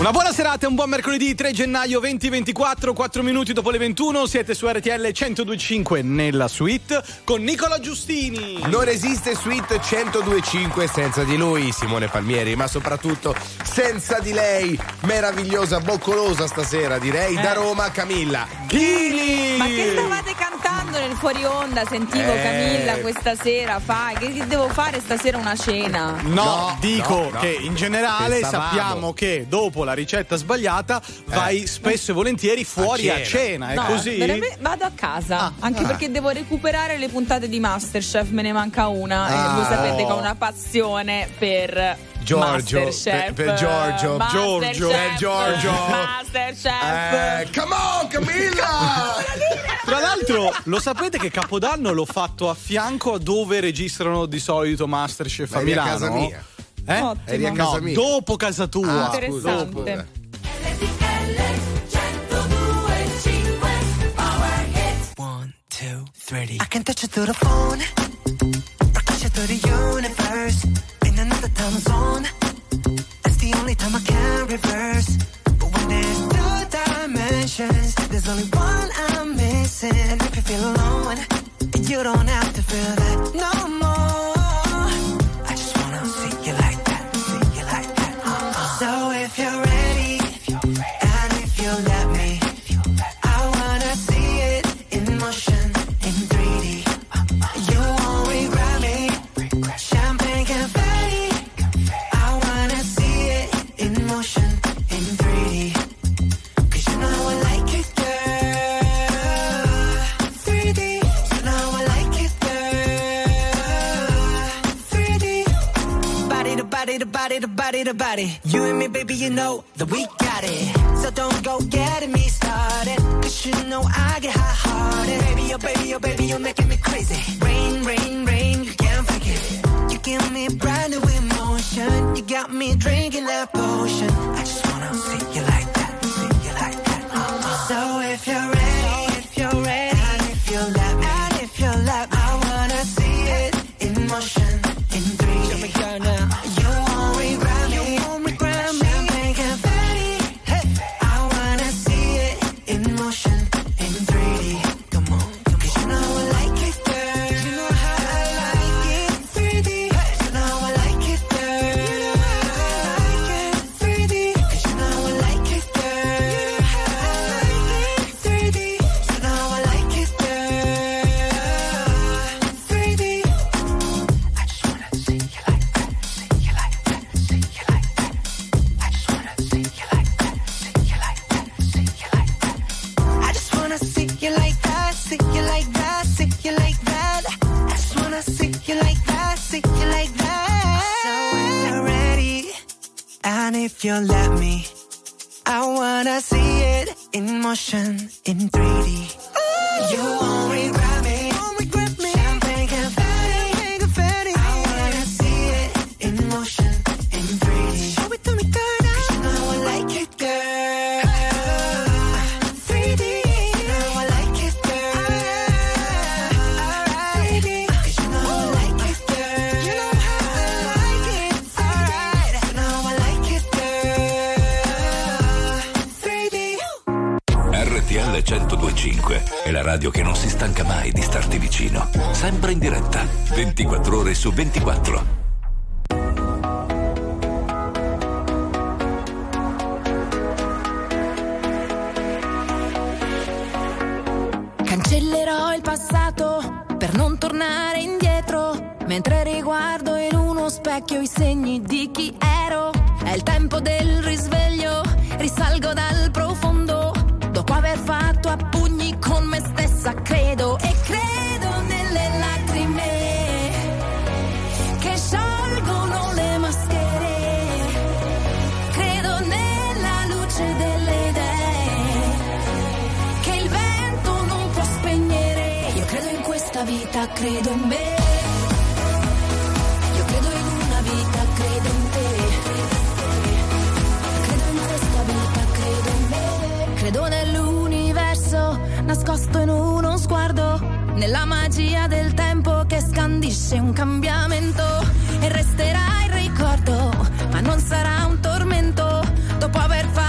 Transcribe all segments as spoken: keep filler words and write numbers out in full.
Una buona serata e un buon mercoledì tre gennaio duemilaventiquattro, quattro minuti dopo le ventuno, siete su R T L centodue e cinque nella suite con Nicola Giustini. Non esiste suite centodue e cinque senza di lui, Simone Palmieri, ma soprattutto senza di lei, meravigliosa, boccolosa stasera, direi, eh. da Roma, Camilla Ghini. Ma che stavate cantando nel fuori onda? Sentivo eh. Camilla questa sera, fai, che devo fare stasera una cena? No, no dico no, no. che in generale Pensavamo. sappiamo che dopo la ricetta sbagliata vai eh. spesso e volentieri fuori a cena, a cena è no, così? Vado a casa, ah, anche ah. perché devo recuperare le puntate di MasterChef, me ne manca una ah, e voi sapete oh. che ho una passione per Giorgio, MasterChef. Per, per Giorgio, Masterchef, Giorgio, per Giorgio. MasterChef. Eh, come on, Camilla! Tra l'altro, lo sapete che Capodanno l'ho fatto a fianco a dove registrano di solito MasterChef a Eri Milano? a casa mia. Eh? Ottimo. Eri a casa no, mia. dopo casa tua. Ah, interessante. One, two, three. I can touch you through the phone, rock you through the universe, in another time zone. That's the only time I can reverse. But when there's two dimensions, there's only one I'm missing. And if you feel alone, you don't have to feel that no more. I just wanna see you like that, see you like that. Uh-uh. So if you're ready, if you're ready, and if you let me, if you let me, I wanna see it in motion, in three D. Uh-uh. You won't regret me, regret. Champagne confetti. confetti. I wanna see it in motion, in three D. Cause you know I like it, girl. three D. You know I like it, girl. three D. Body to body to body to body to body. You and me, baby, you know that we got it. So don't go getting me started. Cause you know I get hot-hearted. Baby, oh baby, oh baby, you're making me crazy. Rain, rain, rain, you can't fake it. You give me brand new emotion. You got me drinking that potion. I just wanna see you like that, see you like that. Uh-uh. So if you're ready, if you're ready, and if you let me, and if you let me, I wanna see it in motion, in three D. Show me girl now. You won't regret me, you won't regret me. Champagne confetti. Hey, I wanna see it in motion, in three D. Come on, cause you know I like it, girl. You know how I like it, three D. You know I like it, girl. You know how I like it, three D. Cause you know I like it, girl. You know how I like it, three D. You know I like it, girl. three D. I just wanna see you like that, see you like that, see you like that. I just wanna see you like that, see you like that, see you like that. I just wanna see you like that, see you like that, see you like that. I just wanna see you like that, see you like that. So if you're ready, and if you let me, I wanna see it in motion, in three D. You won't regret me, won't regret me. Champagne confetti, confetti. I wanna see it in motion, in three D. Show it to me, girl. Cause you know I like it, girl. three D. You know I like it, girl. Alright. three D. Cause you know I like it, girl. You know how I like it. Alright. You know I like it, girl. three D. R T L centodue e cinque è la radio che non si stanca mai di starti vicino, sempre in diretta, ventiquattro ore su ventiquattro. Cancellerò il passato per non tornare indietro, mentre riguardo in uno specchio i segni di chi ero. È il tempo del risveglio, risalgo dal profondo, dopo aver fatto a pugni con me stessa, credo e credo nelle lacrime che sciolgono le maschere, credo nella luce delle idee che il vento non può spegnere. Io credo in questa vita, credo in me. Io credo in una vita, credo in te. Credo in questa vita, credo in me. Credo nell'universo nascosto in uno sguardo, nella magia del tempo che scandisce un cambiamento. E resterà il ricordo, ma non sarà un tormento, dopo aver fatto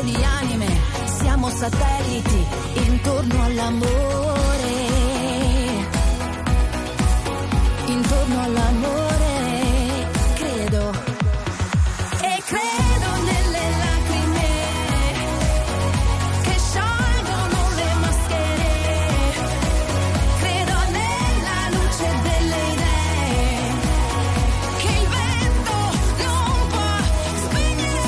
di anime, siamo satelliti intorno all'amore, intorno all'amore, credo, e credo nelle lacrime che sciolgono le maschere, credo nella luce delle idee che il vento non può spegnere.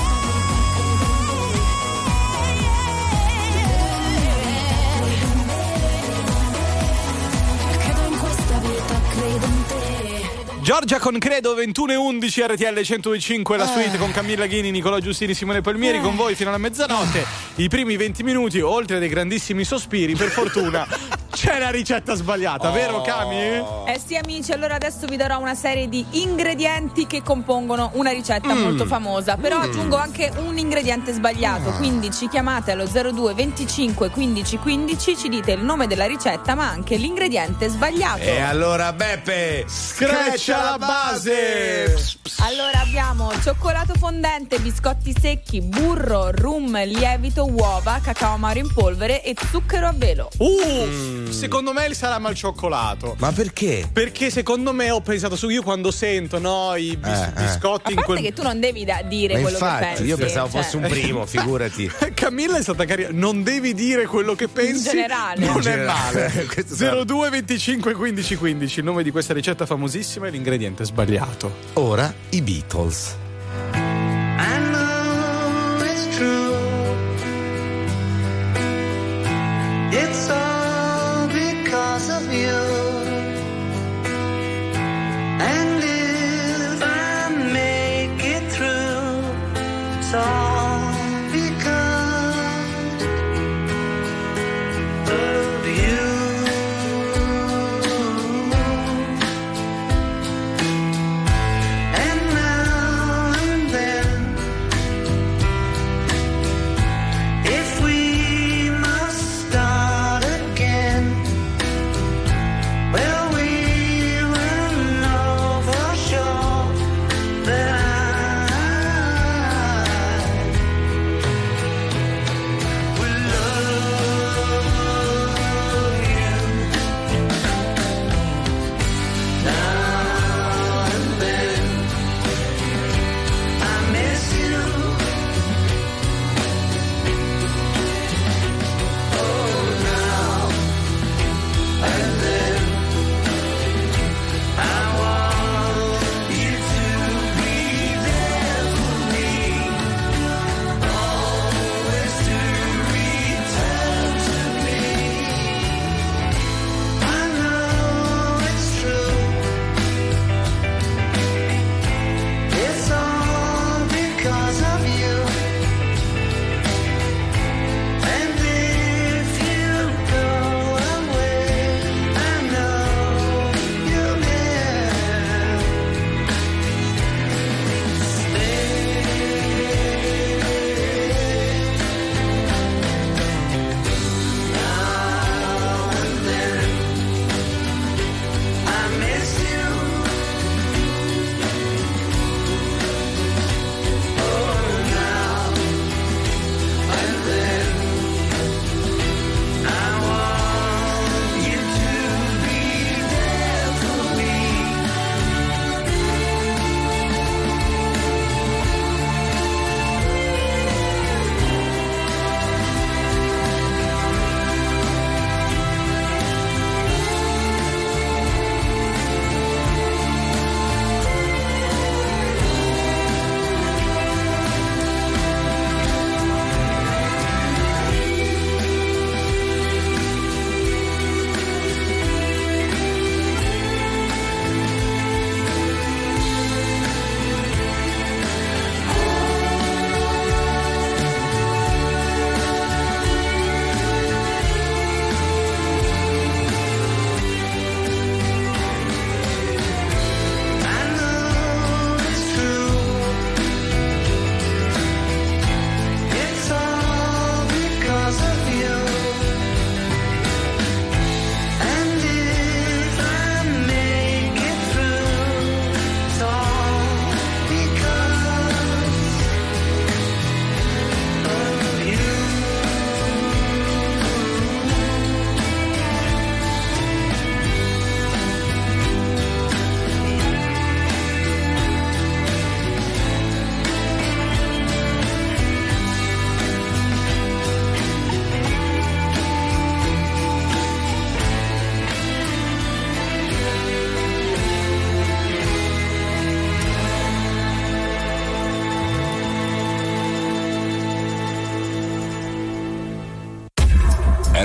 Credo in questa vita, credo in te. Giorgia con Credo, ventuno e undici, R T L centodue e cinque, la suite con Camilla Ghini, Nicolò Giustini, Simone Palmieri, con voi fino alla mezzanotte. I primi venti minuti, oltre dei grandissimi sospiri, per fortuna c'è la ricetta sbagliata, oh. vero Cami? Eh sì amici, allora adesso vi darò una serie di ingredienti che compongono una ricetta mm. molto famosa, però mm. aggiungo anche un ingrediente sbaliato, mm. quindi ci chiamate allo zero due venticinque quindici quindici, ci dite il nome della ricetta ma anche l'ingrediente sbagliato. E allora Beppe, screccia la base! Allora abbiamo cioccolato fondente, biscotti secchi, burro, rum, lievito, uova, cacao amaro in polvere e zucchero a velo. Uh! Mm. Secondo me il salame al cioccolato. Ma perché? Perché secondo me ho pensato su, io quando sento no i bis- eh, biscotti eh. in A parte quel... che tu non devi da dire Ma quello infatti, che pensi. io pensavo cioè. fosse un primo, figurati. Camilla è stata carina. Non devi dire quello che pensi. In generale. Non In è generale. male. zero due venticinque quindici quindici, il nome di questa ricetta famosissima e l'ingrediente sbagliato. Ora i Beatles. I know it's true. It's all because of you. And if I make it through, it's all because of you. And now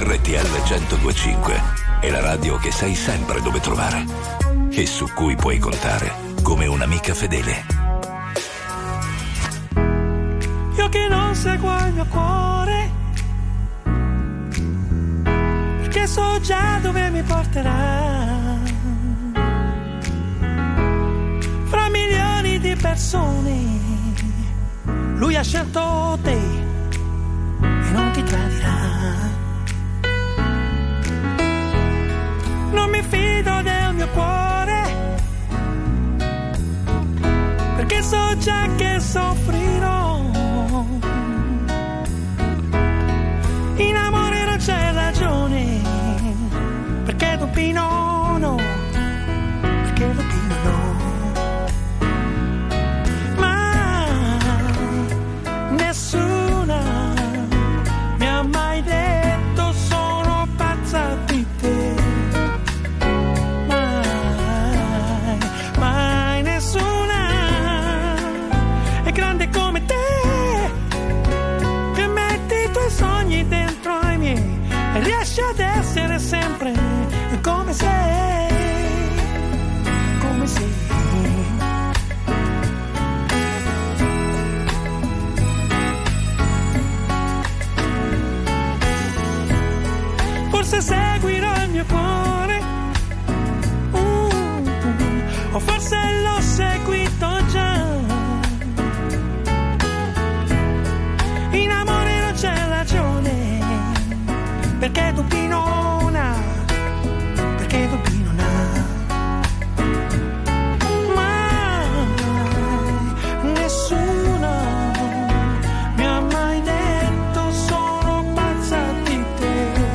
R T L centodue e cinque è la radio che sai sempre dove trovare e su cui puoi contare come un'amica fedele. Io che non seguo il mio cuore, perché so già dove mi porterà. Fra milioni di persone, lui ha scelto te e non ti tradirà. Non mi fido del mio cuore, perché so già che soffrirò. In amore non c'è ragione, perché Dupino no, perché Dupino no. Nessuna mi ha mai detto sono pazza di te. Mai, mai nessuna è grande come te, che metti i tuoi sogni dentro ai miei e riesci ad essere sempre come sei, come sei. Forse seguirò il mio cuore, uh, uh, o forse l'ho seguito già. In amore non c'è ragione, perché Dupinona, perché Dupinona. Mai nessuna mi ha mai detto sono pazza di te.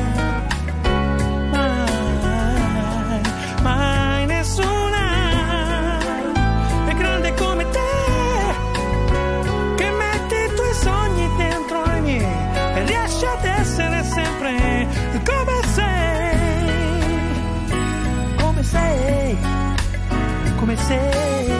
Mai nessuna è grande come te, che metti i tuoi sogni dentro ai miei e riesci ad essere sempre come sei, come sei, come sei.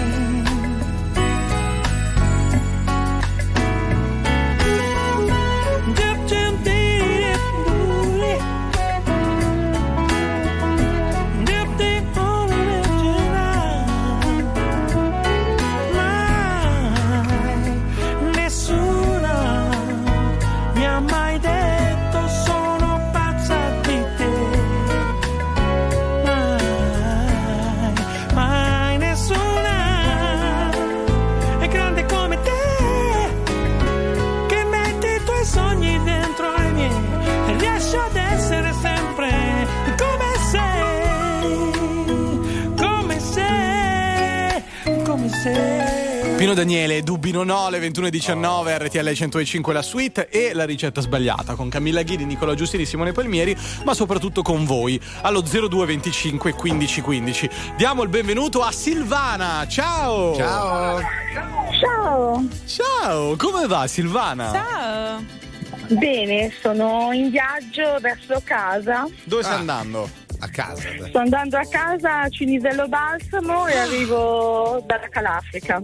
Pino Daniele, Dubbino no, alle ventuno e diciannove, R T L centodue e cinque la suite e la ricetta sbagliata con Camilla Ghini, Nicola Giustini, Simone Palmieri, ma soprattutto con voi allo zero due venticinque quindici quindici. Diamo il benvenuto a Silvana. Ciao! Ciao! Ciao! Ciao! Come va Silvana? Ciao! Bene, sono in viaggio verso casa. Dove stai Ah. andando? A casa. Sto andando a casa a Cinisello Balsamo e arrivo dalla Calafrica.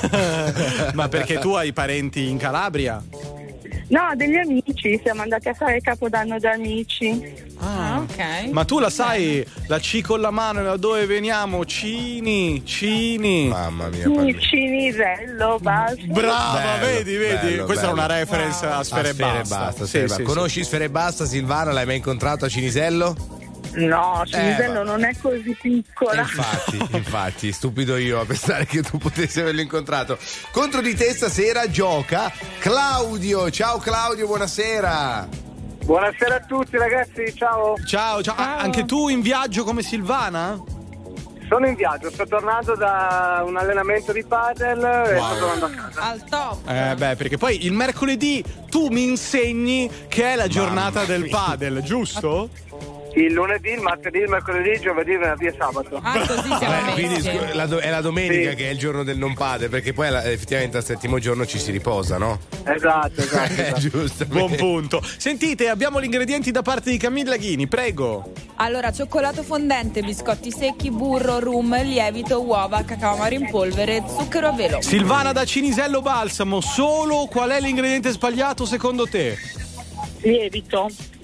Ma perché tu hai parenti in Calabria? No, degli amici, siamo andati a fare Capodanno da amici. Ah, ok. Ma tu la sai, la C con la mano da dove veniamo? Cini, Cini. Mamma mia. Sì, Palmieri. Cinisello Balsamo. Brava, Bello, vedi, vedi. bello, Questa era bello. una reference a Sfere A e Sfere e Basta. Basta, Sì, Sfere e sì, Basta. sì. Conosci Sfere e Basta, Silvana? L'hai mai incontrato a Cinisello? No, Cinisello Eh, ma- non è così piccola. Infatti, infatti, stupido io a pensare che tu potessi averlo incontrato. Contro di te stasera gioca Claudio. Ciao Claudio, buonasera. Buonasera a tutti ragazzi, ciao. Ciao, ciao. Ah, anche tu in viaggio come Silvana? Sono in viaggio, sto tornando da un allenamento di padel e sto tornando a casa. Al top. Eh beh, perché poi il mercoledì tu mi insegni che è la giornata Mamma del mia. padel, giusto? Il lunedì, il martedì, il mercoledì, il giovedì, il venerdì e sabato. Ah, così siamo Beh, quindi messi. scu- la do- è la domenica Sì. che è il giorno del non padre, perché poi alla- effettivamente al settimo giorno ci si riposa, no? Esatto, esatto. Eh, esatto. giusto. Buon punto. Sentite, abbiamo gli ingredienti da parte di Camilla Ghini, prego. Allora, cioccolato fondente, biscotti secchi, burro, rum, lievito, uova, cacao amaro in polvere, zucchero a velo. Silvana da Cinisello Balsamo, solo qual è l'ingrediente sbagliato secondo te? Lievito.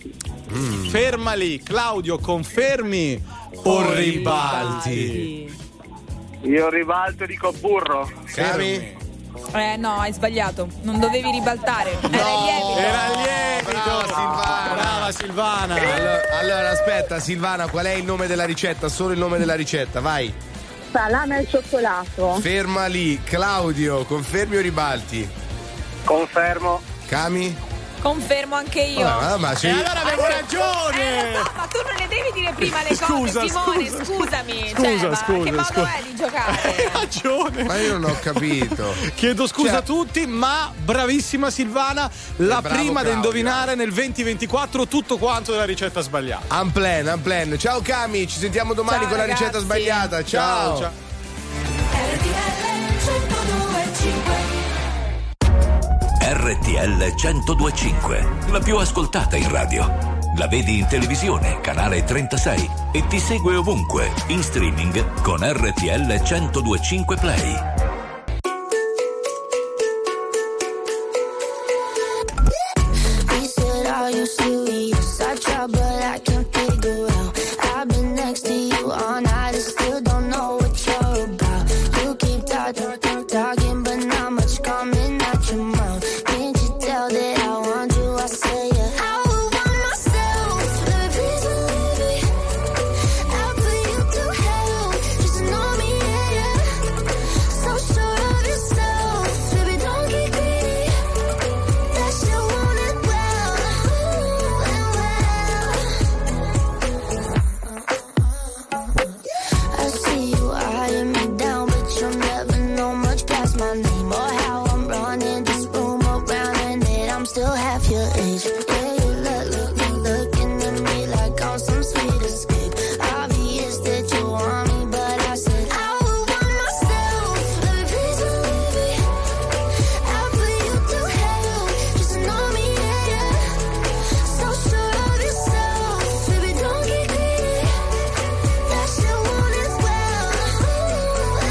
Mm. Ferma lì, Claudio, confermi o ribalti? Io ribalto e dico burro. Cami? Eh no, hai sbagliato. Non dovevi ribaltare. Era il lievito. Era il lievito. Brava Silvana. Brava Silvana. Allora, allora, aspetta, Silvana, qual è il nome della ricetta? Solo il nome della ricetta, vai. Salame al cioccolato. Ferma lì, Claudio, confermi o ribalti? Confermo. Cami? Confermo anche io. Ah, ma sì. E allora avevo ragione. Eh, lo so, ma tu non le devi dire prima le cose, Scusa, Simone, scusa. scusami. Scusa, cioè, ma scusa, che modo scusa. è di giocare? Hai ragione. Ma io non ho capito. Chiedo scusa Cioè- a tutti, ma bravissima Silvana, la bravo prima da Claudio. indovinare nel venti ventiquattro tutto quanto della ricetta sbagliata. Unplan, unplan. Ciao Cami, ci sentiamo domani Ciao, con la ragazzi. ricetta sbagliata. Ciao. ciao. R T L centodue e cinque, la più ascoltata in radio. La vedi in televisione, canale trentasei, e ti segue ovunque, in streaming con R T L centodue e cinque Play. He said, are you serious? I tried, but I can't figure out. I've been next to you all night and still don't know what you're about. You keep talking, talking, but not much coming out your mouth. Can't you tell that I want you? I say yeah. I would want myself. Let me please believe me. I'll put you through hell. Just to know me, yeah, yeah. So sure of yourself. Baby, don't get greedy. That shit want it well. Ooh, and well. I see you eyeing me down, but you'll never know much past my name or how I'm running this room around, and that I'm still half your age. Yeah, you look, look, look, looking at me like I'm some sweet escape. Obvious that you want me, but I said I would want myself. Let me please believe me. I'll put you through hell just to know me, yeah, yeah. So sure of yourself, baby, don't get greedy. That shit want it well. Ooh,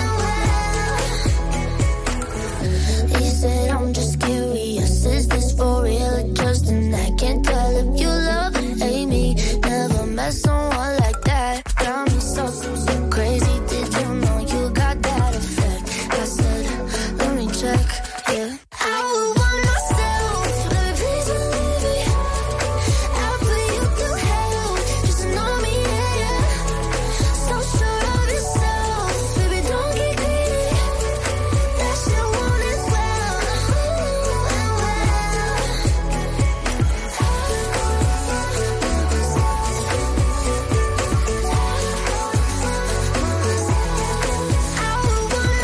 and well. He said, I'm just curious, is this for real or just an act? Can't tell if you love or hate me. Never met someone like that. Got me so, so, so crazy. Did you know you got that effect? I said, let me check, yeah. I would want myself. Let me please believe me. I'll put you through hell just to know me, yeah, yeah. So sure of yourself, baby, don't get greedy. That shit want it well. Ooh, and well. I would want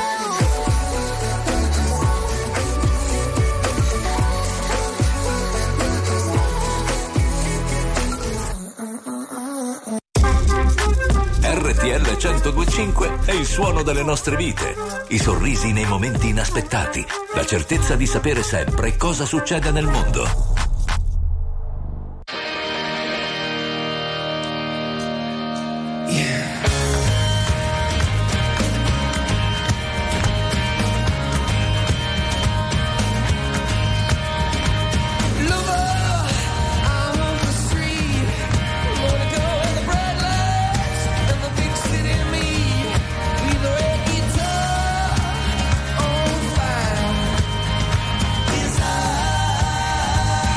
myself. R T L centodue e cinque è il suono delle nostre vite, i sorrisi nei momenti inaspettati, la certezza di sapere sempre cosa succede nel mondo. Desire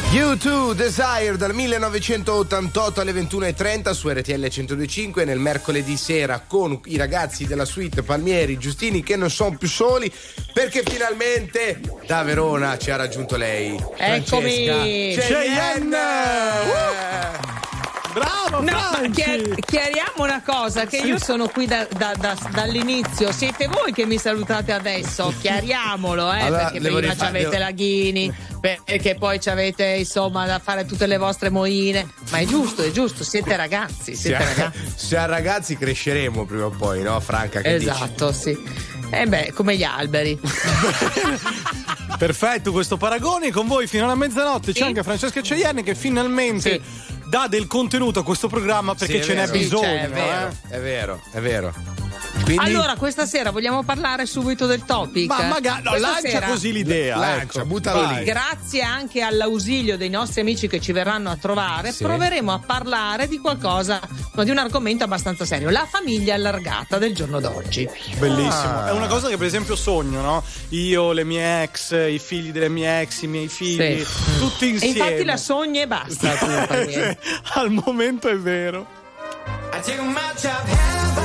U due Desire dal millenovecentottantotto alle ventuno e trenta su R T L centodue e cinque nel mercoledì sera con i ragazzi della suite Palmieri, Giustini che non sono più soli perché finalmente da Verona ci ha raggiunto lei. Eccomi! Cheyenne! Uh! Bravo, no, ma chiar- chiariamo una cosa, che sì. io sono qui da, da, da, dall'inizio, siete voi che mi salutate adesso, chiariamolo, eh, allora, perché prima ci avete la Ghini, perché poi ci avete insomma da fare tutte le vostre moine, ma è giusto, è giusto, siete ragazzi, siete se, ragazzi. Se a ragazzi cresceremo prima o poi, no Franca? Che esatto, dici? Sì. Eh beh, come gli alberi. Perfetto questo paragone, con voi fino alla mezzanotte c'è sì. anche Francesca Cheyenne che finalmente sì. dà del contenuto a questo programma perché sì, ce n'è bisogno. Sì, è, vero, eh? è vero, è vero. Quindi... Allora, questa sera vogliamo parlare subito del topic. Ma magari no, lancia sera... così l'idea. Lancia, ecco, buttalo lì. Grazie anche all'ausilio dei nostri amici che ci verranno a trovare, sì. proveremo a parlare di qualcosa, no, di un argomento abbastanza serio: la famiglia allargata del giorno d'oggi. Bellissimo. Ah. È una cosa che per esempio sogno, no? Io, le mie ex, i figli delle mie ex, i miei figli, sì. tutti insieme. E infatti la sogni e basta. Tu, al momento è vero. I take much of heaven.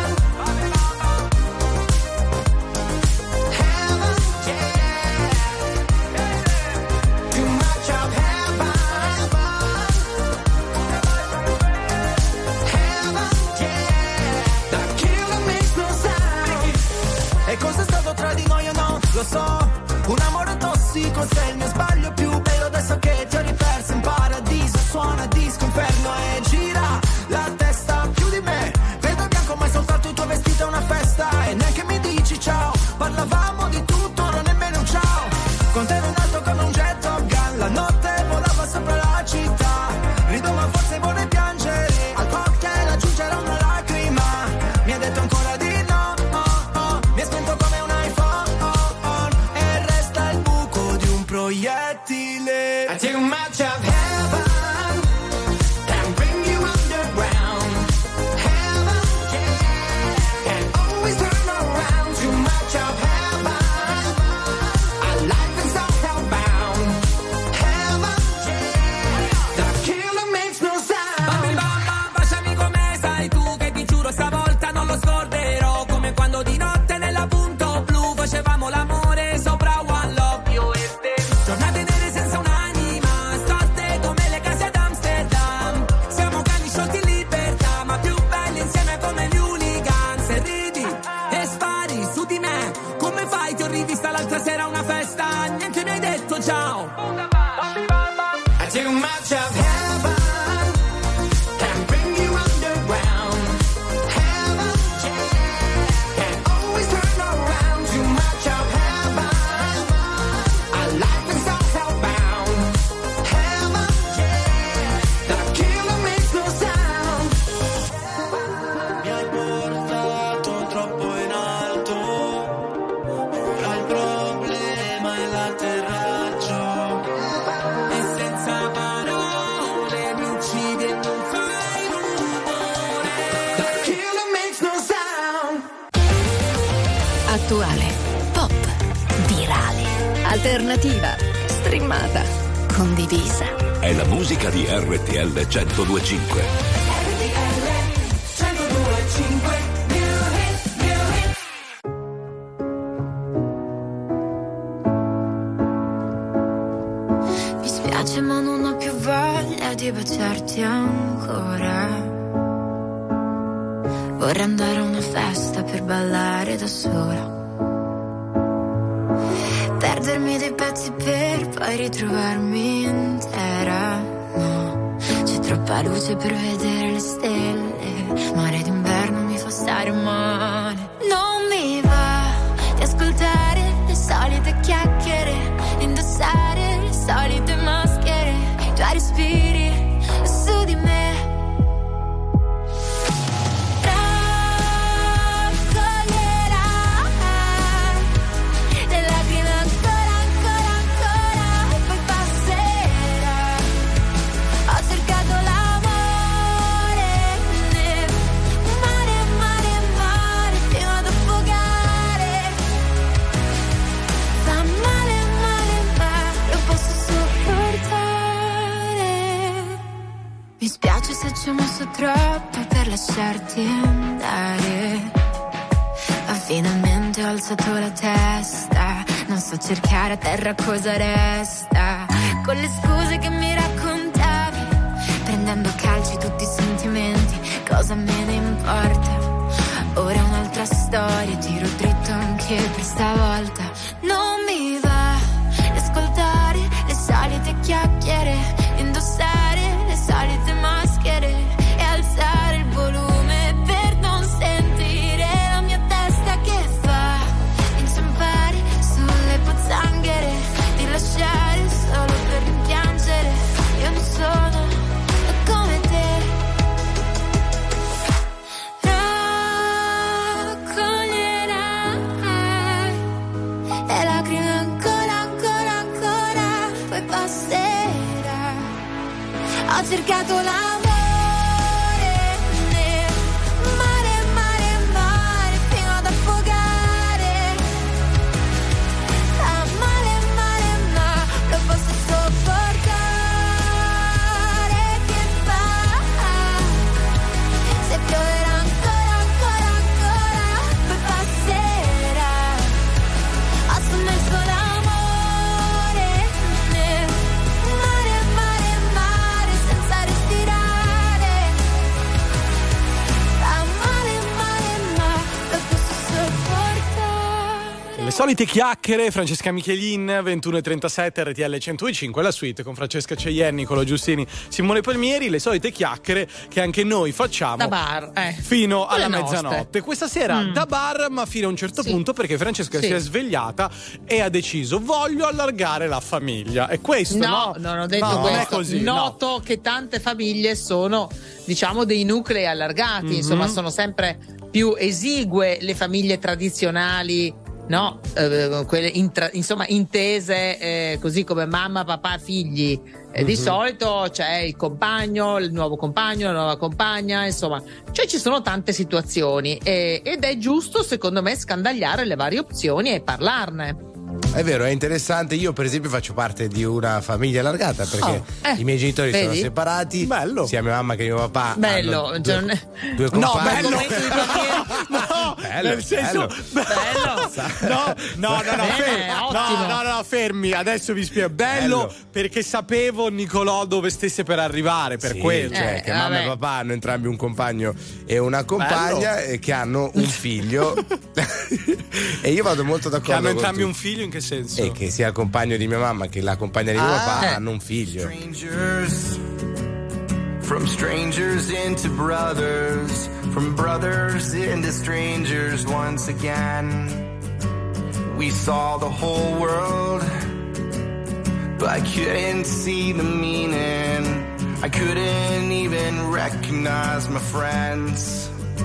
Tra di noi o no, lo so, un amore tossico sei il mio sbaglio più bello. Adesso che ti ho riperso in paradiso, suona disco inferno e gira la testa più di me. Vedo bianco ma è soltanto il tuo vestito è una festa e neanche mi dici ciao. Parlavamo di tutto, non nemmeno un ciao. Con te ero in alto come un jet Top Gun, la notte volava sopra la città. Rido ma forse vuole piangere, al cocktail aggiungerò una lacrima. Mi ha detto ancora di no, oh, oh. Mi ha spento come un proiettile. I take much of heaven and bring you underground. Heaven, yeah, can always turn around. Too much of heaven, our life is all hellbound. Heaven, yeah, the killer makes no sound. Mami, mamma, baciami come sai tu, che ti giuro stavolta non lo scorderò. Come quando di notte nella punto blu facevamo l'amore sopra One Love, io e te. Giornate nere senza un'anima, storte come le case ad Amsterdam. Siamo cani sciolti in libertà, ma più belli insieme come gli hooligans. E ridi e spari su di me, come fai? Ti ho rivista l'altra sera a una festa, niente mi hai detto ciao. I take much of heaven and bring you underground. Heaven, yeah, can always turn around. Too much of heaven, our life is all hellbound. Heaven, yeah, the killer makes no sound. Mi hai portato troppo in alto, ora il problema è l'atterraggio. E senza parole mi uccidi e non fai rumore. The killer makes no sound. Attuale, pop, virale, alternativa, streamata, condivisa. È la musica di R T L centodue e cinque. R T L centodue e cinque. Mi spiace ma non ho più voglia di baciarti ancora. Vorrei andare a una festa per ballare da sola, perdermi dei pezzi per poi ritrovarmi intera. No, c'è troppa luce per vedere le stelle, mare d'inverno mi fa stare male. Non mi va di ascoltare le solite chiacchiere, indossare le solite maschere, i tuoi respiri su di me. Fa male, male, ma lo posso sopportare. lasciarti andare. Ma finalmente ho alzato la testa, non so cercare a terra cosa resta. Con le scuse che mi raccontavi, prendendo a calci tutti i sentimenti, cosa me ne importa? Ora è un'altra storia, tiro dritto anche per stavolta. Non mi va di ascoltare le solite chiacchiere, indossare le solite maschere e alzare il volume per non sentire la mia testa che fa inciampare sulle pozzanghere, di lasciare solo per rimpiangere. Io non sono come te. Raccoglierai le lacrime ancora, ancora, ancora, poi passerà. Ho cercato l'amore nel mare, mare, mare, fino ad affogare. Ah, male, male, ma lo posso sopportare. Che fa? Se pioverà ancora, ancora, ancora, poi passerà. Ho sommerso l'amore nel mare, mare, mare, senza respirare. Fa male, male, ma lo posso sopportare. Le solite chiacchiere, Francesca Michelin, ventuno e trentasette, R T L centodue e cinque, la suite con Francesca Ceien, Nicolò Giustini, Simone Palmieri, le solite chiacchiere che anche noi facciamo Da bar, eh. fino alla Le nostre. mezzanotte. Questa sera Mm. da bar, ma fino a un certo Sì. punto, perché Francesca Sì. si è svegliata e ha deciso: voglio allargare la famiglia. E questo No, no, non ho detto no, questo. non è così. no. Noto che tante famiglie sono, diciamo, dei nuclei allargati, Mhm. insomma, sono sempre più esigue le famiglie tradizionali, no? Eh, quelle intra- insomma, intese eh, così come mamma, papà, figli. Eh, Di Mhm. solito c'è il compagno, il nuovo compagno, la nuova compagna, insomma, cioè ci sono tante situazioni e- ed è giusto, secondo me, scandagliare le varie opzioni e parlarne. È vero, è interessante. Io, per esempio, faccio parte di una famiglia allargata perché Oh, eh, i miei genitori sono vedi? separati. Bello. Sia mia mamma che mio papà. Bello, hanno cioè, due, non è- due No, compagni. bello. Argomento di Palmieri. No, Bello, nel senso, Bello. no, no, no, no, Bene, fermi, ottimo. no, no, no, fermi, adesso vi spiego. Bello, Bello. perché sapevo, Nicolò, dove stesse per arrivare, per Sì, quello. cioè, Eh, che mamma vabbè. e papà hanno entrambi un compagno e una compagna e che hanno un figlio. E io vado molto d'accordo Che hanno con entrambi tutti. un figlio, in che senso? E che sia il compagno di mia mamma che la compagna di mio Ah. papà Eh. hanno un figlio. Strangers, from strangers into brothers, from brothers into strangers once again. We saw the whole world, but I couldn't see the meaning. I couldn't even recognize my friends.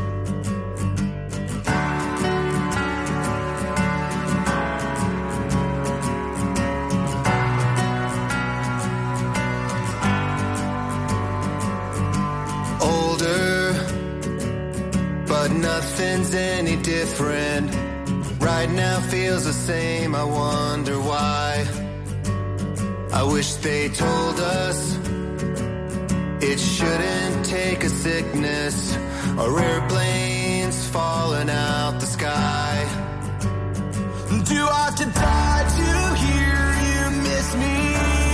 Older, but nothing's any different. Right now feels the same, I wonder why. I wish they told us it shouldn't take a sickness or airplanes falling out the sky. Do I have to die to hear you miss me?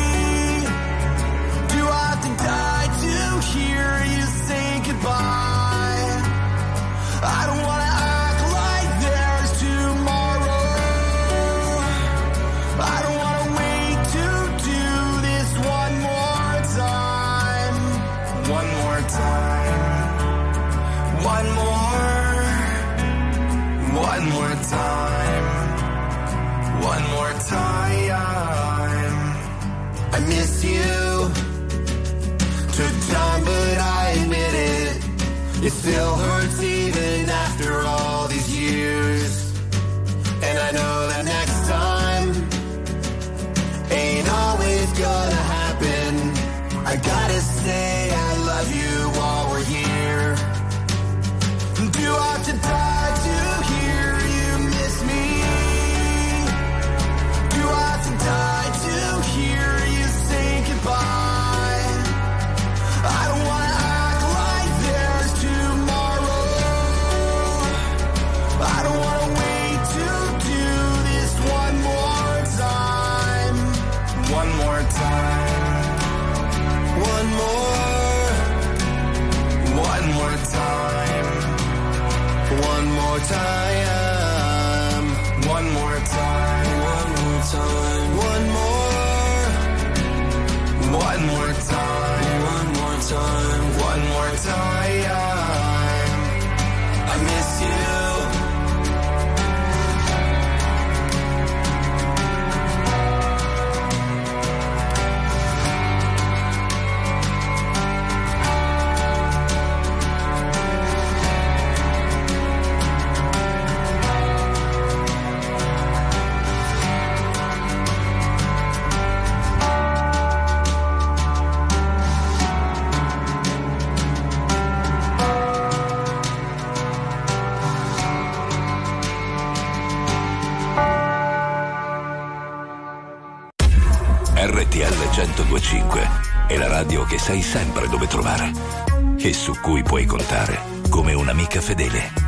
Do I have to die to hear you say goodbye? I don't wanna act like there's tomorrow. I don't wanna wait to do this one more time. One more time. One more. One more time. One more time. I miss you. Took time, but I admit it. It still hurts even after all these years. And I know that next time ain't always gonna happen. I gotta say I love you while we're here. Do I have to die to hear you miss me? Do I have to die to hear you say goodbye? I don't wanna act like there's tomorrow. One more time, one more time, one more. One more time, one more time, one more time. I miss you. R T L centodue e cinque è la radio che sai sempre dove trovare e su cui puoi contare come un'amica fedele.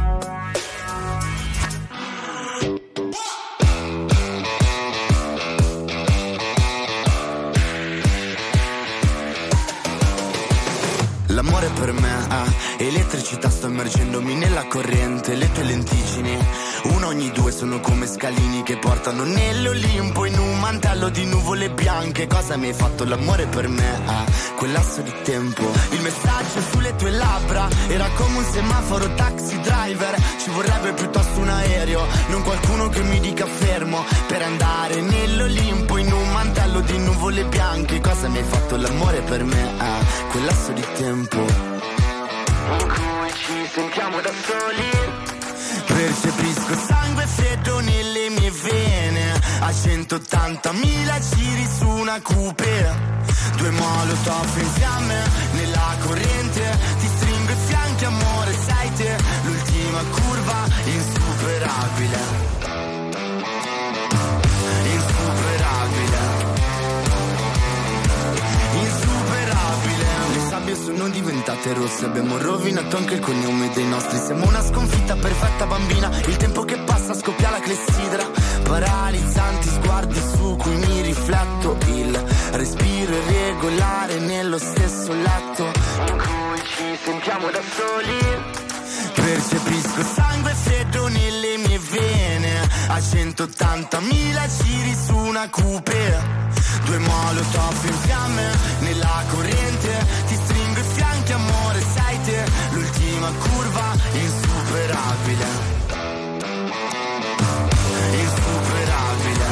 L'amore per me ha elettricità, sto immergendomi nella corrente. Le tue lentiggini, uno ogni due, sono come scalini che portano nell'Olimpo in un mantello di nuvole bianche. Cosa mi hai fatto l'amore per me ha quel lasso di tempo. Il messaggio sulle tue labbra era come un semaforo taxi driver. Ci vorrebbe piuttosto un aereo, non qualcuno che mi dica fermo, per andare nell'Olimpo in un mantello di nuvole bianche. Cosa mi hai fatto l'amore per me ha quel lasso di tempo in cui ci sentiamo da soli. Percepisco sangue freddo nelle mie vene a centottantamila giri su una coupe. Due molotov in fiamme nella corrente, ti stringo i fianchi amore, sei te l'ultima curva insuperabile. Insuperabile. Insuperabile. Le sabbie sono diventate rosse, abbiamo rovinato anche il cognome dei nostri. Siamo una sconfitta perfetta bambina, il tempo che passa scoppia la clessidra. Paralizzanti sguardi su cui mi rifletto, il respiro irregolare nello stesso letto in cui ci sentiamo da soli. Percepisco sangue freddo nelle mie vene a centottantamila giri su una coupe. Due molotov in fiamme nella corrente, ti stringo i fianchi amore, sei te l'ultima curva insuperabile. Insuperabile.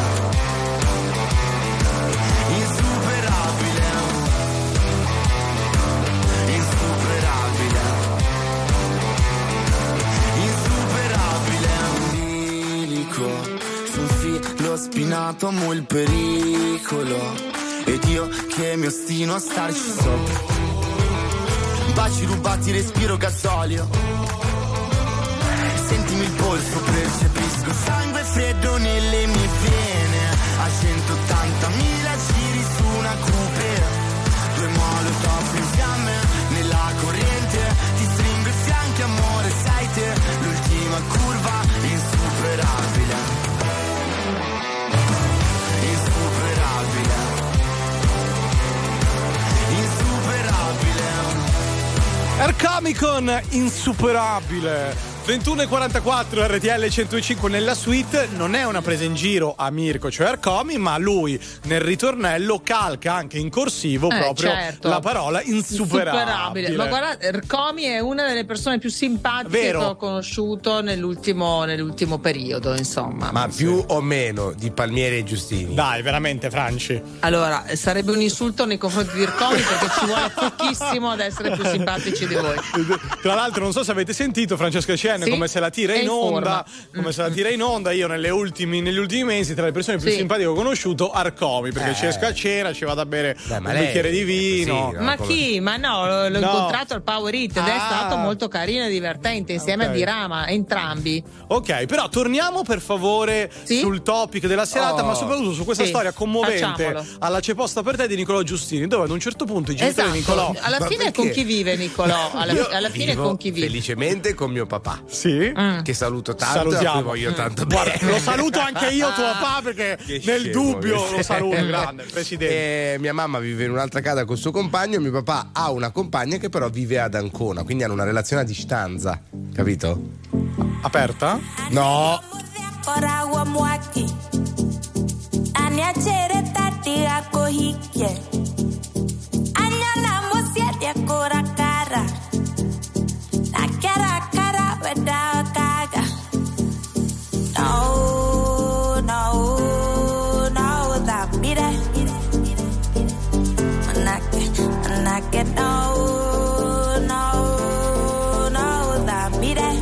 Insuperabile. Insuperabile. Insuperabile. Un bilico su un filo spinato amo il pericolo, ed io che mi ostino a starci sopra. Baci rubati, respiro gasolio. Sentimi il polso, percepisco sangue freddo nelle mie vene a centottantamila giri su una coupe. Due molotov in fiamme nella corrente, ti stringo i fianchi amore, sei te l'ultima curva insuperabile. Insuperabile. Insuperabile. Ercomi con Insuperabile. ventuno e quarantaquattro R T L centodue e cinque nella suite. Non è una presa in giro a Mirko, cioè Ercomi, ma lui nel ritornello calca anche in corsivo eh, proprio certo. la parola insuperabile. insuperabile. Ma guarda, Ercomi è una delle persone più simpatiche Vero. che ho conosciuto nell'ultimo, nell'ultimo periodo, insomma. Ma più o meno di Palmieri e Giustini? Dai, veramente, Franci. Allora, sarebbe un insulto nei confronti di Ercomi perché ci vuole pochissimo ad essere più simpatici di voi. Tra l'altro, non so se avete sentito Francesca Scena Sì? come se la tira in, in onda, forma. come Mm. se la tira in onda. Io nelle ultimi, negli ultimi mesi, tra le persone più Sì. simpatiche che ho conosciuto, Arcomi, perché Eh. ci esco a cena, ci vado a bere Beh, un ma lei- bicchiere di vino. sì, no? Ma come- chi? Ma no, l'ho, l'ho No. incontrato al Power Hit ed è Ah. stato molto carino e divertente insieme Ok. a Dirama, entrambi. Ok, però torniamo per favore Sì? sul topic della serata, Oh. ma soprattutto su questa Sì, storia commovente facciamolo. alla C'è posta per te di Nicolò Giustini, dove ad un certo punto i genitori Esatto. di Nicolò. Alla Ma fine perché? con chi vive Nicolò? Alla, Io alla fine vivo con chi vive? felicemente con mio papà, Sì? Mm. che saluto tanto, a cui Salutiamo. voglio tanto Guarda, bene. lo saluto anche io, tuo papà, perché Che nel scemo, dubbio che lo saluto, scemo. grande presidente. E mia mamma vive in un'altra casa col suo compagno, mio papà ha una compagna che però vive ad Ancona, quindi hanno una relazione a distanza, capito? Aperta? No, kora wa mwaki aniachere tati ako hikye anyala mosia kora kara na kara kara weda kaga no no no da mire manake manake no no no da mire.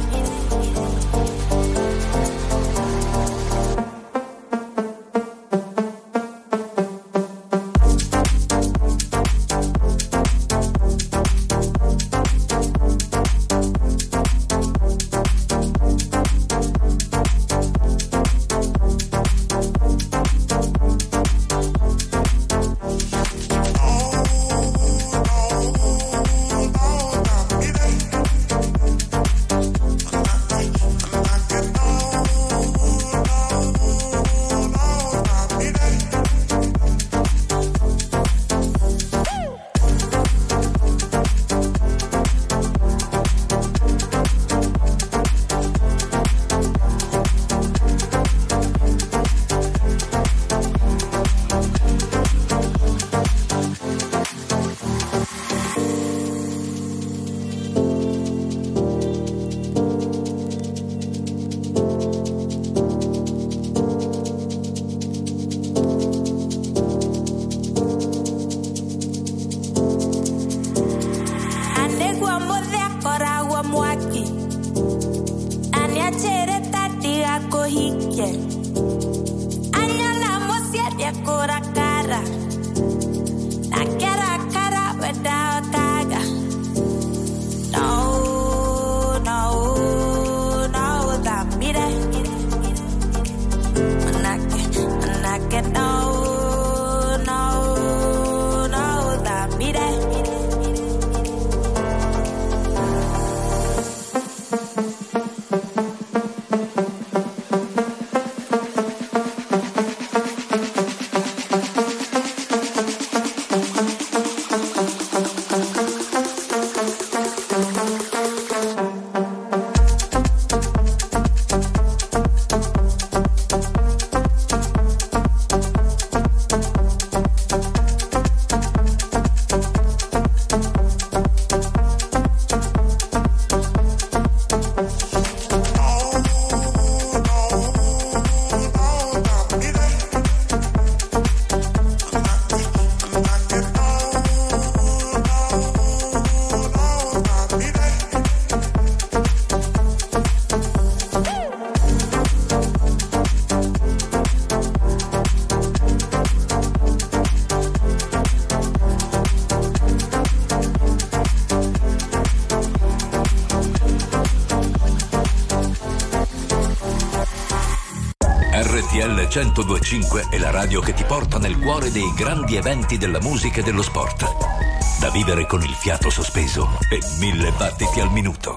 R T L centodue e cinque è la radio che ti porta nel cuore dei grandi eventi della musica e dello sport. Da vivere con il fiato sospeso e mille battiti al minuto.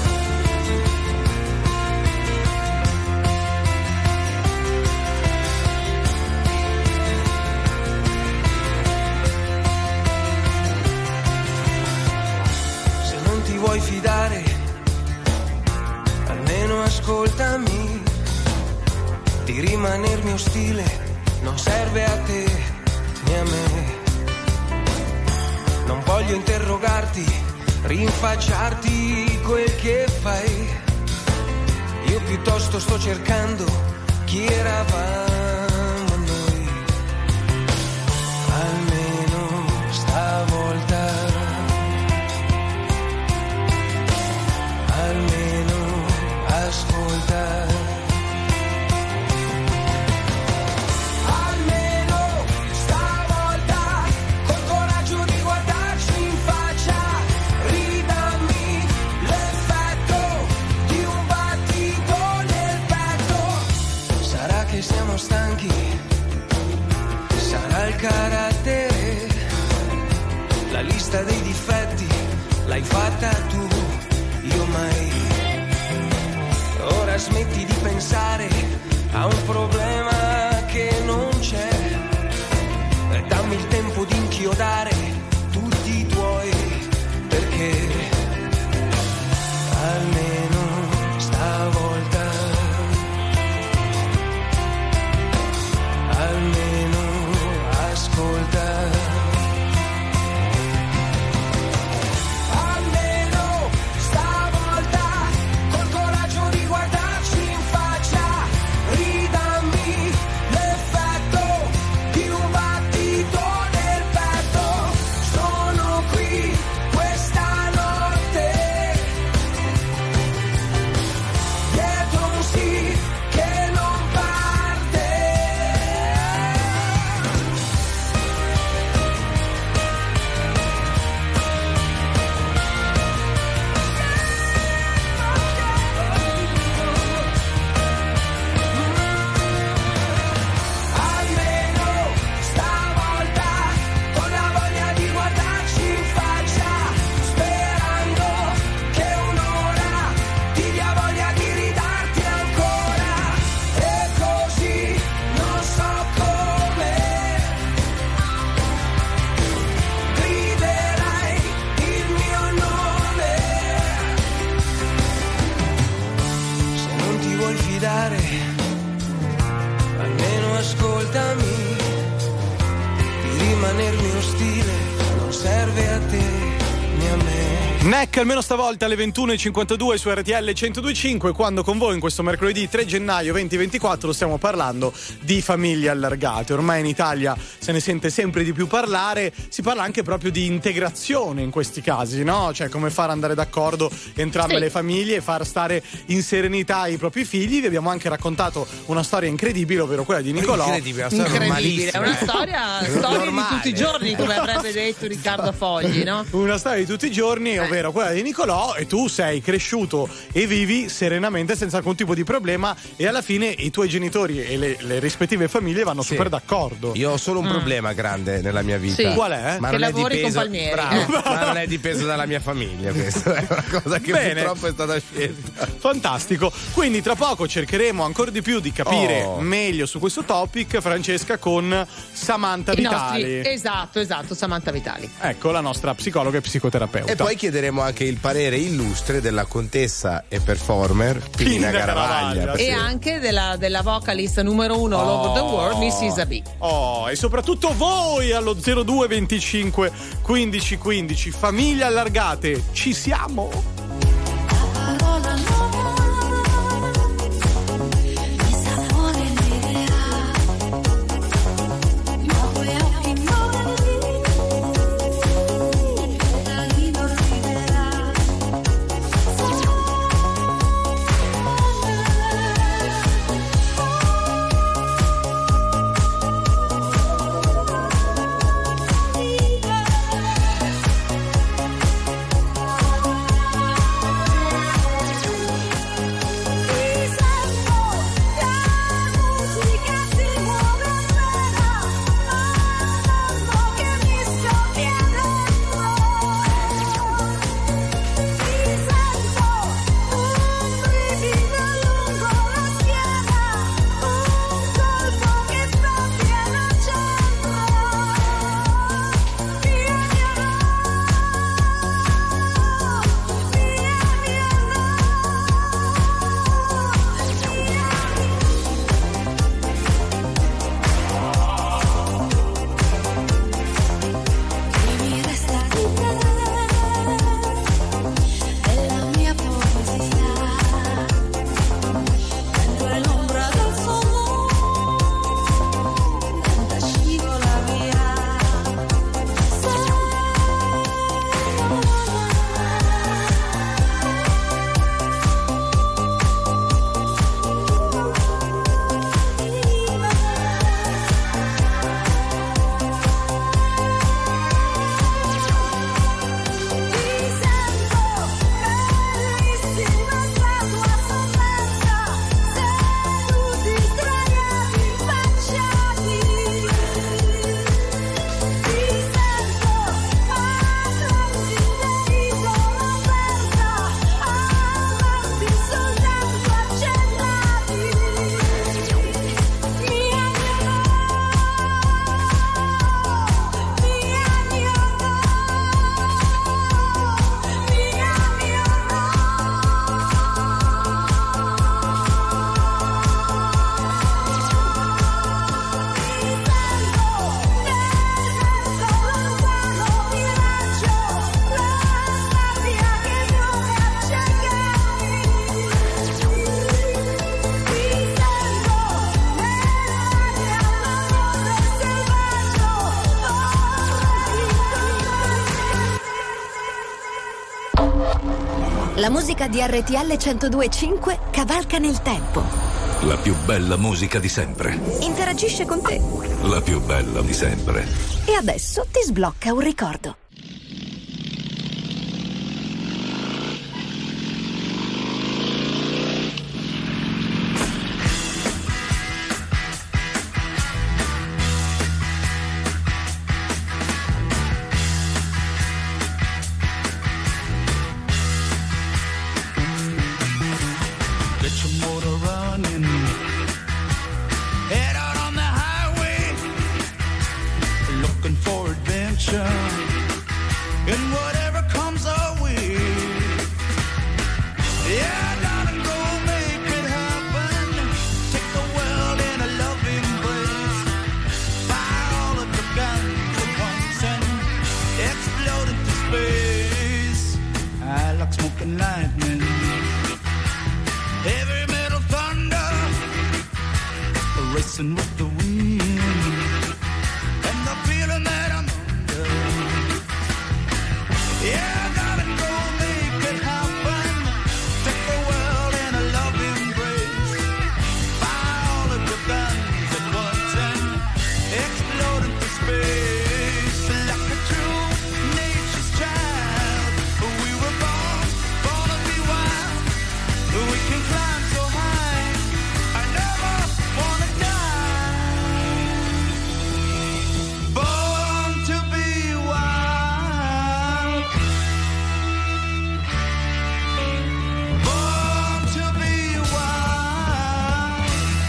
Se non ti vuoi fidare, almeno ascoltami. Di rimanermi ostile non serve a te né a me. Non voglio interrogarti, rinfacciarti quel che fai. Io piuttosto sto cercando chi eravamo noi. Almeno stavolta, almeno ascolta. Stanchi, sarà il carattere, la lista dei difetti l'hai fatta tu, io mai. Ora smetti di pensare a un problema che non c'è e dammi il tempo di inchiodare tutti i tuoi perché almeno stavolta Neck almeno stavolta alle ventuno e cinquantadue su R T L centodue e cinque, quando con voi in questo mercoledì tre gennaio duemilaventiquattro stiamo parlando di famiglie allargate. Ormai in Italia se ne sente sempre di più parlare, si parla anche proprio di integrazione in questi casi, no? Cioè come far andare d'accordo entrambe sì. le famiglie e far stare in serenità i propri figli. Vi abbiamo anche raccontato una storia incredibile, ovvero quella di Nicolò. Incredibile, una storia incredibile, è una storia, storia di tutti i giorni, come avrebbe detto Riccardo Fogli, no? Una storia di tutti i giorni, ovvero quella di Nicolò, e tu sei cresciuto e vivi serenamente senza alcun tipo di problema e alla fine i tuoi genitori e le, le rispettive famiglie vanno sì. super d'accordo. Io ho solo un mm. problema grande nella mia vita. Sì. Qual è? Ma che non lavori è dipeso, con Palmieri. Bravo, ma non è dipeso dalla mia famiglia, questa è una cosa che Bene. purtroppo è stata scelta. Fantastico. Quindi tra poco cercheremo ancora di più di capire oh. meglio su questo topic, Francesca, con Samantha I Vitali. Nostri, esatto, esatto, Samantha Vitali. Ecco, la nostra psicologa e psicoterapeuta. E poi chiederemo anche il parere illustre della contessa e performer Pina Garavaglia. E anche della, della vocalist numero uno all oh. over the world, Miss Isabi. Oh, e soprattutto voi allo zero due venticinque quindici quindici. Famiglie allargate, ci siamo? La musica di R T L centodue e cinque cavalca nel tempo. La più bella musica di sempre. Interagisce con te. La più bella di sempre. E adesso ti sblocca un ricordo. the wind and the feeling that I'm under. Yeah, darling, go make it happen. Take the world in a loving embrace. Fire all of your guns at once and explode into space like a true nature's child. We were born, born to be wild. We can climb so high. I never wanna die. Born to be wild. Born to be wild.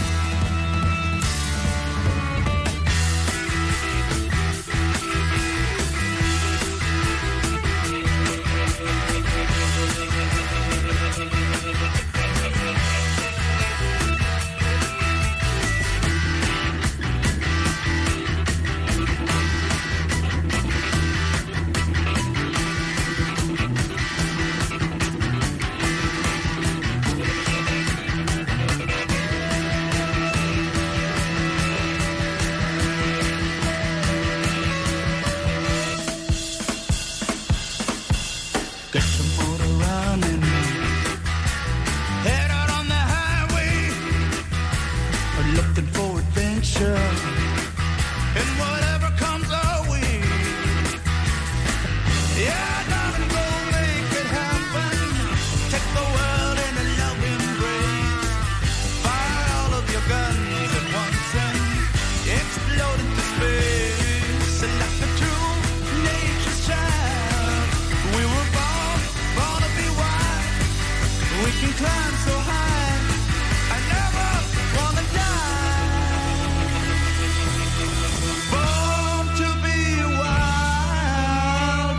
Get some motor running. Head out on the highway. Looking for adventure. And whatever comes our way. Yeah, darling, go make it happen. Take the world in a loving embrace. Fire all of your guns at once and explode into space. Like a true nature's child. We were born, born to be wild. We can climb so high. I never wanna die. Born to be wild.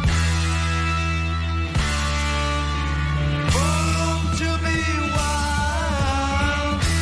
Born to be wild.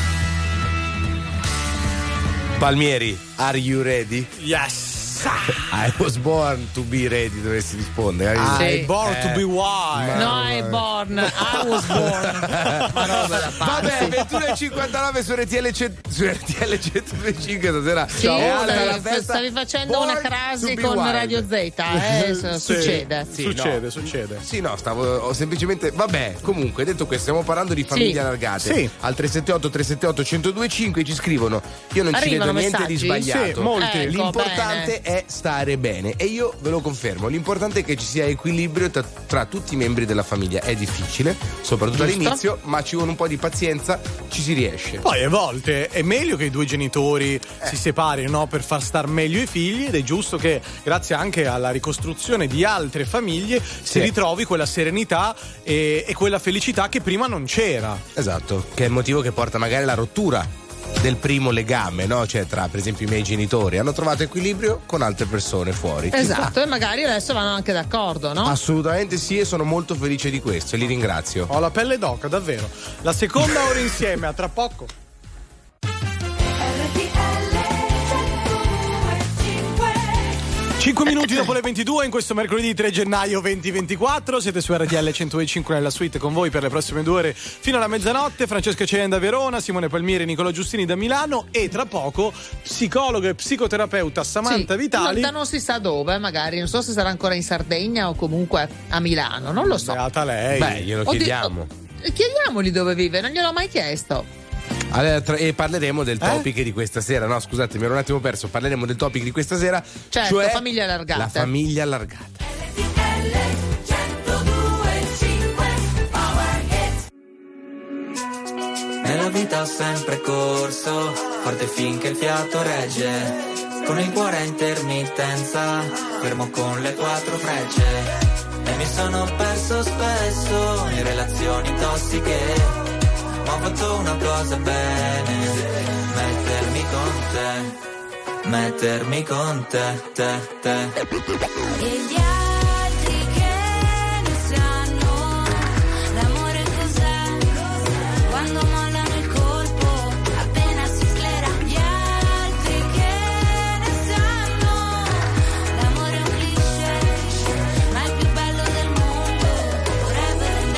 Palmieri, are you ready? Yes. I was born to be ready, dovresti rispondere. I Sì. born Eh. to be wild. No, è born. I was born. Ma roba da pazzi. Vabbè, ventuno e cinquantanove su R T L cento su R T L centodue e cinque stasera. Sì, è alta stavi, la festa. stavi facendo Born una to crasi be con wild. Radio Z, eh? S- Sì. Succede. Sì, succede, no. succede. Sì, no, stavo ho semplicemente. Vabbè, comunque, detto questo, stiamo parlando di famiglie Sì. allargate. Sì. Al tre sette otto tre sette otto uno zero due cinque ci scrivono: io non Arrivano ci vedo niente messaggi? di sbagliato. Sì, molti. Ecco, L'importante è stare bene. E io ve lo confermo, l'importante è che ci sia equilibrio tra, tra tutti i membri della famiglia. È difficile, soprattutto Giusto. all'inizio, ma ci vuole un po' di pazienza, ci si riesce. Poi a volte è meglio che i due genitori si separino, no? Per far star meglio i figli, ed è giusto che grazie anche alla ricostruzione di altre famiglie si Sì. ritrovi quella serenità e, e quella felicità che prima non c'era. Esatto, che è il motivo che porta magari alla rottura del primo legame, no? Cioè tra per esempio i miei genitori hanno trovato equilibrio con altre persone fuori. Ci Esatto, sta. e magari adesso vanno anche d'accordo, no? Assolutamente sì, e sono molto felice di questo e li ringrazio. Ho la pelle d'oca, davvero. La seconda ora insieme, a tra poco. cinque minuti dopo le ventidue in questo mercoledì tre gennaio duemilaventiquattro. Siete su R T L centodue e cinque nella suite con voi per le prossime due ore fino alla mezzanotte. Francesca Celenda da Verona, Simone Palmieri e Nicola Giustini da Milano, e tra poco psicologo e psicoterapeuta Samantha Sì, Vitali. non, da non si sa dove, magari, non so se sarà ancora in Sardegna o comunque a Milano, non lo so. Beata lei. Beh, glielo Oddio, chiediamo. oh, chiediamogli dove vive, non gliel'ho mai chiesto. Allora, tra- e parleremo del topic di questa sera. No, scusate, mi ero un attimo perso. Parleremo del topic di questa sera. Certo, cioè famiglie allargate. La famiglia allargata. Nella vita ho sempre corso, forte finché il fiato regge. Con il cuore a intermittenza, fermo con le quattro frecce. E mi sono perso spesso in relazioni tossiche, ma ho fatto una cosa bene: mettermi con te, mettermi con te, te, te. E gli altri che ne sanno l'amore cos'è, quando mollano il colpo appena si sclera. Gli altri che ne sanno l'amore è un cliché, ma è il più bello del mondo, forever and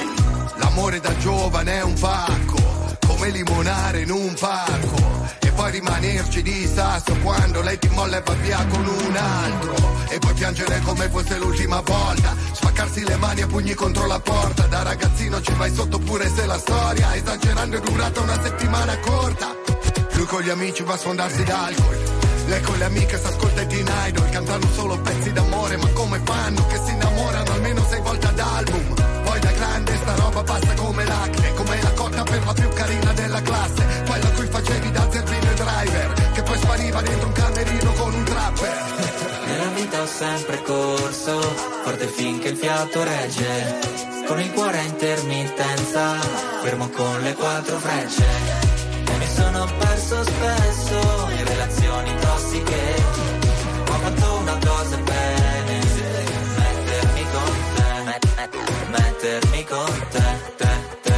ever. L'amore da giovane è un pacco, come limonare in un parco, e poi rimanerci di sasso quando lei ti molla e va via con un altro, e poi piangere come fosse l'ultima volta, spaccarsi le mani a pugni contro la porta. Da ragazzino ci vai sotto pure se la storia esagerando è durata una settimana corta. Lui con gli amici va a sfondarsi d'alcol, lei con le amiche s'ascolta i Teen Idol, cantano solo pezzi d'amore, ma come fanno che si innamorano almeno sei volte ad album. Poi da grande sta roba passa come l'acne, come la cotta per la più carina della classe, quella cui facevi da zerbino e driver, che poi spariva dentro un camerino con un trapper. Nella vita ho sempre corso, forte finché il fiato regge, con il cuore a intermittenza, fermo con le quattro frecce. E mi sono perso spesso in relazioni tossiche, ho fatto una cosa bene, mettermi con te, met, met, mettermi con te, te,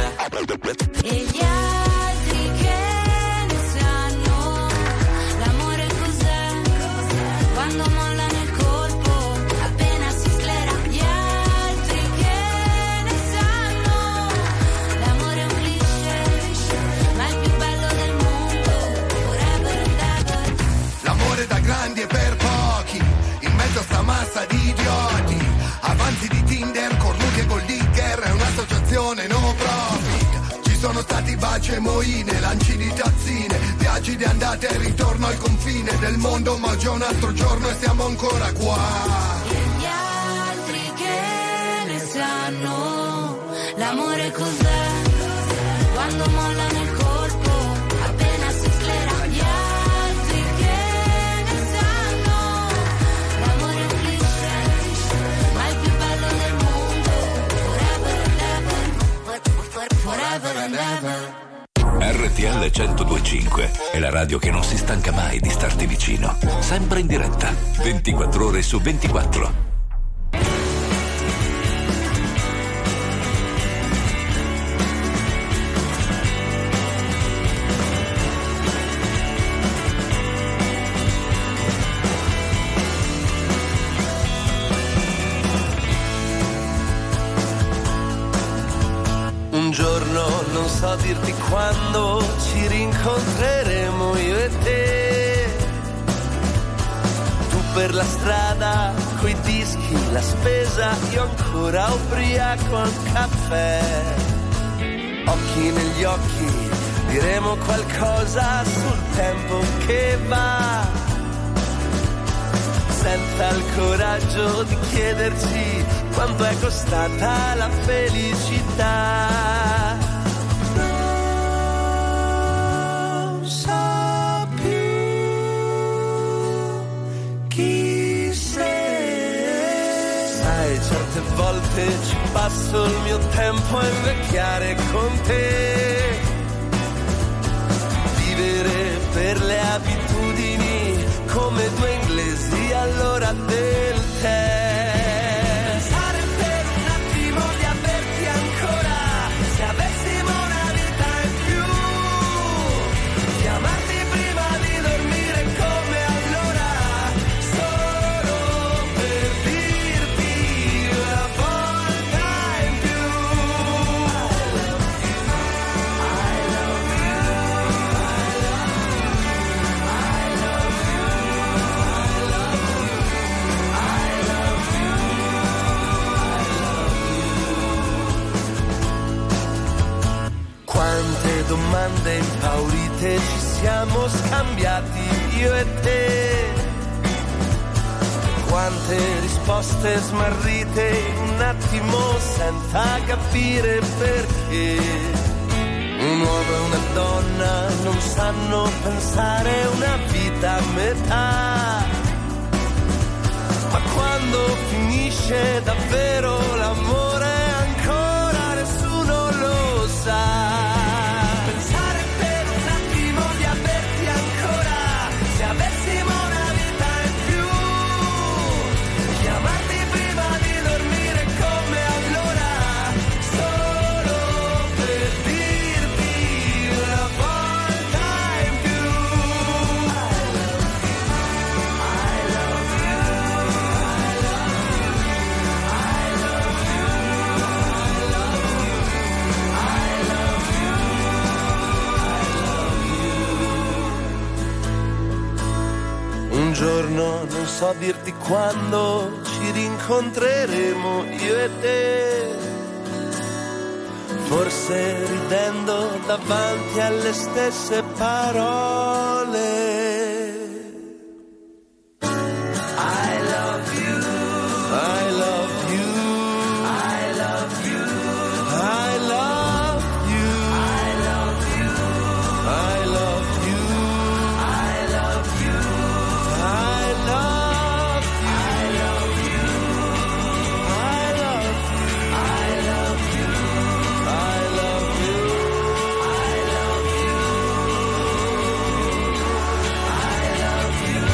te. E gli altri che ne sanno, l'amore cos'è, quando molla nel colpo, appena si sclera. Gli altri che ne sanno, l'amore è un cliché, ma il più bello del mondo, forever and ever. L'amore da grandi e per pochi, in mezzo a sta massa di idioti, avanti di Tinder, cornuti e gold digger, è un'associazione no profit. Ci sono stati baci e moine, lanci di tazzine, viaggi di andata e ritorno al confine del mondo, ma già un altro giorno e siamo ancora qua. E gli altri che ne sanno, l'amore cos'è, quando molla nel colpo, appena si sclera. Gli altri che ne sanno, l'amore è un cliché, ma il più bello del mondo, forever and ever, forever and ever. R T L centodue e cinque è la radio che non si stanca mai di starti vicino, sempre in diretta, ventiquattro ore su ventiquattro. Un giorno, non so dirti quando, ci rincontreremo io e te. Tu per la strada, coi dischi, la spesa, io ancora ubriaco al caffè. Occhi negli occhi, diremo qualcosa sul tempo che va, senza il coraggio di chiederci quanto è costata la felicità. Non so più chi sei. Sai, certe volte ci passo il mio tempo a invecchiare con te, vivere per le abitudini come due inglesi all'ora del tè. Domande impaurite ci siamo scambiati io e te, quante risposte smarrite in un attimo senza capire perché. Un uomo e una donna non sanno pensare una vita a metà, ma quando finisce davvero l'amore ancora nessuno lo sa. I un giorno, non so dirti quando, ci rincontreremo io e te. Forse ridendo davanti alle stesse parole. I love you, I love you, I love you, I love you, I love you, I love you, I love you, I love you, I love you, I love you, I love you, I love you, I love you, I love you.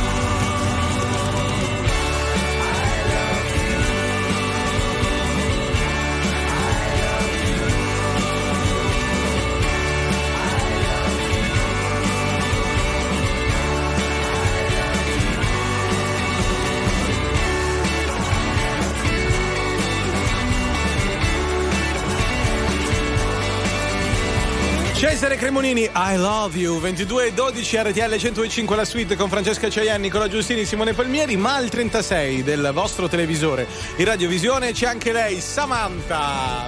Cesare Cremonini, I love you. Ventidue e dodici R T L centodue e cinque la suite con Francesca Ciaian, Nicola Giustini, Simone Palmieri. Ma al trentasei del vostro televisore in radiovisione c'è anche lei, Samantha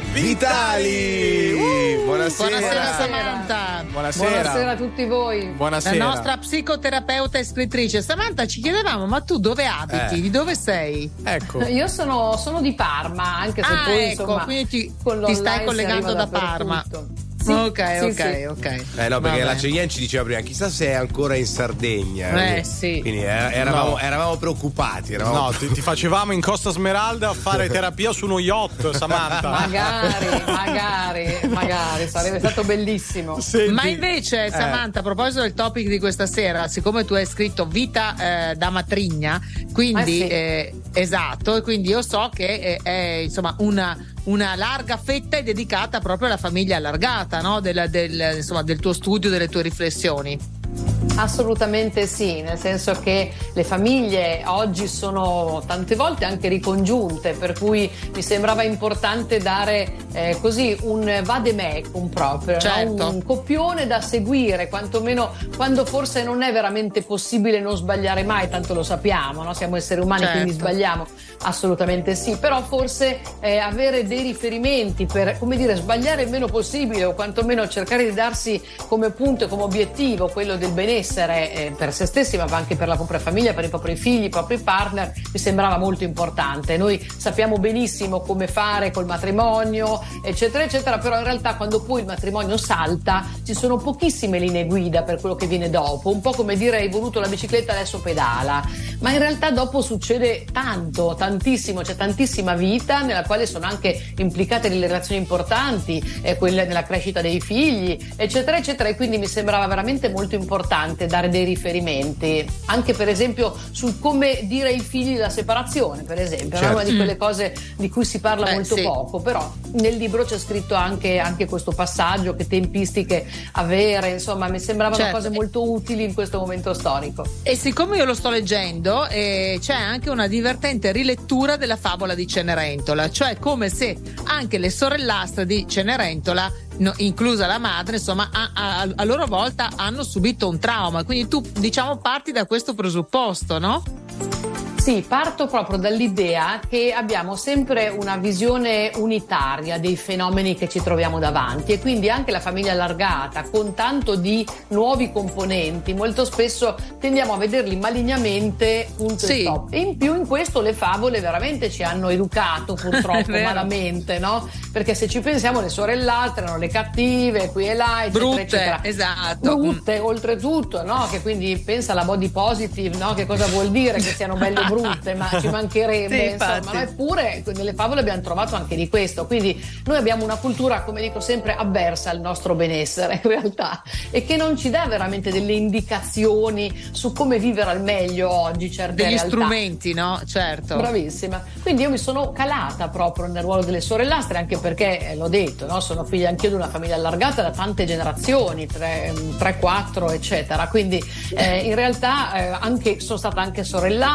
Vitali. Uh, buonasera. Buonasera Samantha. Buonasera. Buonasera a tutti voi. Buonasera. La nostra psicoterapeuta e scrittrice. Samantha, ci chiedevamo, ma tu dove abiti? Eh. Di dove sei? Ecco. Io sono, sono di Parma, anche se Ah, poi ecco, insomma quindi ti, con ti l'online stai si collegando arriva da Parma. dappertutto. Sì, ok, sì, ok, sì. ok. Eh no, perché Vabbè. la Ceyenne ci diceva prima, chissà se è ancora in Sardegna. Eh, sì. Quindi era- eravamo, No. eravamo preoccupati. Eravamo... No, ti, ti facevamo in Costa Smeralda a fare terapia su uno yacht, Samantha. Magari, magari, magari, sarebbe stato bellissimo. Senti, Ma invece, eh. Samantha, a proposito del topic di questa sera, siccome tu hai scritto vita eh, da matrigna, quindi Eh, sì. eh, esatto, e quindi io so che è, è, insomma una, una larga fetta è dedicata proprio alla famiglia allargata, no? Del, del, insomma, del tuo studio, delle tue riflessioni. Assolutamente sì, nel senso che le famiglie oggi sono tante volte anche ricongiunte, per cui mi sembrava importante dare eh, così un vademecum proprio, no? Certo. Un copione da seguire, quantomeno quando forse non è veramente possibile non sbagliare mai, tanto lo sappiamo, no? Siamo esseri umani, Certo. quindi sbagliamo, assolutamente sì, però forse eh, avere dei riferimenti per, come dire, sbagliare il meno possibile o quantomeno cercare di darsi come punto e come obiettivo quello del benessere eh, per se stessi, ma anche per la propria famiglia, per i propri figli, i propri partner, mi sembrava molto importante. Noi sappiamo benissimo come fare col matrimonio, eccetera, eccetera, però in realtà quando poi il matrimonio salta ci sono pochissime linee guida per quello che viene dopo, un po' come dire hai voluto la bicicletta, adesso pedala, ma in realtà dopo succede tanto, tantissimo, c'è tantissima vita nella quale sono anche implicate delle relazioni importanti, eh, quelle nella crescita dei figli, eccetera, eccetera, e quindi mi sembrava veramente molto importante dare dei riferimenti, anche per esempio su come dire ai figli la separazione, per esempio, Certo. è una di quelle cose di cui si parla Beh, molto sì. poco, però nel libro c'è scritto anche, anche questo passaggio, che tempistiche avere, insomma mi sembravano Certo. cose molto utili in questo momento storico. E siccome io lo sto leggendo, eh, c'è anche una divertente rilettura della favola di Cenerentola, cioè come se anche le sorellastre di Cenerentola, no, inclusa la madre, insomma, a, a, a loro volta hanno subito un trauma. Quindi tu, diciamo, parti da questo presupposto, no? Sì, parto proprio dall'idea che abbiamo sempre una visione unitaria dei fenomeni che ci troviamo davanti, e quindi anche la famiglia allargata, con tanto di nuovi componenti, molto spesso tendiamo a vederli malignamente, punto Sì. e stop. E in più in questo le favole veramente ci hanno educato purtroppo Vero. malamente, no? Perché se ci pensiamo le sorellastre erano le cattive, qui e là, eccetera, Brutte, eccetera. esatto. Brutte, oltretutto, no? Che quindi pensa alla body positive, no? Che cosa vuol dire che siano belle o brutte, ma ci mancherebbe, Sì, insomma, infatti. no? Eppure nelle favole abbiamo trovato anche di questo, quindi noi abbiamo una cultura, come dico sempre, avversa al nostro benessere in realtà, e che non ci dà veramente delle indicazioni su come vivere al meglio oggi certe Degli realtà. strumenti, no? Certo. Bravissima. Quindi io mi sono calata proprio nel ruolo delle sorellastre, anche perché, eh, l'ho detto, no? Sono figlia anch'io di una famiglia allargata da tante generazioni, tre quattro eccetera, quindi eh, in realtà eh, anche, sono stata anche sorellastra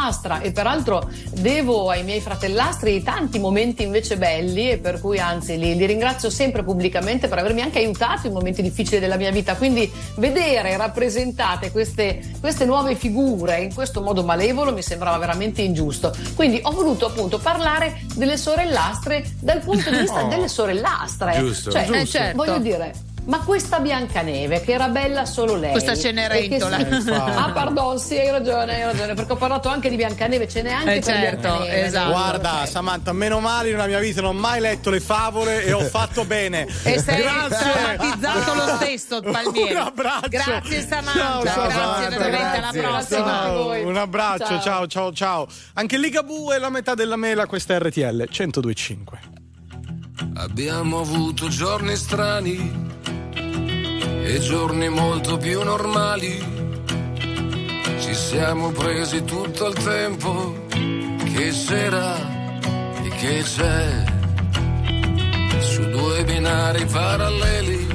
e peraltro devo ai miei fratellastri tanti momenti invece belli, e per cui anzi li, li ringrazio sempre pubblicamente per avermi anche aiutato in momenti difficili della mia vita. Quindi vedere rappresentate queste, queste nuove figure in questo modo malevolo mi sembrava veramente ingiusto. Quindi ho voluto appunto parlare delle sorellastre dal punto di vista oh. delle sorellastre. Giusto, cioè, giusto. eh, certo. Voglio dire, ma questa Biancaneve che era bella solo lei, questa Cenerentola, e che si... ah pardon, sì, hai ragione, hai ragione, perché ho parlato anche di Biancaneve, ce n'è anche eh per certo, Biancaneve. esatto. Guarda, okay. Samantha, meno male nella mia vita non ho mai letto le favole e ho fatto bene. E sei grazie, traumatizzato lo stesso, Palmieri. Un abbraccio. Grazie Samantha, Ciao, ciao, grazie Samantha, veramente, alla grazie. prossima. Ciao, un abbraccio, ciao. ciao ciao ciao. Anche Ligabue e la metà della mela, questa è R T L centodue e cinque. Abbiamo avuto giorni strani e giorni molto più normali. Ci siamo presi tutto il tempo che c'era e che c'è, su due binari paralleli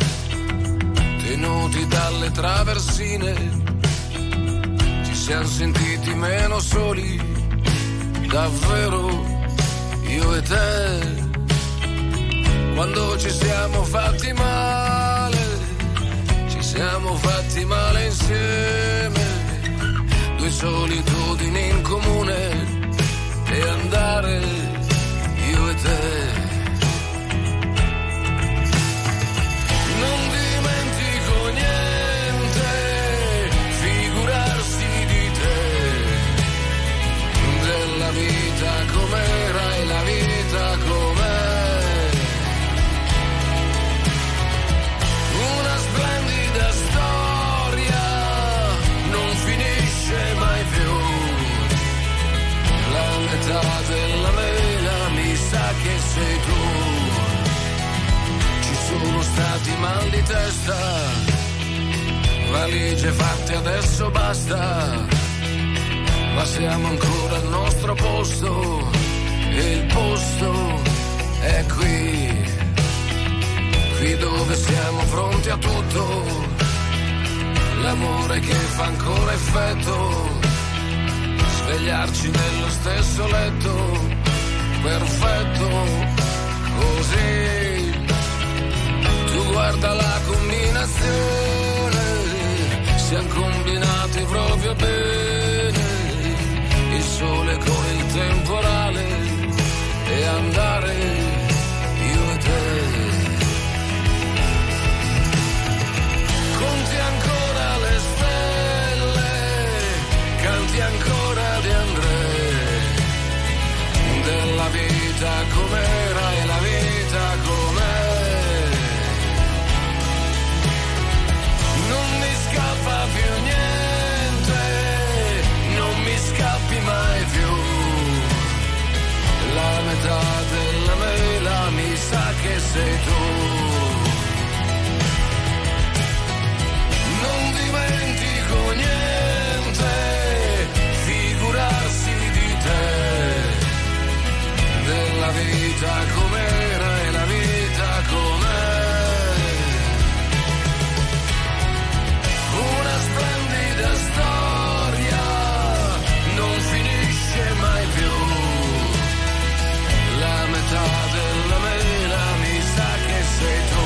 tenuti dalle traversine. Ci siamo sentiti meno soli, davvero, io e te. Quando ci siamo fatti male, ci siamo fatti male insieme. Due solitudini in comune e andare io e te. Non dimentico niente, figurarsi di te, della vita com'era e la vita com'è. Una splendida storia, non finisce mai più. La metà della mela mi sa che sei tu. Ci sono stati mal di testa, valigie fatte adesso basta, ma siamo ancora al nostro posto e il posto è qui. Qui dove siamo pronti a tutto, l'amore che fa ancora effetto, svegliarci nello stesso letto, perfetto, così. Tu guarda la combinazione, siamo combinati proprio bene, il sole con il temporale e andare io e te. Conti ancora le stelle, canti ancora di André, della vita com'era e la vita com'è. Non mi scappa più niente, non mi scappi mai più. La metà della mela mi sa che sei tu. Non dimentico niente, figurarsi di te, della vita com'era e la vita com'è. Una splendida storia, non finisce mai più. La metà della mela mi sa che sei tu.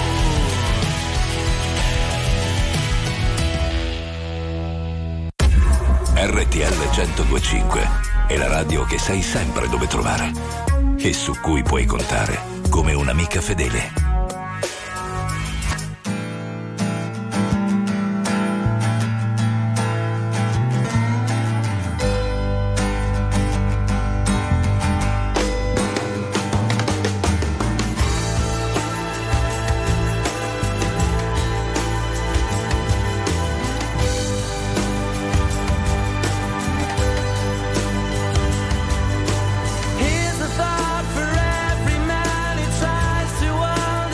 R T L centodue e cinque è la radio che sai sempre dove trovare e su cui puoi contare come un'amica fedele. Here's a thought for every man who tries to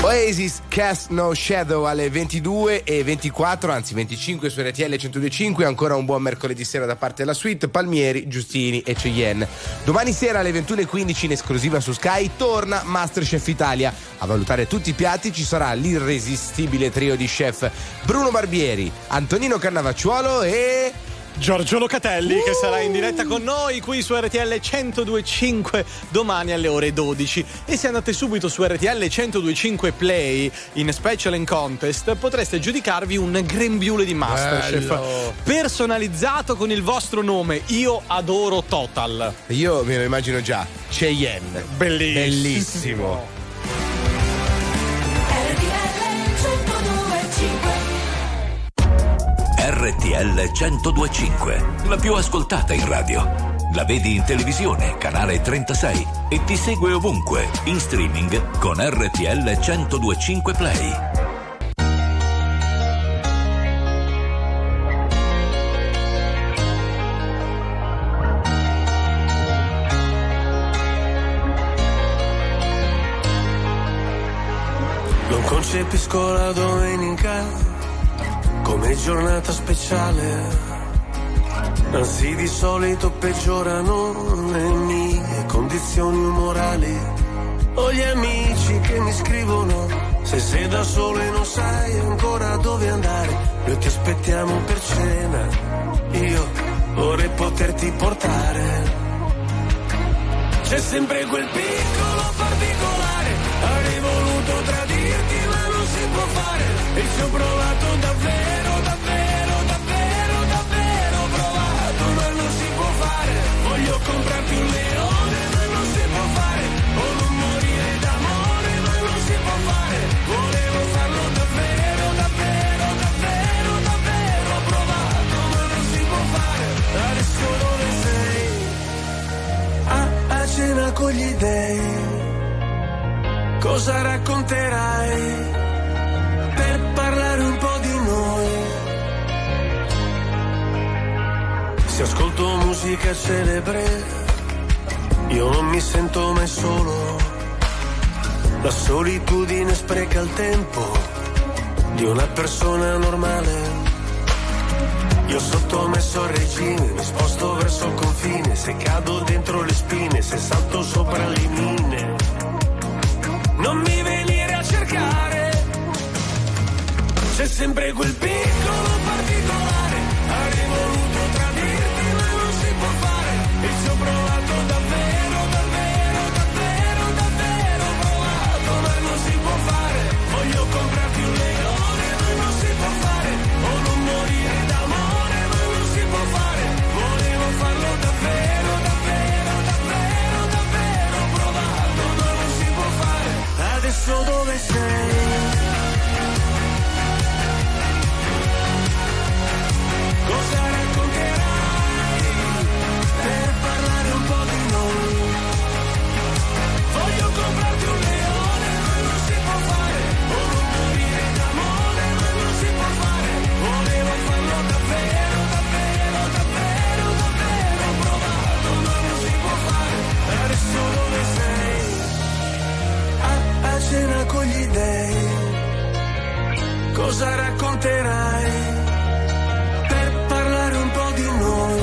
Oasis, Cast No Shadow alle ventidue e ventiquattro, anzi venticinque su R T L centodue e cinque. Ancora un buon mercoledì sera da parte della suite Palmieri, Giustini e Cheyenne. Domani sera alle ventuno e quindici in esclusiva su Sky torna Masterchef Italia. A valutare tutti i piatti ci sarà l'irresistibile trio di chef Bruno Barbieri, Antonino Cannavacciuolo e Giorgio Locatelli, uh! che sarà in diretta con noi qui su R T L centodue e cinque domani alle ore dodici. E se andate subito su R T L centodue e cinque Play in Special and Contest potreste giudicarvi un grembiule di Masterchef Bello. personalizzato con il vostro nome. Io adoro Total. Io me lo immagino già. Cheyenne. Bellissimo. Bellissimo. R T L centodue e cinque, la più ascoltata in radio. La vedi in televisione, canale trentasei, e ti segue ovunque, in streaming con R T L centodue e cinque Play. Non concepisco la domenica come giornata speciale, anzi di solito peggiorano le mie condizioni umorali. Ho gli amici che mi scrivono: se sei da solo e non sai ancora dove andare, noi ti aspettiamo per cena, io vorrei poterti portare. C'è sempre quel piccolo particolare, avrei voluto tradirti ma non si può fare, e ci ho provato davvero, davvero, davvero, davvero provato, ma non si può fare. Voglio comprarti un leone ma non si può fare, o non morire d'amore ma non si può fare. Volevo farlo davvero, davvero, davvero, davvero provato, ma non si può fare. Adesso dove sei? A, a cena con gli dèi, cosa racconterai per parlare un po' di noi? Se ascolto musica celebre, io non mi sento mai solo. La solitudine spreca il tempo di una persona normale. Io sottomesso al regime, mi sposto verso il confine, se cado dentro le spine, se salto sopra le mine. Non mi venire a cercare, c'è sempre quel piccolo particolare, avrei voluto tradirti ma non si può fare, e ci ho provato davvero, davvero, davvero, davvero provato, ma non si può fare. Voglio comprarti un leone ma non si può fare, o non morire d'amore ma non si può fare. Volevo farlo davvero, davvero, davvero, davvero provato, ma non si può fare. Adesso dove sei? Cosa racconterai per parlare un po' di noi? Voglio comprarti un leone ma non si può fare, o non morire d'amore ma non si può fare. Volevo farlo davvero, davvero, davvero, davvero provato, ma non si può fare. Adesso dove sei? A, a cena con gli dèi, cosa racconterai per parlare un po' di noi?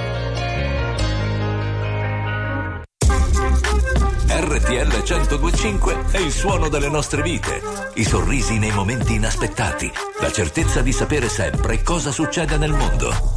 R T L centodue e cinque è il suono delle nostre vite, i sorrisi nei momenti inaspettati, la certezza di sapere sempre cosa succede nel mondo.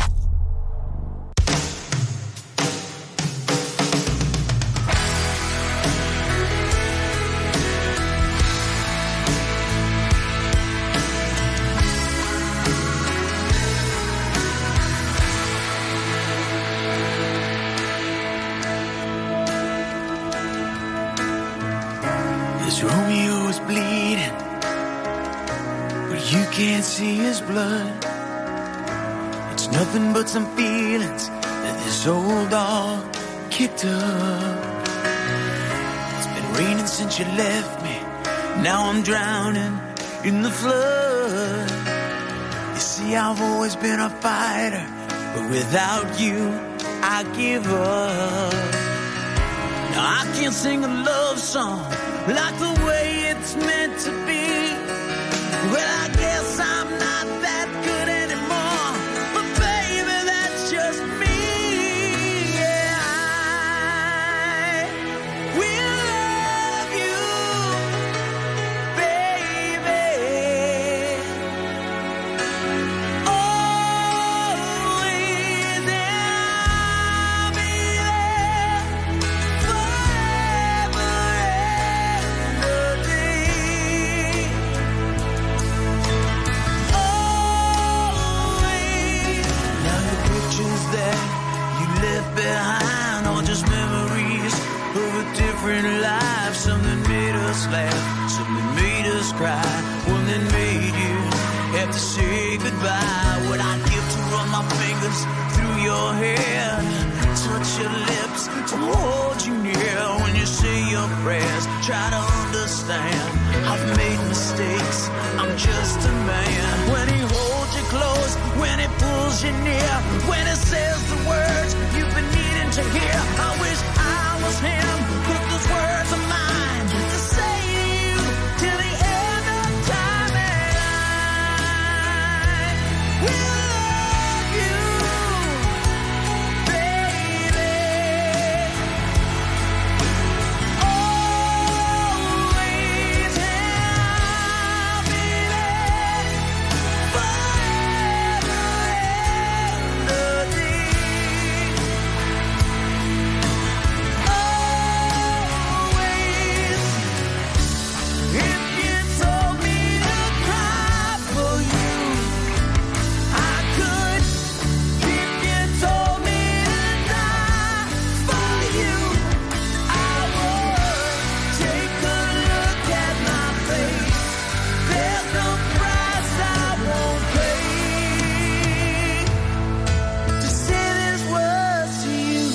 Romeo is bleeding, but you can't see his blood. It's nothing but some feelings that this old dog kicked up. It's been raining since you left me, now I'm drowning in the flood. You see, I've always been a fighter, but without you, I give up. Now I can't sing a love song like the way you it's meant to be. Well, I guess I'm not that good anymore, but baby, that's just me. Yeah, I will love you, baby. Always, and I'll be there forever and a day. Always. Now the pictures that you left behind are just memories of a different life. Some that made us laugh, some that made us cry, one that made you have to say goodbye. What I'd give to run my fingers through your hair, touch your lips, to hold you near when you say your prayers. Try to understand, I've made mistakes, I'm just a man. When he holds you close, when he pulls you near, when he says the words you've been needing to hear. I wish I was him, put those words of mine to say to you till the end of time. And I will love you, baby. Always, and I'll be there forever and a day. Always. If you told me to cry for you, I could. If you told me to die for you, I would. Take a look at my face. There's no price I won't pay to say these words to you.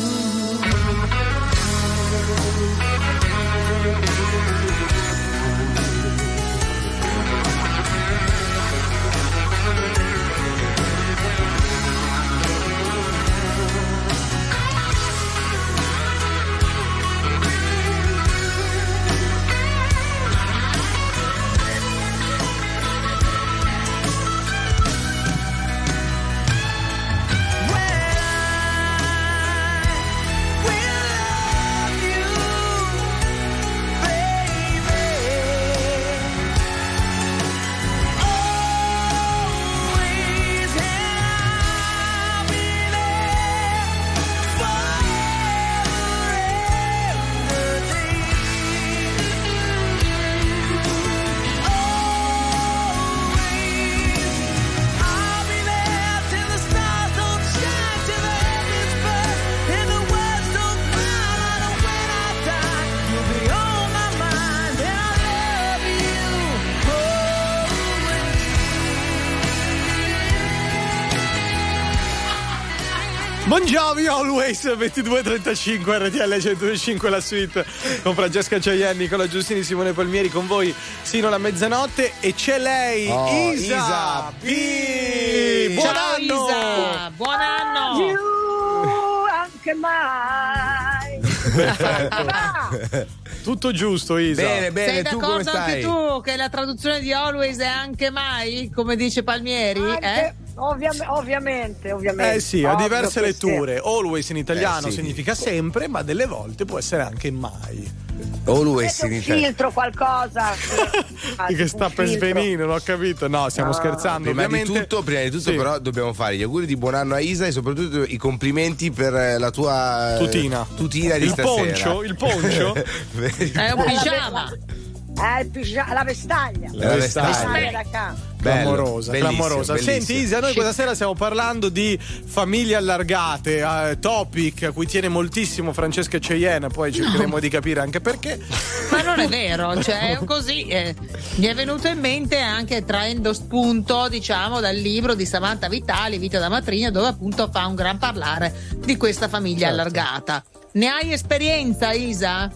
Bon Jovi, Always, ventidue e trentacinque, R T L centodue e cinque la suite con Francesca Cheyenne, Nicola Giustini, Simone Palmieri con voi sino alla mezzanotte. E c'è lei, Oh, Isa, Isa P. Buon Ciao anno! Isa, buon anno! Più anche mai. Perfetto. Tutto giusto, Isa. Bene, bene, Sei tu come d'accordo anche stai? tu che la traduzione di Always è anche mai, come dice Palmieri? Anche- Eh? ovvia- ovviamente, ovviamente. Eh sì, ha Ovvio diverse che sì. letture. Always in italiano Eh sì. significa sempre, ma delle volte può essere anche mai. Always Metti in un Italia. filtro, qualcosa. che sta Un per filtro. svenire, non ho capito. No, stiamo No. scherzando. Prima ovviamente. di tutto, prima di tutto Sì. però dobbiamo fare gli auguri di buon anno a Isa e soprattutto i complimenti per eh, la tua eh, Tutina. tutina di Il stasera. poncio, il poncio? È un pigiama. Eh, il pigia- la vestaglia. La vestaglia. Da casa. Bello, Clamorosa, bellissimo, clamorosa. bellissimo. Senti Isa, noi questa sera stiamo parlando di famiglie allargate, eh, topic a cui tiene moltissimo Francesca Cheyenne, poi cercheremo di capire anche perché. Ma non è vero, cioè è così. Eh, mi è venuto in mente anche traendo spunto, diciamo, dal libro di Samantha Vitali, Vita da matrigna, dove appunto fa un gran parlare di questa famiglia Certo. allargata. Ne hai esperienza, Isa?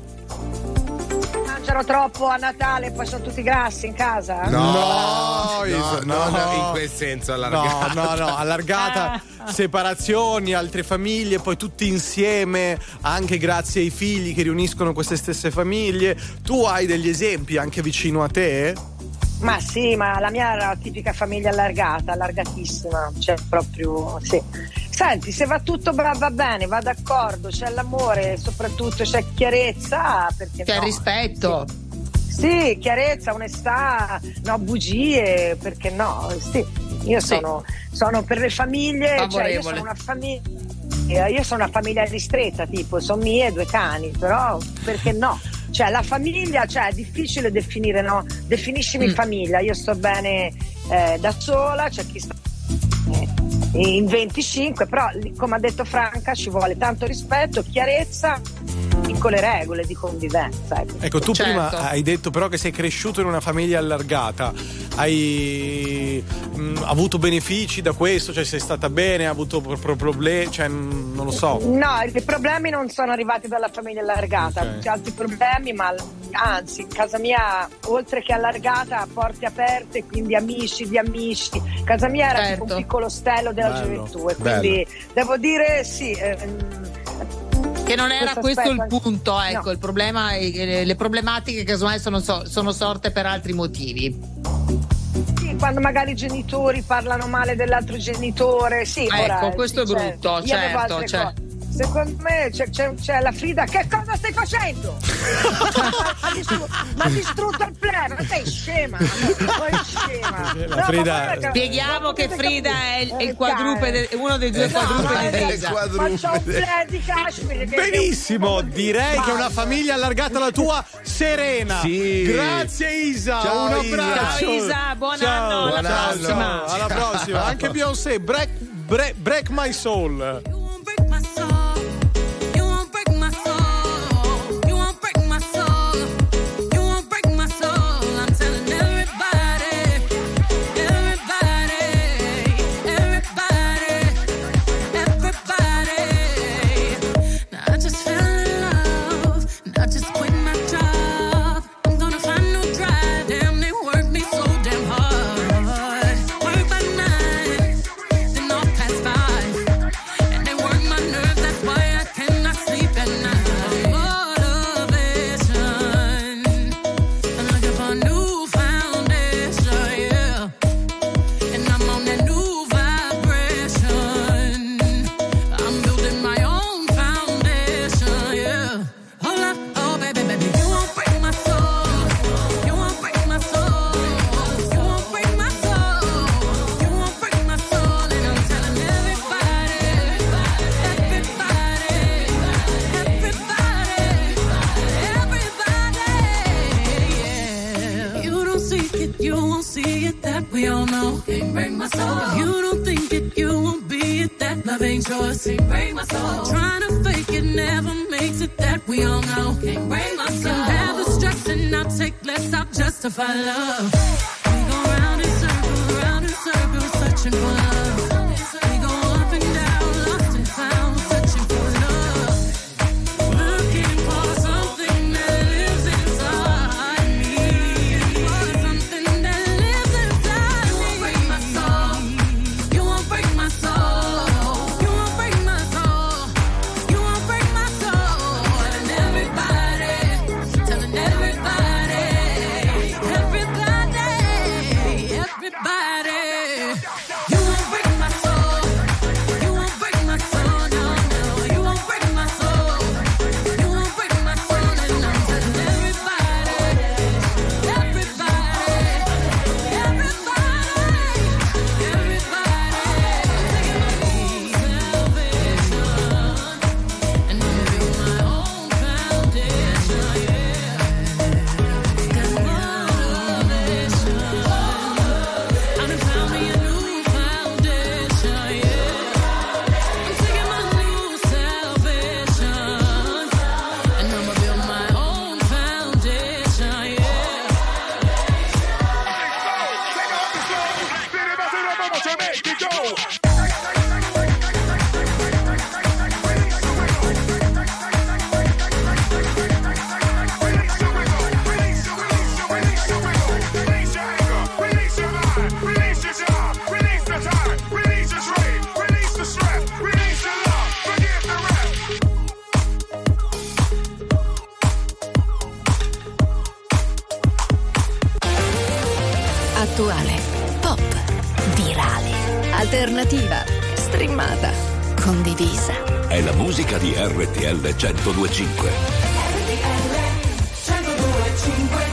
Mangiano troppo a Natale, poi sono tutti grassi in casa. No, No, no, Isa, no, no. no, in quel senso allargato. No, no, no, allargata, separazioni, altre famiglie, poi tutti insieme, anche grazie ai figli che riuniscono queste stesse famiglie. Tu hai degli esempi anche vicino a te? Ma sì, ma la mia era la tipica famiglia allargata, allargatissima, cioè proprio sì. Senti, se va tutto va, va bene, va d'accordo, c'è l'amore, soprattutto c'è chiarezza, perché c'è no? il rispetto. Sì. sì, chiarezza, onestà, no bugie, perché no? Sì, io sì. sono sono per le famiglie, cioè io sono una famiglia, io sono una famiglia ristretta, tipo, sono mie due cani, però perché no? Cioè la famiglia, cioè è difficile definire, no? Definiscimi mm. famiglia, io sto bene eh, da sola, c'è chi sta eh, in venticinque, però come ha detto Franca ci vuole tanto rispetto, chiarezza, piccole regole di convivenza. Ecco, ecco tu certo. prima hai detto però che sei cresciuto in una famiglia allargata, hai mh, avuto benefici da questo, cioè sei stata bene, hai avuto pro- problemi, cioè mh, non lo so. No, i problemi non sono arrivati dalla famiglia allargata, okay. C'è altri problemi, ma anzi in casa mia oltre che allargata, porte aperte, quindi amici di amici, casa mia era certo. tipo un piccolo ostello della bello, gioventù e quindi bello. Devo dire sì eh, che non era questo, questo il punto, ecco, no. Il problema è, le problematiche casomai sono, sono sorte per altri motivi. Sì, quando magari i genitori parlano male dell'altro genitore, sì. Ecco, ora, questo sì, è brutto, certo. certo, certo. Secondo me c'è, c'è, c'è la Frida. Che cosa stai facendo? Ma distru- ha distrutto il play, ma sei scema, sei scema. La no, Frida... Spieghiamo che Frida è il, il quadrupede, uno dei due no, quadrupedi di Lisa. Ma c'ho un play di Kashmir. Benissimo, direi che è una famiglia allargata la tua, serena. Sì. Grazie Isa, ciao, un abbraccio. Ciao Isa, buon ciao, anno, alla buon prossima. Anno. Alla prossima. Anche Beyoncé, break, break, break my soul. Justify love. We go round in circles, round in circles, searching for love. We go up and down, lost and found, searching for love. Looking for something that lives inside me. For something that lives inside me. You won't break my soul. You won't break my soul. You won't break my soul. You won't break my soul. Telling everybody, telling everybody. Everybody, you won't break my alternativa, streamata, condivisa. È la musica di R T L centodue e cinque. R T L centodue e cinque.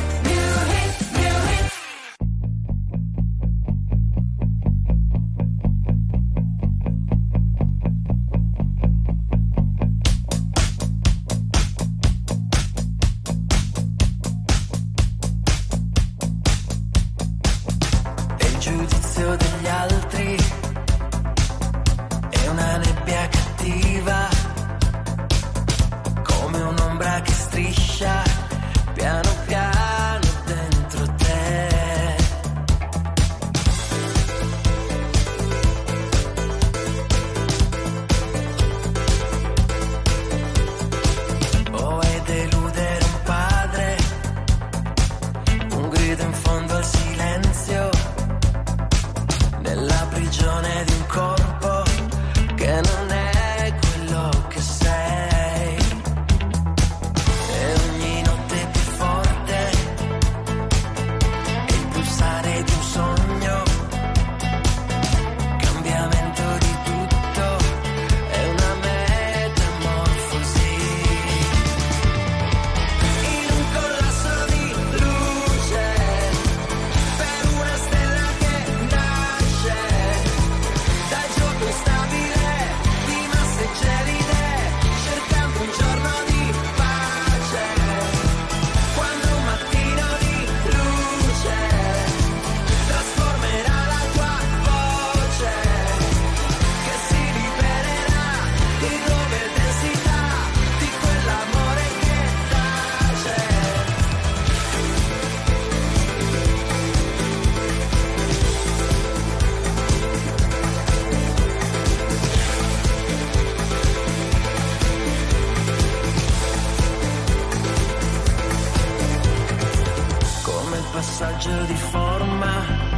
Di forma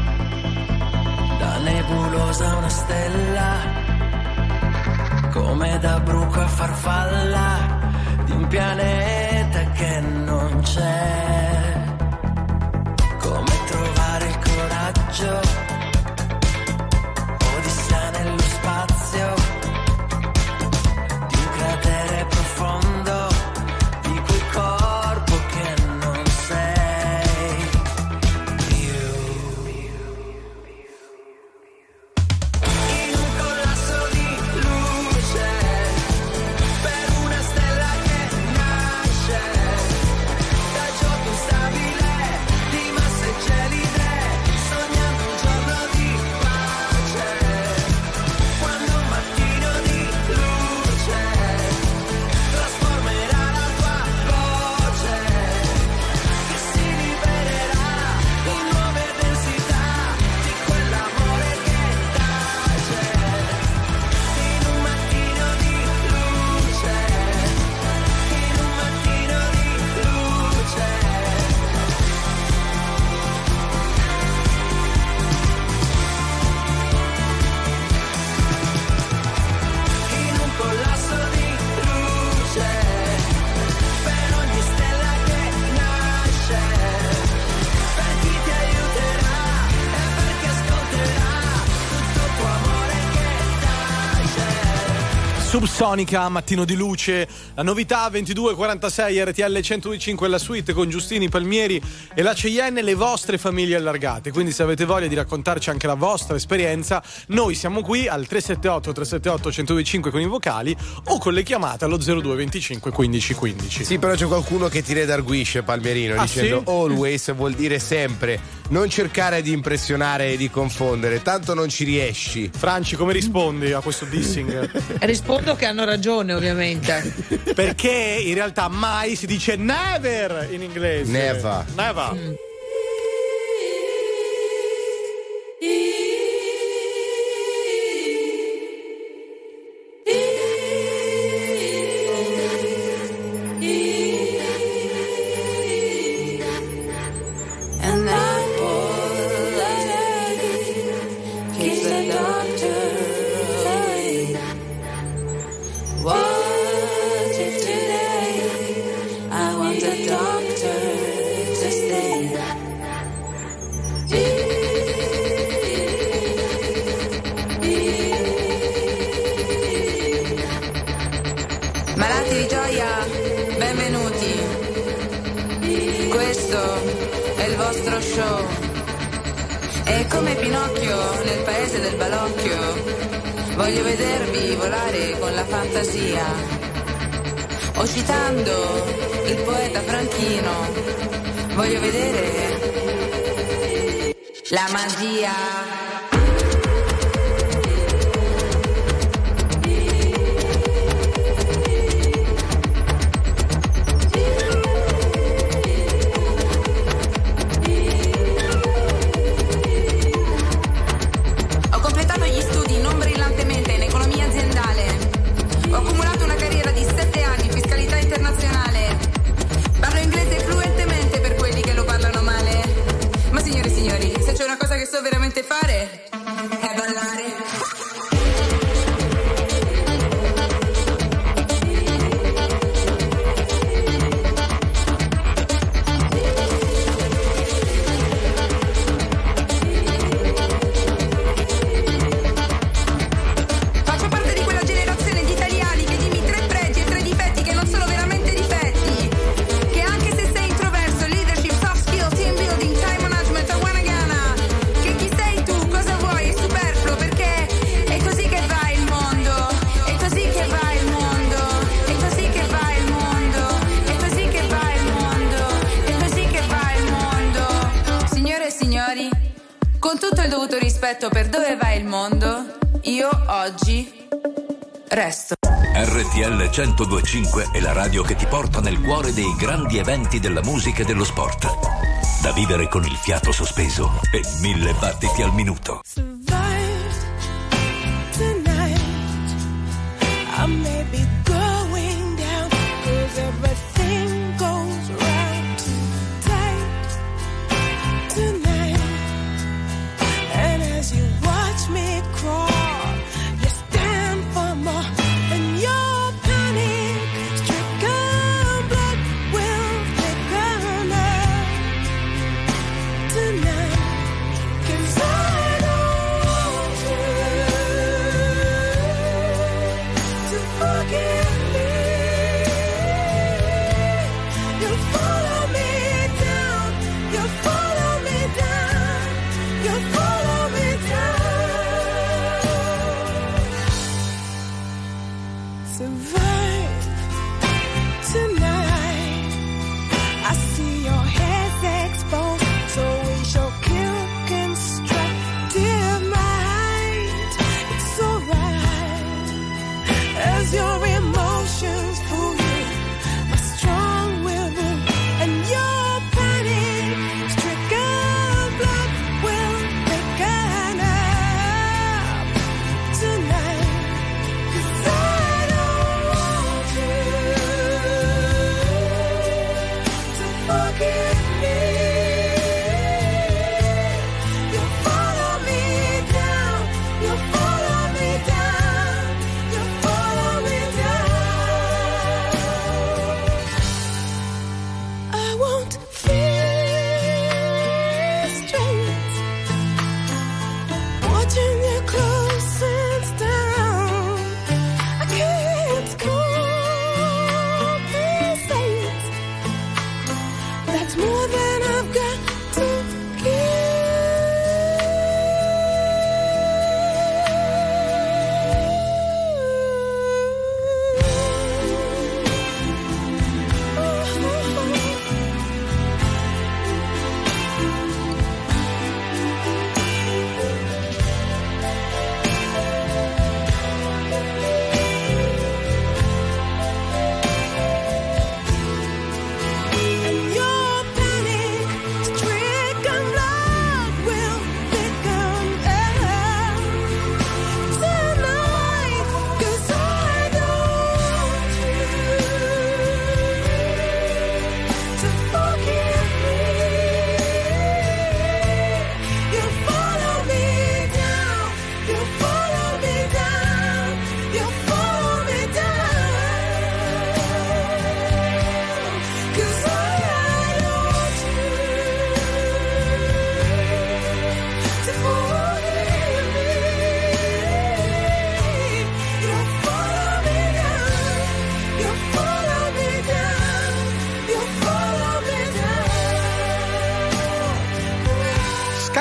da nebulosa a una stella, come da bruco a farfalla di un pianeta che non c'è, come trovare il coraggio, odissea nello spazio di un cratere profondo, di quel corpo che non sei. Subsonica, Mattino di Luce, la novità ventidue e quarantasei R T L centodue e cinque, la suite con Giustini Palmieri e la Cheyenne, le vostre famiglie allargate. Quindi se avete voglia di raccontarci anche la vostra esperienza, noi siamo qui al tre sette otto tre sette otto centodue e cinque con i vocali o con le chiamate allo zero due venticinque quindici quindici. Sì, però c'è qualcuno che ti redarguisce, Palmierino, ah, dicendo sì? always vuol dire sempre, non cercare di impressionare e di confondere, tanto non ci riesci. Franci, come rispondi a questo dissing? Rispondo che hanno ragione, ovviamente. Perché in realtà mai si dice never in inglese. Never. Never. Mm. What if today I want the doctor to stay? Troia, benvenuti. Questo è il vostro show. E come Pinocchio nel paese del balocchio, voglio vedervi volare con la fantasia. O citando il poeta Franchino, voglio vedere la magia. So veramente fare è ballare. Faccio parte di quella generazione di italiani che dimmi tre pregi e tre difetti che non sono veramente difetti, che anche se sei introverso, leadership, soft skill, team building, time management, I wanna con tutto il dovuto rispetto per dove va il mondo, io oggi resto. R T L centodue e cinque è la radio che ti porta nel cuore dei grandi eventi della musica e dello sport. Da vivere con il fiato sospeso e mille battiti al minuto. Tonight, 'cause I don't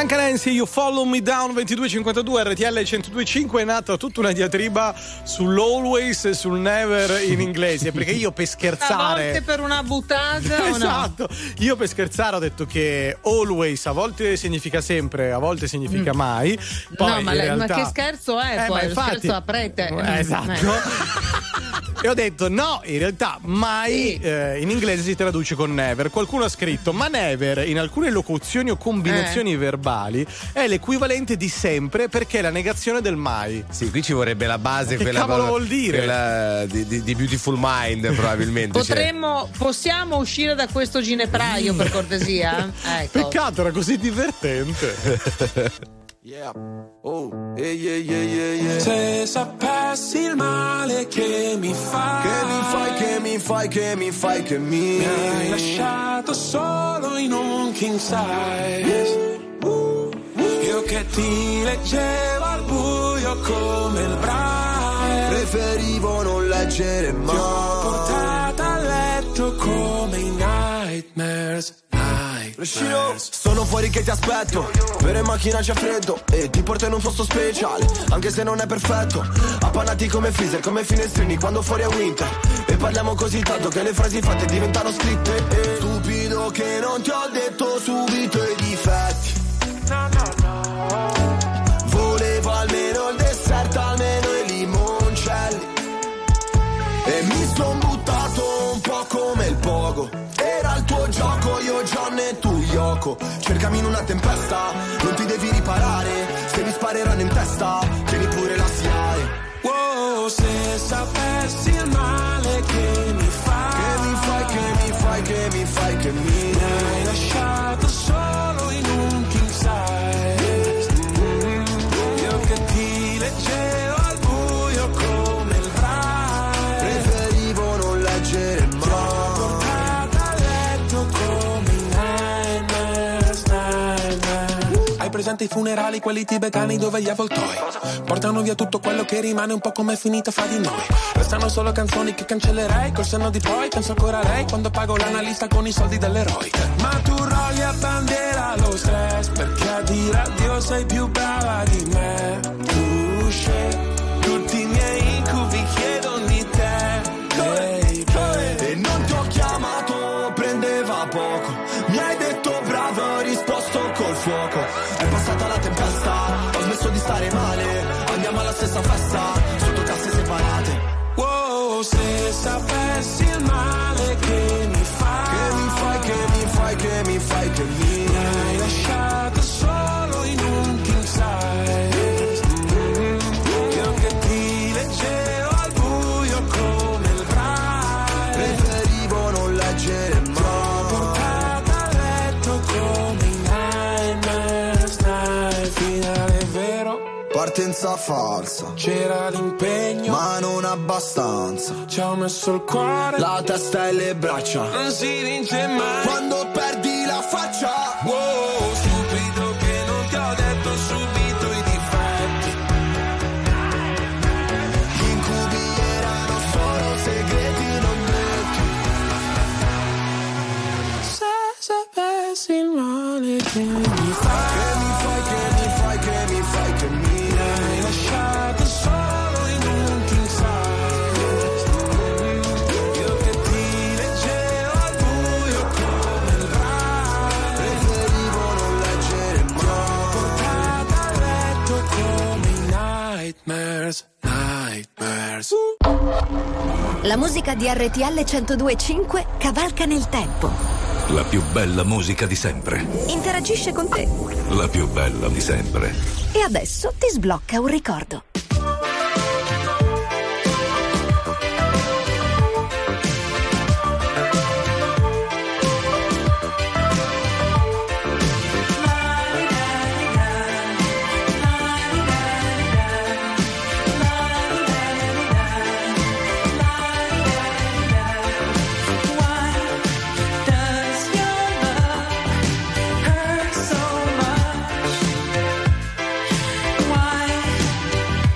Franca Nancy, You Follow Me Down, ventidue cinquantadue, R T L centodue e cinque. È nata tutta una diatriba sull'always e sul never in inglese, perché io per scherzare, a volte per una buttata esatto, o no? Io per scherzare ho detto che always a volte significa sempre, a volte significa mai. Poi, no, ma, in lei, realtà... ma che scherzo è? Eh, poi ma infatti... scherzo a prete. Eh, esatto. E ho detto no, in realtà mai, sì. eh, in inglese si traduce con never. Qualcuno ha scritto ma never in alcune locuzioni o combinazioni eh. verbali è l'equivalente di sempre, perché è la negazione del mai. Sì, qui ci vorrebbe la base, che quella cavolo vuol dire? Quella di, di, di Beautiful Mind probabilmente. Potremmo, cioè. Possiamo uscire da questo ginepraio per cortesia? Ecco. Peccato, era così divertente. Yeah. Oh, yeah, yeah, yeah, yeah, yeah. Se sapessi il male che mi fai, che mi fai, che mi fai, che mi fai, che mi, mi hai lasciato solo in un king size. Uh, uh, uh. Io che ti leggevo al buio come il Braille, preferivo non leggere mai. Ti ho portata a letto come i nightmares. Sono fuori che ti aspetto, per in macchina c'è freddo e ti porto in un posto speciale, anche se non è perfetto. Appannati come freezer, come finestrini quando fuori è winter. E parliamo così tanto che le frasi fatte diventano scritte. E stupido che non ti ho detto subito i difetti. No, no, no. Volevo almeno il dessert, almeno i limoncelli. E mi son buttato un po' come il pogo. Era il tuo gioco, io John e tu Yoko. Cercami in una tempesta, non ti devi riparare. Se mi spareranno in testa, tieni pure la S I A E. Wow, se sapessi il male che mi fai, che mi fai, che mi fai, che mi fai, che mi, mi hai lasciato solo in un king size. Mm-hmm. Io che ti leggevo al buio come il Braille, preferivo non leggere mai. Hai presente i funerali, quelli tibetani dove gli avvoltoi portano via tutto quello che rimane, un po' come è finita fra di noi. Restano solo canzoni che cancellerei, col senno di poi penso ancora a lei quando pago l'analista con i soldi dell'eroe. Ma tu rolli a bandiera lo stress, perché a dire addio sei più brava di me. Tu scegli tutti i miei incubi, chiedono di te. Hey, e non ti ho chiamato, prendeva poco. Mi hai detto bravo, ho risposto col fuoco. È passata la tempesta, ho smesso di stare male. Andiamo alla stessa festa, sotto casse separate. Wow, se sapessi il male che mi fai, che mi fai, che mi fai, che mi fai, che mi, mi hai lasciato solo in un king size. Mm-hmm. Io che ti leggevo al buio come il Braille, preferivo non leggere mai. Partenza falsa, c'era l'impegno, ma non abbastanza. Ci ho messo il cuore, la testa e le braccia. Non si vince mai quando perdi la faccia. Wow, stupido che non ti ho detto subito i difetti. Gli incubi erano solo segreti non detti. Se sapessi il male che mi fai, che mi fai, che mi fai, che mi fai, che mi lasciato solo in un king size. Io che ti leggevo al buio come il Braille, preferivo non leggere mai. Ti ho portato a letto come i nightmares, nightmares. La musica di R T L centodue e cinque cavalca nel tempo. La più bella musica di sempre. Interagisce con te. La più bella di sempre. E adesso ti sblocca un ricordo. Why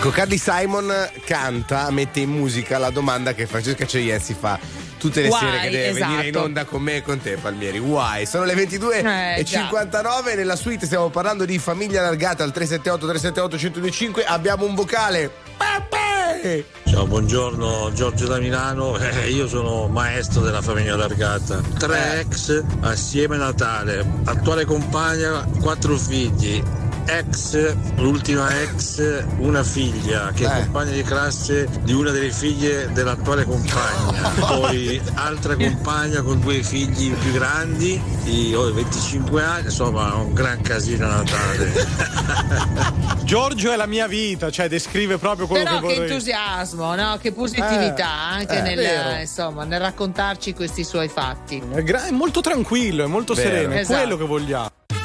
Ecco, Carly Simon canta, mette in musica la domanda che Francesca Cheyenne si fa tutte le Why? sere che deve Esatto. venire in onda con me e con te, Palmieri. Why? Sono le ventidue Eh, e cinquantanove. Nella suite stiamo parlando di famiglia allargata al tre sette otto tre sette otto uno zero due cinque. Abbiamo un vocale. Pepe! Ciao, buongiorno, Giorgio da Milano. Eh, io sono maestro della famiglia allargata. Tre ex assieme a Natale, attuale compagna, quattro figli. Ex, l'ultima ex, una figlia che è Eh. compagna di classe di una delle figlie dell'attuale compagna. Poi altra compagna con due figli più grandi di oh, venticinque anni, insomma un gran casino a Natale. Giorgio è la mia vita, cioè descrive proprio quello Però che che vorrei. entusiasmo, no? Che positività Eh, anche eh, nel, vero. insomma, nel raccontarci questi suoi fatti. È, gra- è molto tranquillo, è molto Vero. sereno, è Esatto. quello che vogliamo.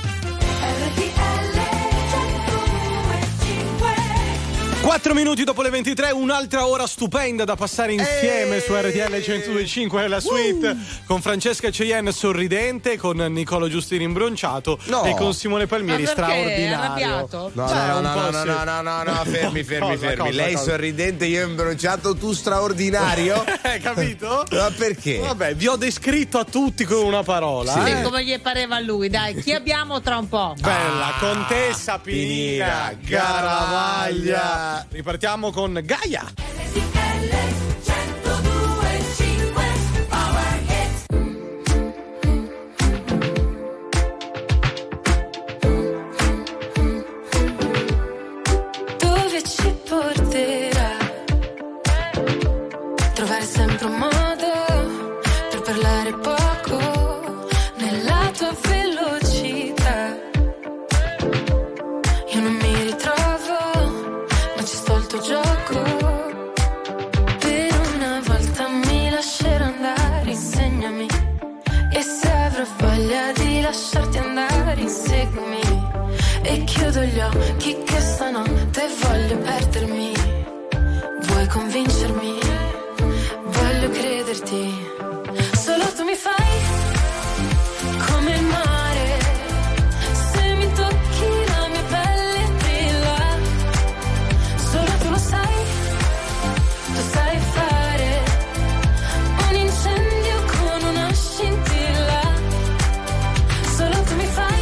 Quattro minuti dopo le ventitré, un'altra ora stupenda da passare insieme su R T L centodue e cinque, la suite uh. con Francesca Cheyenne sorridente, con Nicolo Giustini imbronciato No. e con Simone Palmieri Ma perché? È straordinario. arrabbiato? No, Beh, no, un no, po' no, no, sì. no, no, no, no, fermi, fermi, Cosa, fermi. cosa, Lei cosa? sorridente, io imbronciato, tu straordinario. Hai capito? Ma perché? Vabbè, vi ho descritto a tutti con una parola. Sì, eh. come gli pareva a lui, dai, chi abbiamo tra un po'? Bella, contessa Pinina, Pinina, Garavaglia. Garavaglia. Ripartiamo con Gaia. Dove ci porterà? Trovare sempre un modo per parlare poco nella tua velocità. Io non mi ritrovo, ma ci sto al tuo gioco. Per una volta mi lascerò andare, insegnami. E se avrò voglia di lasciarti andare, inseguimi. E chiudo gli occhi che stanotte voglio perdermi. Vuoi convincermi? Voglio crederti. Solo tu mi fai come il mare. Se mi tocchi la mia pelle brilla. Solo tu lo sai. Tu sai fare un incendio con una scintilla. Solo tu mi fai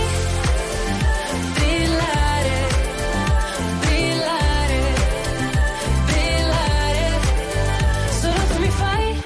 brillare, brillare, brillare. Solo tu mi fai.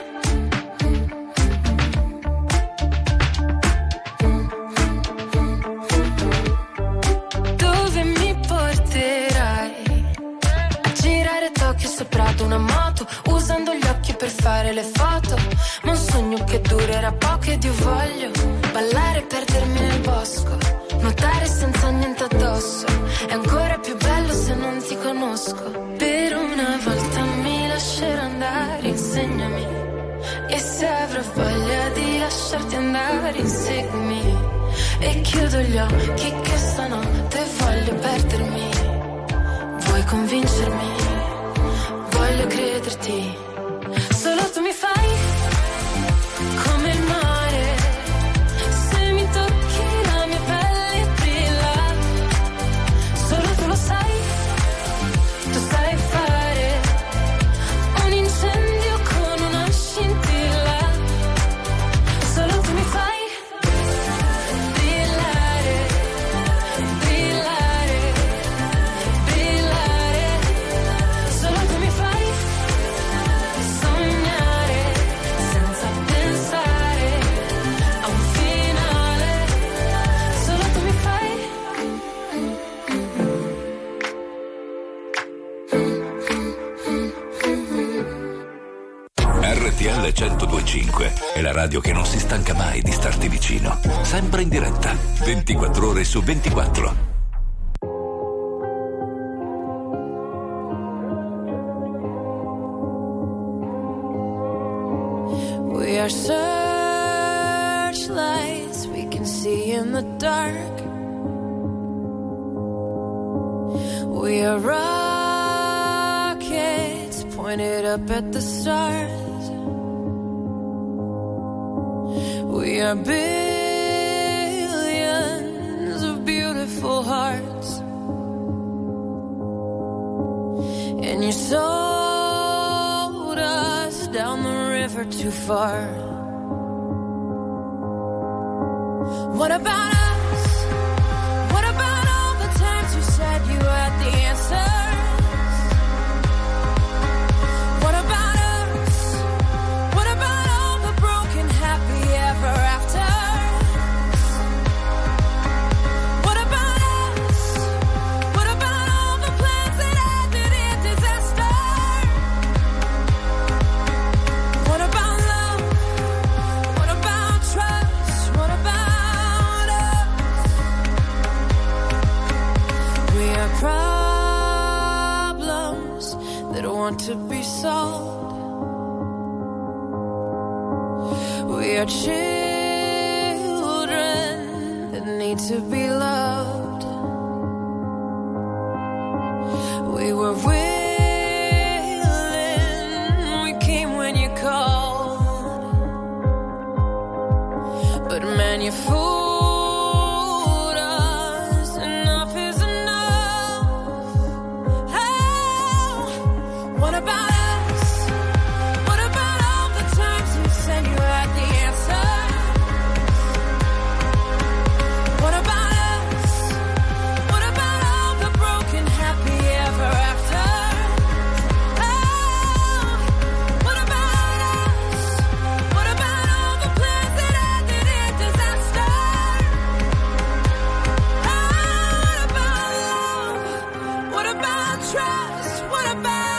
Dove mi porterai? A girare Tokyo sopra ad una moto, usando gli occhi per fare le foto. Ma un sogno che durerà poco ed io voglio ballare e perdermi nel bosco, nuotare senza niente addosso. È ancora più bello se non ti conosco. Per una volta mi lascerò andare, insegnami. E se avrò voglia di lasciarti andare, inseguimi. E chiudo gli occhi che stanotte voglio perdermi. Vuoi convincermi? Voglio crederti. Solo tu mi fai come il mare. Se mi tocchi la mia pelle brilla. Solo tu lo sai. Tu sai fare un incendio con una scintilla. Solo tu mi fai brillare, brillare, brillare. Solo tu mi fai sognare senza pensare a un finale. Solo tu mi fai. R T L centodue e cinque è la radio che non si stanca mai di starti vicino. Sempre in diretta, ventiquattro ore su ventiquattro. We are searchlights we can see in the dark. We are rockets pointed up at the stars. We are billions of beautiful hearts never too far. What about us? What about all the times you said you had the answers? What about us? What about all the broken happy ever after? What about us? What about all the plans that ended in disaster? What about love? What about trust? What about us? We are problems that want to be solved. We are children that need to be loved. We were willing, we came when you called, but man, you fooled us. Enough is enough. Oh, what about us? What about all the times you said you had the answer? What about us? What about all the broken happy ever after? Oh, what about us? What about all the plans that ended in disaster? Oh, what about love? What about trust? What about us?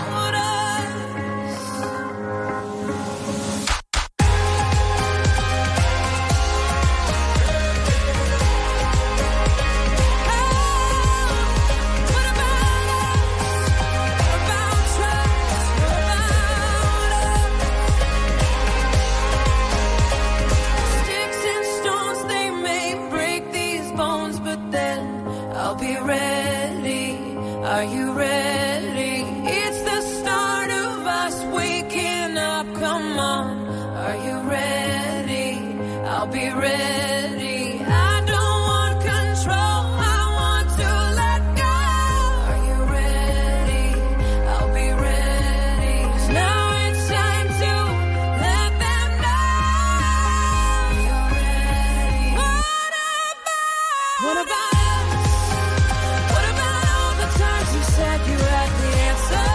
Sticks and stones, they may break these bones, but then I'll be ready. Are you ready? It's the start of us waking up. Come on, are you ready? I'll be ready. I don't want control, I want to let go. Are you ready? I'll be ready. 'Cause now it's time to let them know you're ready. What about? What about us? What about all the times you said you had the answer?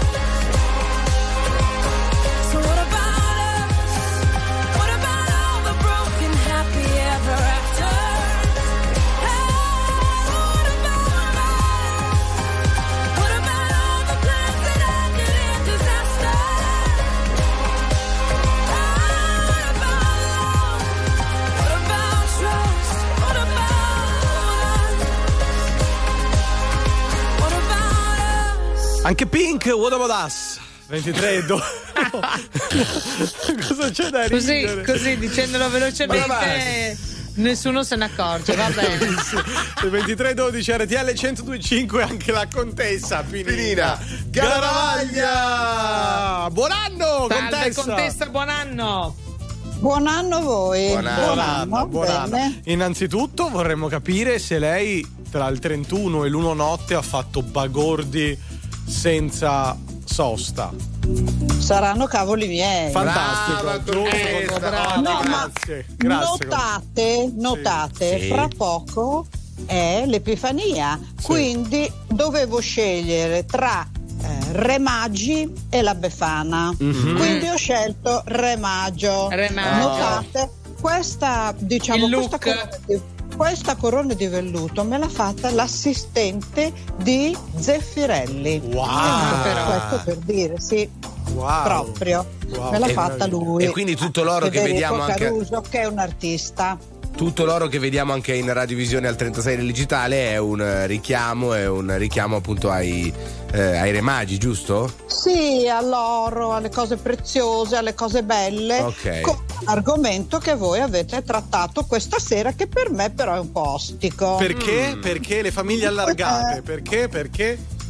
So what about us? What about all the broken happy ever after? Hey, what about us? What about all the plans that ended in disaster? Oh, what about love? What about trust? What about us? What about us? Anche Pink, What About Us? ventitré e dodici. Cosa c'è da Così, ridere? così dicendolo velocemente, nessuno se ne accorge, va bene. Il ventitré e dodici R T L centodue e cinque, anche la contessa Pinina, Pinina Garavaglia. Buon anno, Salve contessa. contessa, buon anno. Buon anno a voi. Buon anno, buon anno. Bene. Innanzitutto vorremmo capire se lei tra il trentuno e l'uno notte ha fatto bagordi senza sosta. Saranno cavoli miei. Fantastico. Brava, Giusto, contessa. brava. No, ma grazie, grazie. notate, notate, Sì. fra poco è l'Epifania, quindi dovevo scegliere tra eh, Re Magi e la Befana. Mhm. Quindi ho scelto Re Maggio. Re Maggio. Notate, questa diciamo Il questa look. corona, di, questa corona di velluto me l'ha fatta l'assistente di Zeffirelli. Wow. Ecco, questo per dire, sì. Wow. Proprio Wow. me l'ha Che fatta lui. E quindi tutto l'oro che Federico vediamo anche Caruso, che è un artista. tutto l'oro che vediamo anche in radiovisione al trentasei del digitale è un richiamo, è un richiamo appunto ai, eh, ai Re Magi, giusto? Sì, all'oro, alle cose preziose, alle cose belle, Ok. con un argomento che voi avete trattato questa sera, che per me però è un po' ostico. Perché? Perché le famiglie allargate? Eh. Perché? Perché?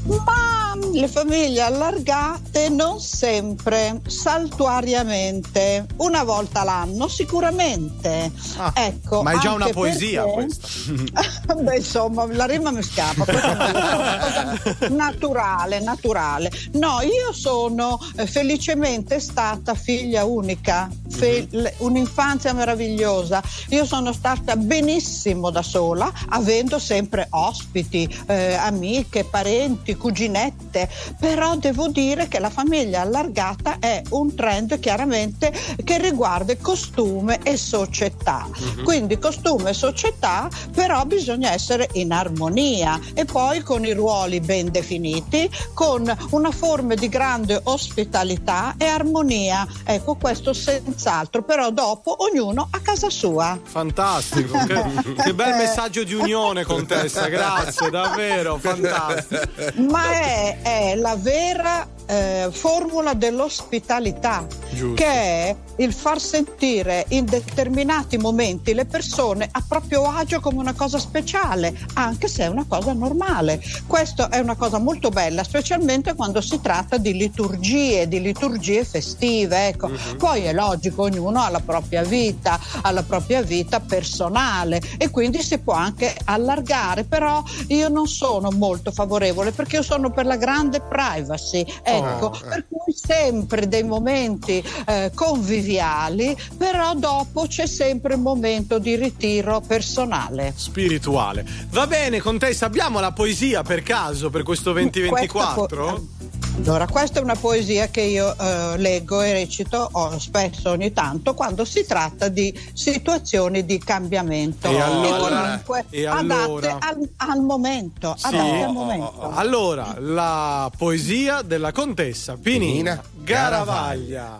Ma le famiglie allargate non sempre, saltuariamente, una volta l'anno sicuramente. Ah, ecco, ma è già una anche poesia perché... questa. Beh, insomma, la rima mi scappa, però è una cosa naturale, naturale. No, io sono eh, felicemente stata figlia unica, fe- Mm-hmm. un'infanzia meravigliosa. Io sono stata benissimo da sola, avendo sempre ospiti, eh, amiche, parenti, cuginette, però devo dire che la famiglia allargata è un trend chiaramente che riguarda costume e società. Mm-hmm. Quindi costume e società, però bisogna essere in armonia e poi con i ruoli ben definiti, con una forma di grande ospitalità e armonia. Ecco, questo senz'altro, però dopo ognuno a casa sua. Fantastico, che, che bel messaggio di unione, Contessa, grazie, davvero fantastico. Ma è, è la vera eh, formula dell'ospitalità, Giusto. che è il far sentire in determinati momenti le persone a proprio agio come una cosa speciale, anche se è una cosa normale. Questo è una cosa molto bella, specialmente quando si tratta di liturgie, di liturgie festive. Ecco. Mm-hmm. Poi è logico, ognuno ha la propria vita, ha la propria vita personale e quindi si può anche allargare, però io non sono molto favorevole perché io sono per la grande privacy, ecco, Oh, eh. per cui sempre dei momenti eh, conviviali, però dopo c'è sempre un momento di ritiro personale. Spirituale. Va bene, Contessa, abbiamo la poesia per caso per questo duemilaventiquattro? Questa po- Allora, questa è una poesia che io eh, leggo e recito oh, spesso ogni tanto quando si tratta di situazioni di cambiamento E allora? comunque E adatte allora? al, al momento, Sì. adatte al momento. Allora, la poesia della Contessa Pinina, Pinina Garavaglia.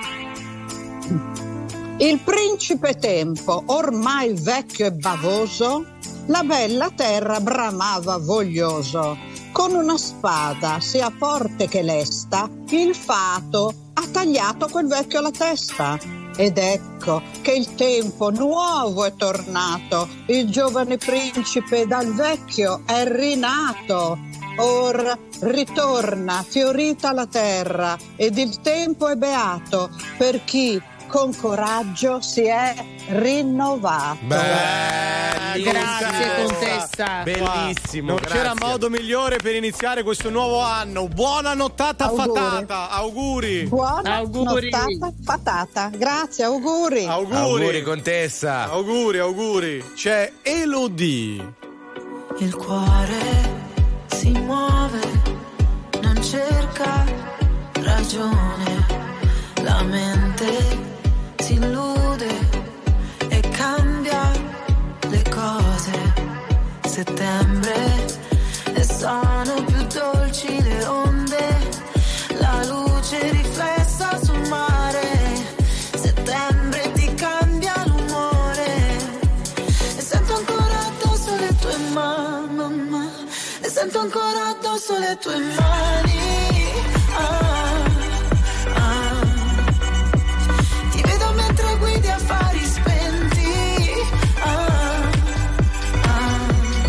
Il principe tempo, ormai vecchio e bavoso, la bella terra bramava voglioso. Con una spada, sia forte che lesta, il fato ha tagliato quel vecchio la testa. Ed ecco che il tempo nuovo è tornato, il giovane principe dal vecchio è rinato. Or ritorna fiorita la terra ed il tempo è beato per chi con coraggio si è rinnovato. Grazie, Contessa. Bellissimo. Non grazie. c'era modo migliore per iniziare questo nuovo anno. Buona nottata Auguri. fatata. Auguri. Buona Auguri. nottata fatata. Grazie, auguri. Auguri. Auguri, Contessa. Auguri, auguri. C'è Elodie. Il cuore si muove, non cerca ragione, la mente si illude e cambia le cose. Settembre e sono più dolci le onde, la luce riflessa sul mare. Settembre ti cambia l'umore e sento ancora addosso le tue mani, mamma. E sento ancora addosso le tue mani. Ah, ah. Ti vedo mentre guidi affari spenti. Ah, ah.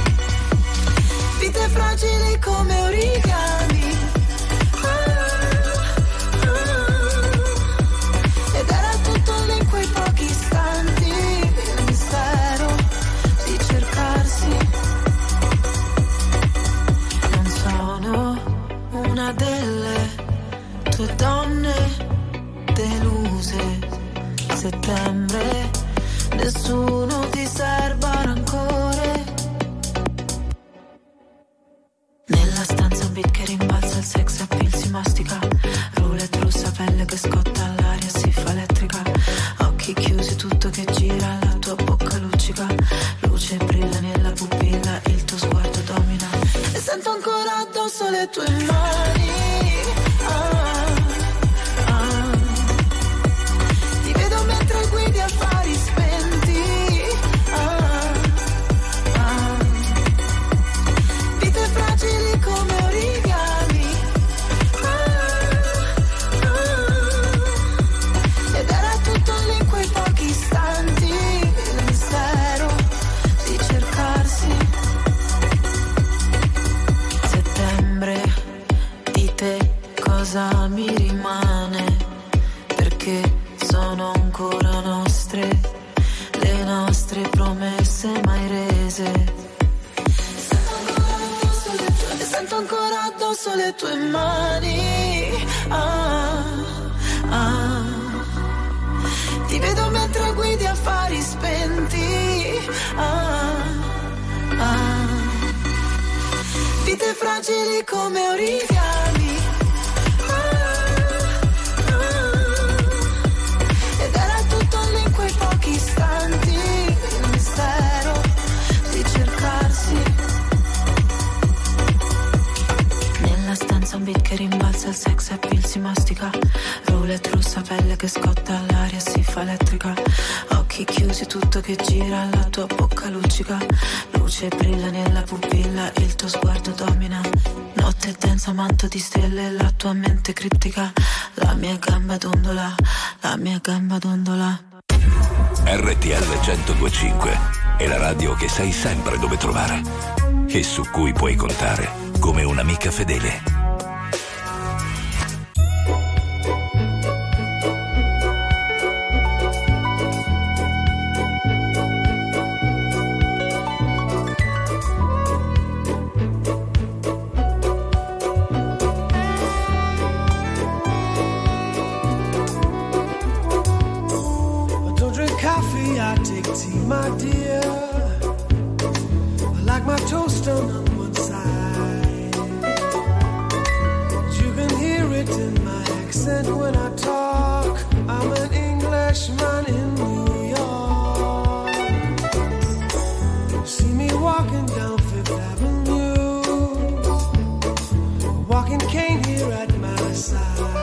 Vite fragili come origami. Ah, ah. Ed era tutto lì in quei pochi istanti, il mistero di cercarsi. Una delle tue donne deluse. Settembre, nessuno ti serba rancore. Nella stanza un beat che rimbalza, il sex appeal si mastica. Roulette russa, pelle che scotta, all'aria si fa elettrica. Occhi chiusi, tutto che gira, la tua bocca luccica. Luce brilla nella pupilla, il tuo sguardo domina. E sento ancora addosso le tue mani. Ah, ah. Ti vedo mentre guidi affari spenti. Ah, ah. Vite fragili come origami. Ah, ah. mi rimane, perché sono ancora nostre, le nostre promesse mai rese. Sento ancora addosso le tue mani, ah, ah. Ti vedo mentre guidi affari spenti, ah, ah. Vite fragili come origami, ah, ah. Ed era tutto lì in quei pochi istanti, il mistero di cercarsi. Nella stanza un beat che rimbalza, il sex appeal si mastica, roulette rossa, pelle che scotta, l'aria si fa elettrica, occhi chiusi, tutto che gira, la tua bocca luccica, luce brilla nella pupilla, il tuo sguardo domina, notte densa, manto di stelle, la tua mente criptica, la mia gamba dondola, la mia gamba dondola. R T L centodue e cinque è la radio che sai sempre dove trovare e su cui puoi contare come un'amica fedele. My dear, I like my toast on one side. You can hear it in my accent when I talk. I'm an Englishman in New York. See me walking down Fifth Avenue, walking cane here at my side.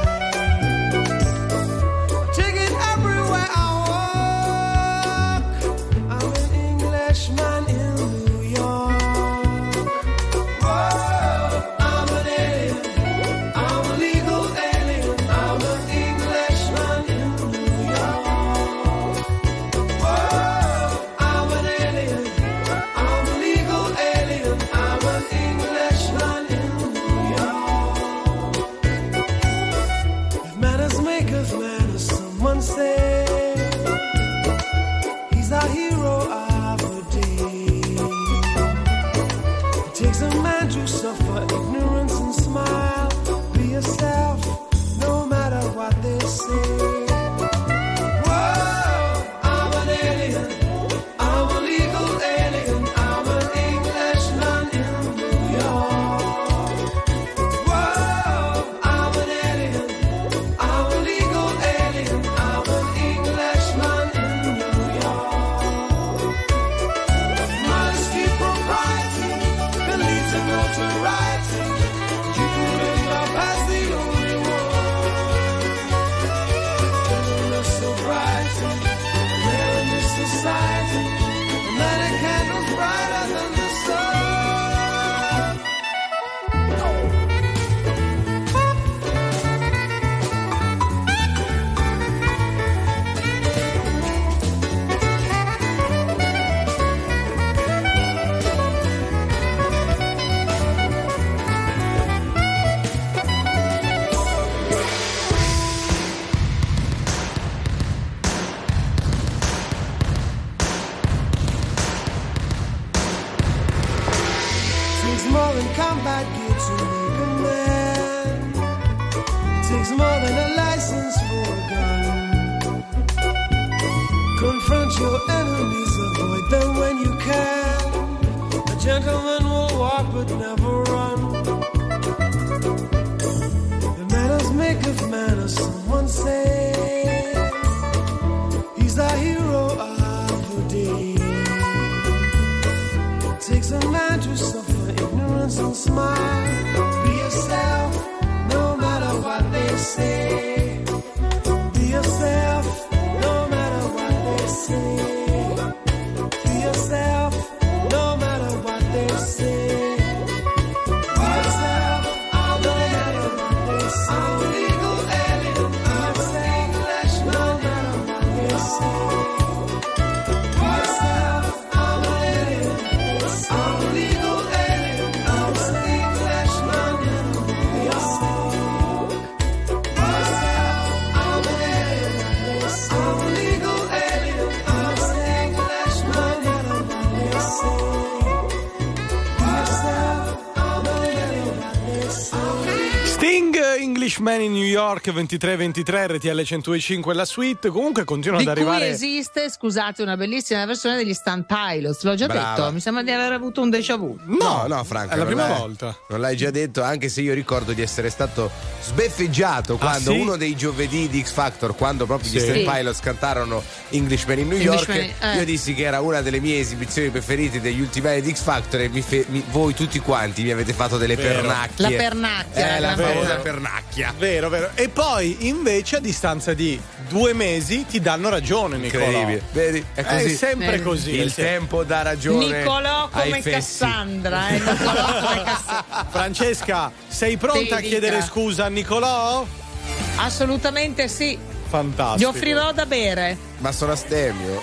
Man in New York, ventitré ventitré, R T L centodue e cinque la suite. Comunque continuano di ad arrivare. Cui esiste, scusate, una bellissima versione degli Stunt Pilots. L'ho già Brava. detto, mi sembra di aver avuto un déjà vu. No, no, Franco. è la non prima l'hai- volta. Non l'hai già detto, anche se io ricordo di essere stato sbeffeggiato quando sì? uno dei giovedì di X Factor, quando proprio gli Sì. Stunt Pilots cantarono Englishman in New Englishman, York, eh. io dissi che era una delle mie esibizioni preferite degli ultimi anni di X Factor e mi fe- mi- voi tutti quanti mi avete fatto delle Vero. pernacchie. La pernacchia. Eh, la la famosa Vero. pernacchia. Vero, vero. E poi invece a distanza di due mesi ti danno ragione, Nicolò. Incredibile. Vedi? È così. È sempre Eh. così. Il sì. tempo dà ragione. Niccolò ai come fessi. Cassandra, eh? Niccolò come Cassandra. Francesca, sei pronta Sì, a chiedere dica. scusa a Nicolò? Assolutamente sì. Fantastico. Gli offrirò da bere. Ma sono astemio.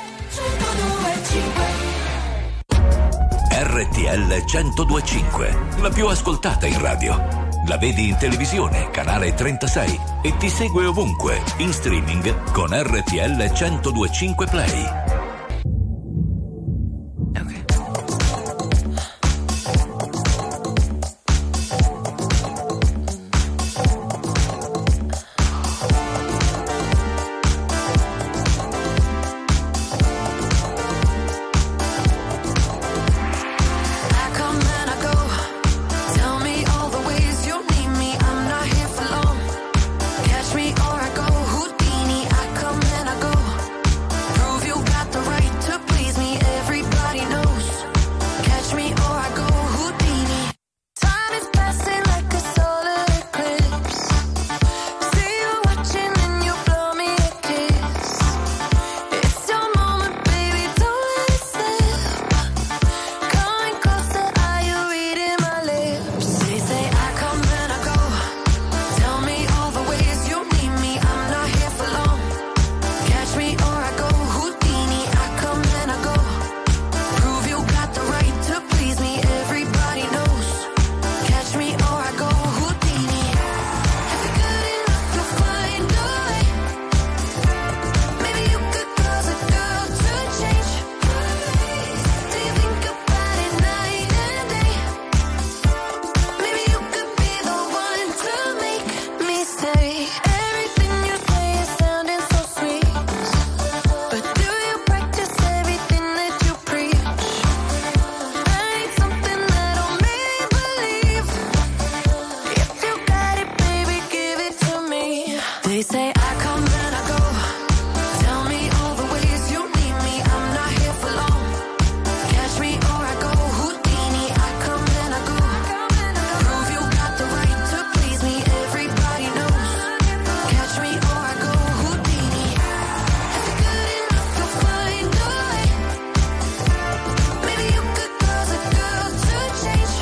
R T L centodue e cinque, la più ascoltata in radio. La vedi in televisione, canale trentasei e ti segue ovunque, in streaming con R T L centodue e cinque Play. I come and I go. Tell me all the ways you need me. I'm not here for long. Catch me or I go Houdini. I come and I go. Prove you got the right to please me. Everybody knows. Catch me or I go Houdini. Time is passing like a solar eclipse. See you watching and you blow me a kiss. It's your moment, baby. Don't let it slip. Coming closer, are you reading my lips? They say I come and I go. Tell me all the ways you need me. I'm not here for long. Catch me or I go Houdini. I come and I go. Prove you got the right to please me. Everybody knows. Catch me or I go Houdini. If you're good enough, you'll find a way. Maybe you could cause a girl to change. Do you think about it night and day? Maybe you could be the one to make me stay. Everything you say is sounding so sweet, but do you practice everything that you preach? I need something that'll make me believe. If you got it, baby, give it to me. They say I come and I go. Tell me all the ways you need me. I'm not here for long. Catch me or I go Houdini. I come and I go. Prove you got the right to please me. Everybody knows. Catch me or I go Houdini. If you're good enough, you'll find a way. Maybe you could cause a girl to change.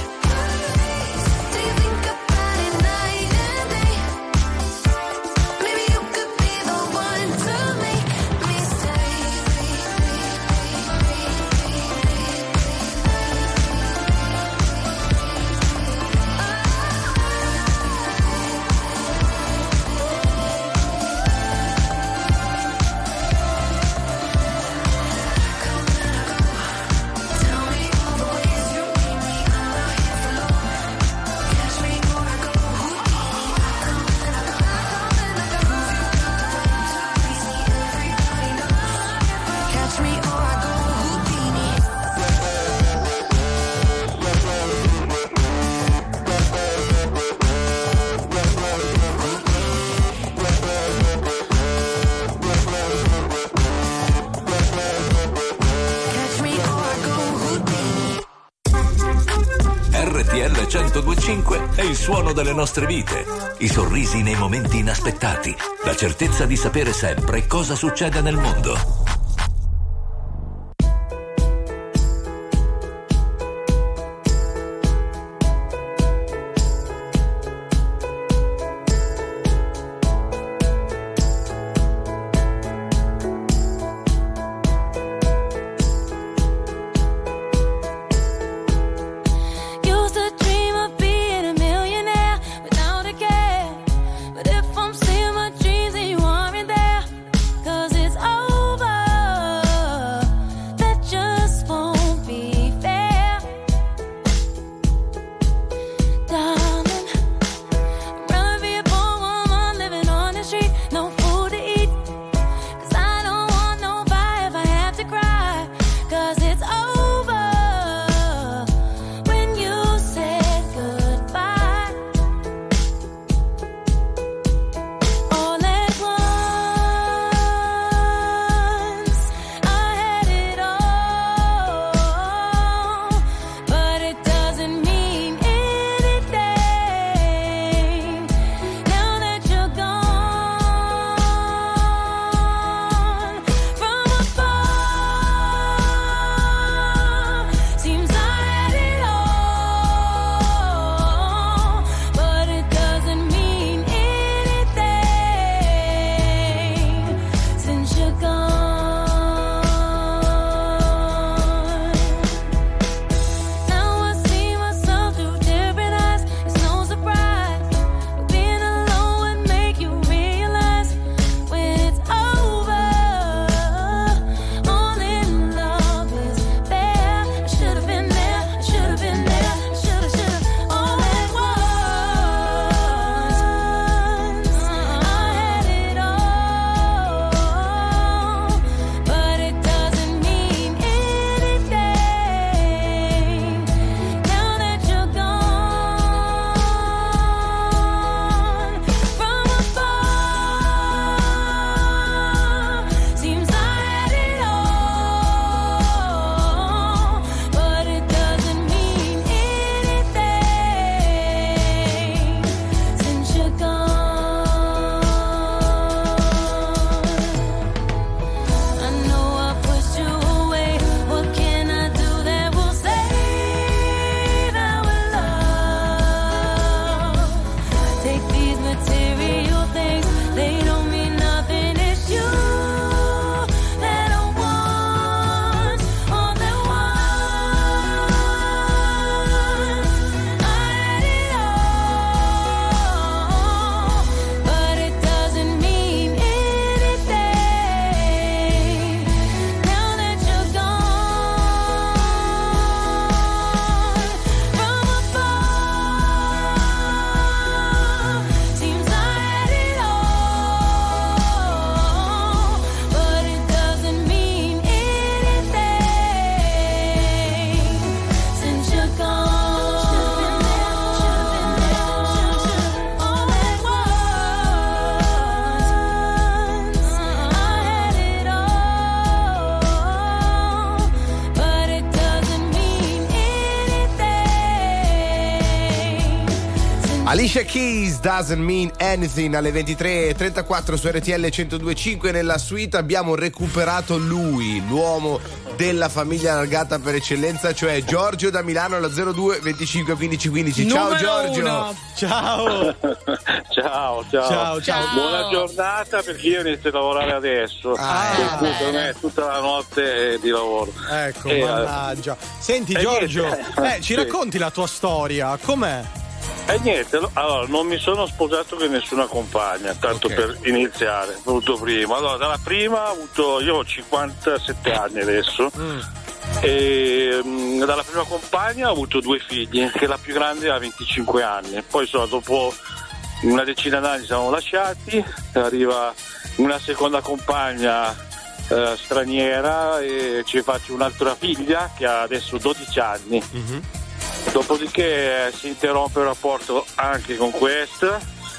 Do you think about it night and day? Maybe you could be the one to make me stay. Tell me all the ways you need me. I'm not here for long. Catch me or I go Houdini. I come and I go. Prove you got the right to please me. Everybody knows. Catch me or I go Houdini. Catch me or I go Houdini. R T L centodue e cinque è il suono delle nostre vite, i sorrisi nei momenti inaspettati, la certezza di sapere sempre cosa succede nel mondo. Used to dream of being a millionaire without a care. But if I'm seeing my dreams and you aren't there, 'cause it's over. Alicia Keys, Doesn't Mean Anything, alle ventitré e trentaquattro su R T L centodue e cinque. Nella suite abbiamo recuperato lui, l'uomo della famiglia allargata per eccellenza, cioè Giorgio da Milano allo zero due venticinque quindici quindici. Ciao Numero Giorgio. Uno. Ciao. Ciao, ciao. Ciao, ciao. Buona giornata, perché io inizio a lavorare adesso. Ah, per cui per me è tutta la notte di lavoro. Ecco, E, mannaggia. Senti e Giorgio, niente. eh, ci Sì. racconti la tua storia? Com'è? E niente, allora non mi sono sposato con nessuna compagna, tanto Ok. per iniziare, ho avuto prima. Allora, dalla prima ho avuto, io ho cinquantasette anni adesso, Mm. e mh, dalla prima compagna ho avuto due figli, che la più grande ha venticinque anni, poi so, dopo una decina d'anni siamo lasciati, arriva una seconda compagna eh, straniera e ci faccio un'altra figlia che ha adesso dodici anni. Mm-hmm. Dopodiché eh, si interrompe il rapporto anche con questa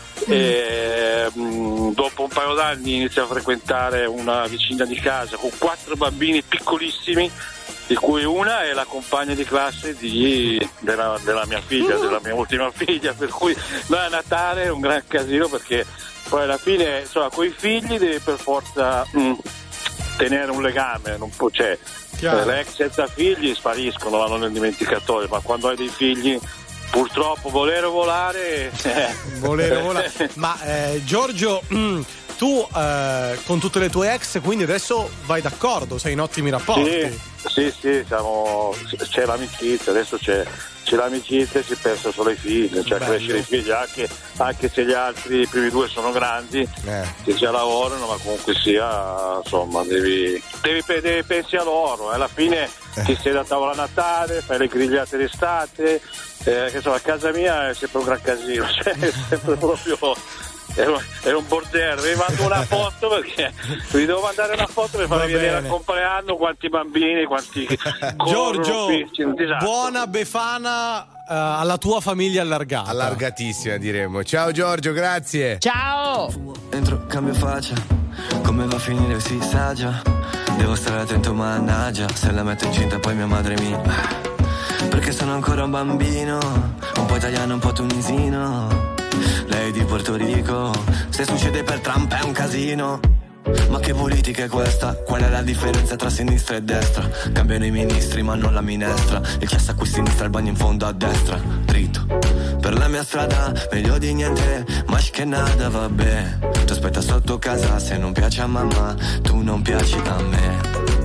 e mh, dopo un paio d'anni inizio a frequentare una vicina di casa con quattro bambini piccolissimi, di cui una è la compagna di classe di, della, della mia figlia, della mia ultima figlia, per cui no, a Natale è un gran casino, perché poi alla fine insomma con i figli devi per forza mh, tenere un legame, non può, c'è. Chiaro. Le ex senza figli spariscono, vanno nel dimenticatoio, ma quando hai dei figli purtroppo volere volare eh. Volere volare. Ma eh, Giorgio, mm, tu eh, con tutte le tue ex quindi adesso vai d'accordo, sei in ottimi rapporti. Sì, sì, sì, siamo, c'è l'amicizia, adesso c'è, c'è l'amicizia e si pensa solo ai figli, cioè Bello. crescere i figli, anche, anche se gli altri, i primi due sono grandi, Eh. che già lavorano, ma comunque sia, insomma, devi, devi, devi pensi a loro, alla fine ti siedi a tavola a Natale, fai le grigliate d'estate, eh, che insomma a casa mia è sempre un gran casino, cioè è sempre proprio... È un, è un bordello, vi mando una foto perché vi devo mandare una foto per farvi Va vedere bene. al compleanno quanti bambini, quanti Giorgio, corrono, pisci, un disastro. buona Befana eh, alla tua famiglia allargata. Allargatissima diremmo. Ciao Giorgio, grazie. Ciao. Entro, cambio faccia, come va a finire si sa già. Devo stare attento, mannaggia, se la metto incinta poi mia madre mi... Perché sono ancora un bambino, un po' italiano, un po' tunisino. Lei di Porto Rico, se succede per Trump è un casino. Ma che politica è questa? Qual è la differenza tra sinistra e destra? Cambiano i ministri ma non la minestra. Il cesso a qui sinistra, il bagno in fondo a destra. Dritto, per la mia strada, meglio di niente, ma che nada, vabbè. Ti aspetta sotto casa, se non piace a mamma, tu non piaci a me.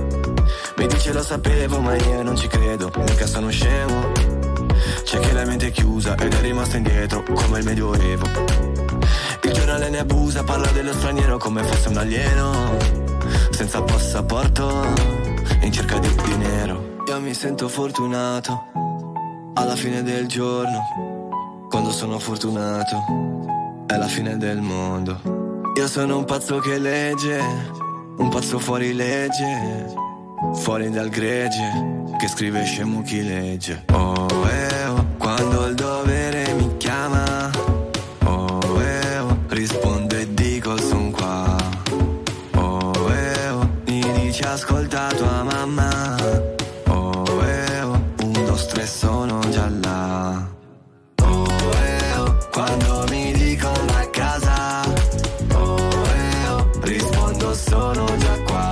Mi dice lo sapevo ma io non ci credo, mica sono scemo. C'è chi la mente è chiusa ed è rimasto indietro come il medioevo. Il giornale ne abusa, parla dello straniero come fosse un alieno, senza passaporto, in cerca di dinero. Io mi sento fortunato, alla fine del giorno, quando sono fortunato, è la fine del mondo. Io sono un pazzo che legge, un pazzo fuori legge, fuori dal gregge, che scrive scemo chi legge. Oh, eh, oh, quando il dovere mi chiama, oh, eh, oh, rispondo e dico son qua. Oh, eh, oh, mi dice ascolta tua mamma. Oh, eh, oh, un, due, tre sono già là. Oh, eh, oh, quando mi dicono a casa, oh, eh, oh, rispondo sono già qua.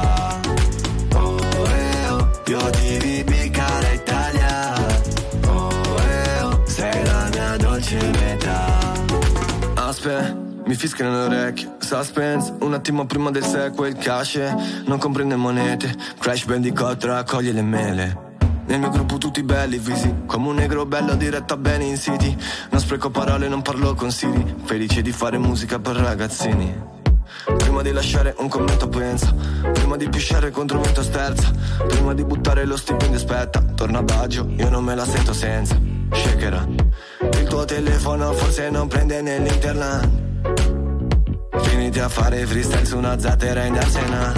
Io ti vivi cara Italia, oh, eh, oh, sei la mia dolce metà. Aspetta, mi fischiano le orecchie, suspense, un attimo prima del sequel, il cash, non comprende monete, Crash Bandicoot raccoglie le mele. Nel mio gruppo tutti belli, visi come un negro bello diretto a bene in city. Non spreco parole, non parlo con Siri, felice di fare musica per ragazzini. Prima di lasciare un commento pensa, prima di pisciare contro vento sterza, prima di buttare lo stipendio aspetta, torna a Baggio, io non me la sento senza. Shakera, il tuo telefono forse non prende nell'internet. Finiti a fare freestyle su una zattera in Arsena.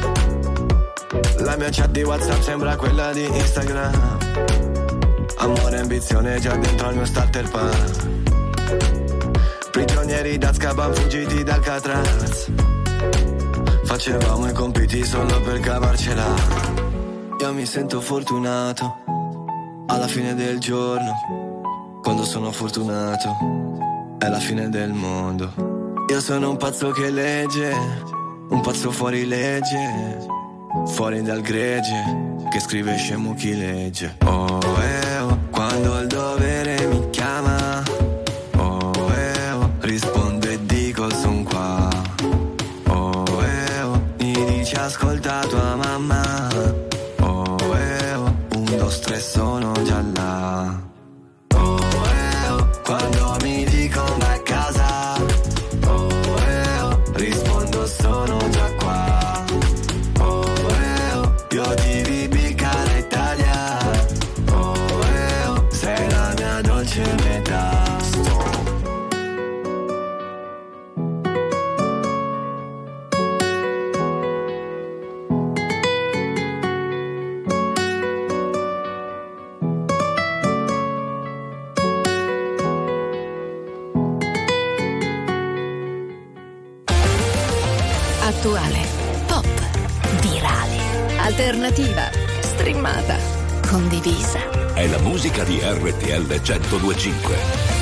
La mia chat di WhatsApp sembra quella di Instagram. Amore e ambizione già dentro al mio starter pack. Prigionieri d'Azkaban fuggiti dal Catraz. Facevamo i compiti solo per cavarcela. Io mi sento fortunato, alla fine del giorno, quando sono fortunato, è la fine del mondo. Io sono un pazzo che legge, un pazzo fuori legge, fuori dal gregge, che scrive scemo chi legge. Oh, eh, oh, quando il dovere mi chiama, oh, eh, oh, rispondo e dico son qua. Oh, eh, oh, mi dice ascolta tua mamma. Oh, eh, oh, un, due, tre sono già là. Oh, eh, oh, quando mi dicono vai a casa, oh, eh, oh, rispondo sono già qua. Oh, eh, oh, io ti vi biccara Italia. Oh, eh, oh, sei la mia dolce metà. Attuale, pop, virale, alternativa, streamata, condivisa. È la musica di R T L centodue e cinque.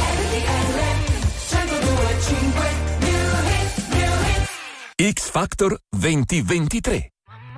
X Factor duemilaventitré.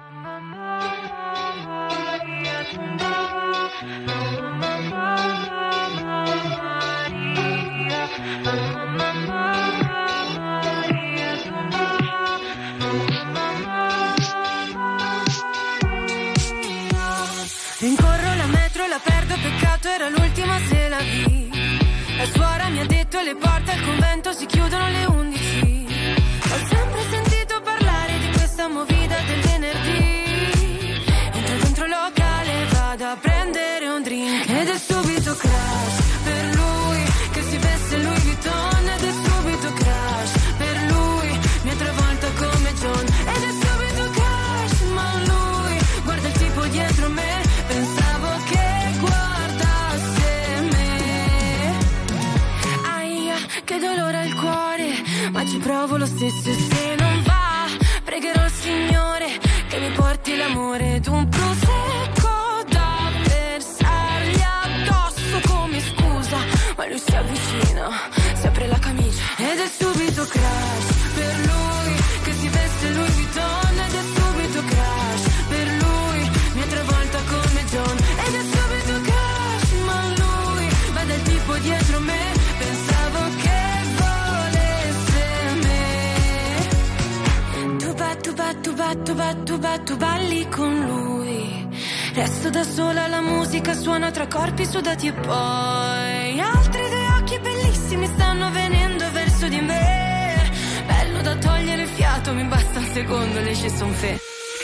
Rincorro la metro, la perdo, peccato, era l'ultima se la vi. La suora mi ha detto le porte al convento si chiudono alle undici. Ho sempre sentito parlare di questa movida del venerdì. Entro dentro il locale, vado a prendere un drink ed è subito crash per lui che si veste Louis Vuitton. Ed è subito crash per lui, mi ha travolta come John. Ed è subito crash, ma lui guarda il tipo dietro me. Pensavo che guardasse me. Aia, che dolore al cuore, ma ci provo lo stesso e se non va pregherò il Signore che mi porti l'amore ed un prosecco da versargli addosso come scusa. Ma lui si avvicina, si apre la camicia ed è subito crash per lui che si veste Louis Vuitton. Ed è subito crash per lui, mi ha travolta come John. Ed è subito crash, ma lui va dal tipo dietro me. Pensavo che volesse me. Tu ba tu ba tu ba tu ba tu ba tu balli con lui. Resto da sola, la musica suona tra corpi sudati e poi altri due occhi bellissimi stanno venendo verso di me. Bello da togliere il fiato, mi basta un secondo, le ci son fe.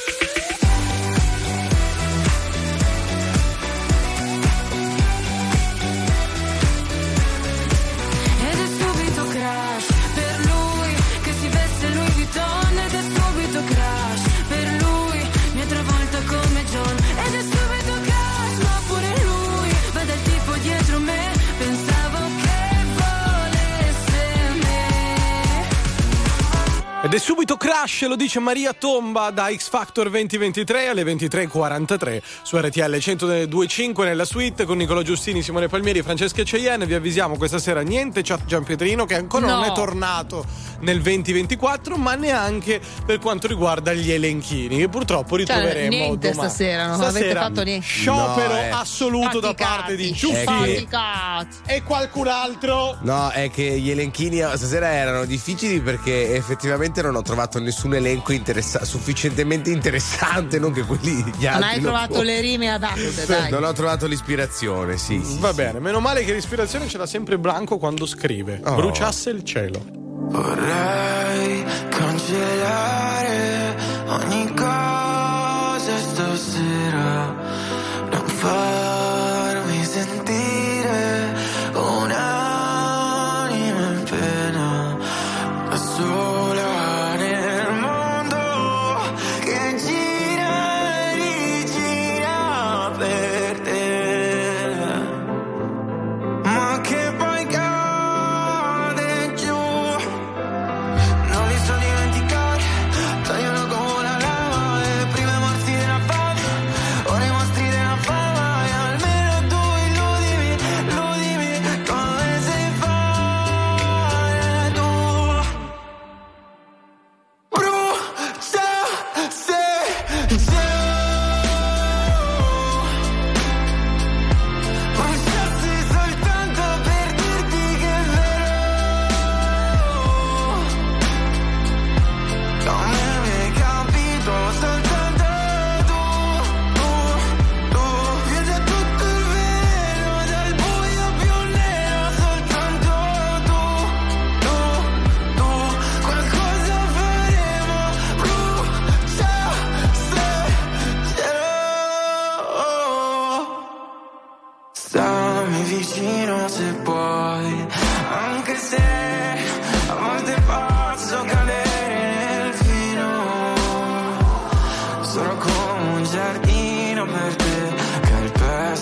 Ed è subito crash per lui che si veste Louis Vuitton. Ed è subito crash per lui, mi ha travolta come John. Ed è subito crash, ma pure lui va dal tipo dietro me. Pensavo che volesse me. Ed è subito crash, lo dice Maria Tomba da X Factor duemilaventitré alle ventitré e quarantatré su R T L centodue e cinque nella suite con Nicola Giustini, Simone Palmieri, Francesca Cheyenne. Vi avvisiamo questa sera niente Chat Gianpietrino che ancora No. non è tornato nel duemilaventiquattro, ma neanche per quanto riguarda gli elenchini che purtroppo ritroveremo Cioè, niente domani. stasera, non Stasera, avete fatto niente. Sciopero No, eh. assoluto da parte di Giustini Faticati. e qualcun altro. No, è che gli elenchini stasera erano difficili perché effettivamente non ho trovato nessun elenco interessa- sufficientemente interessante, non che quelli gli altri. Non hai trovato può- le rime adatte, Sì, dai. Non ho trovato l'ispirazione, sì. sì, Va sì. bene, meno male che l'ispirazione ce l'ha sempre Blanco quando scrive. Oh. Bruciasse il cielo. Vorrei cancellare ogni cosa stasera, non farmi sentire un'anima in pena, da sola nel mondo che gira e rigira per te, ma che poi cade giù. Non li so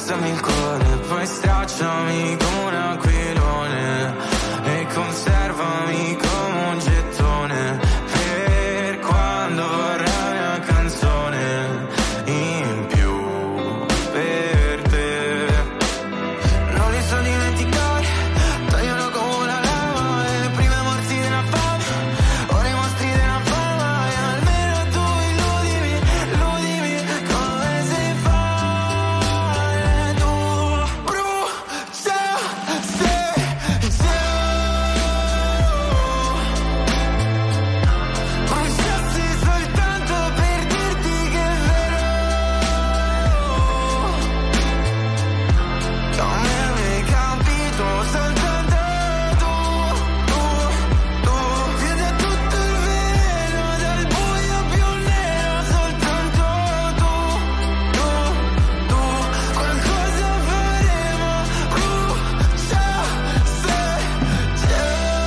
spezzami il cuore, poi stracciami come un aquilone e conservami come un gettone per quando vorrai una canzone in più per te. Non li so dimenticare, tagliano come una lama le prime morti della fame, ora i mostri della fama e almeno tu illudimi, illudimi come si fa. Tu brucia se bruciassi soltanto per dirti che è vero, come avevi capito soltanto tu, tu, tu, chiede tutto il vero dal buio più nero, soltanto tu, tu, tu, qualcosa faremo, brucia se c'è.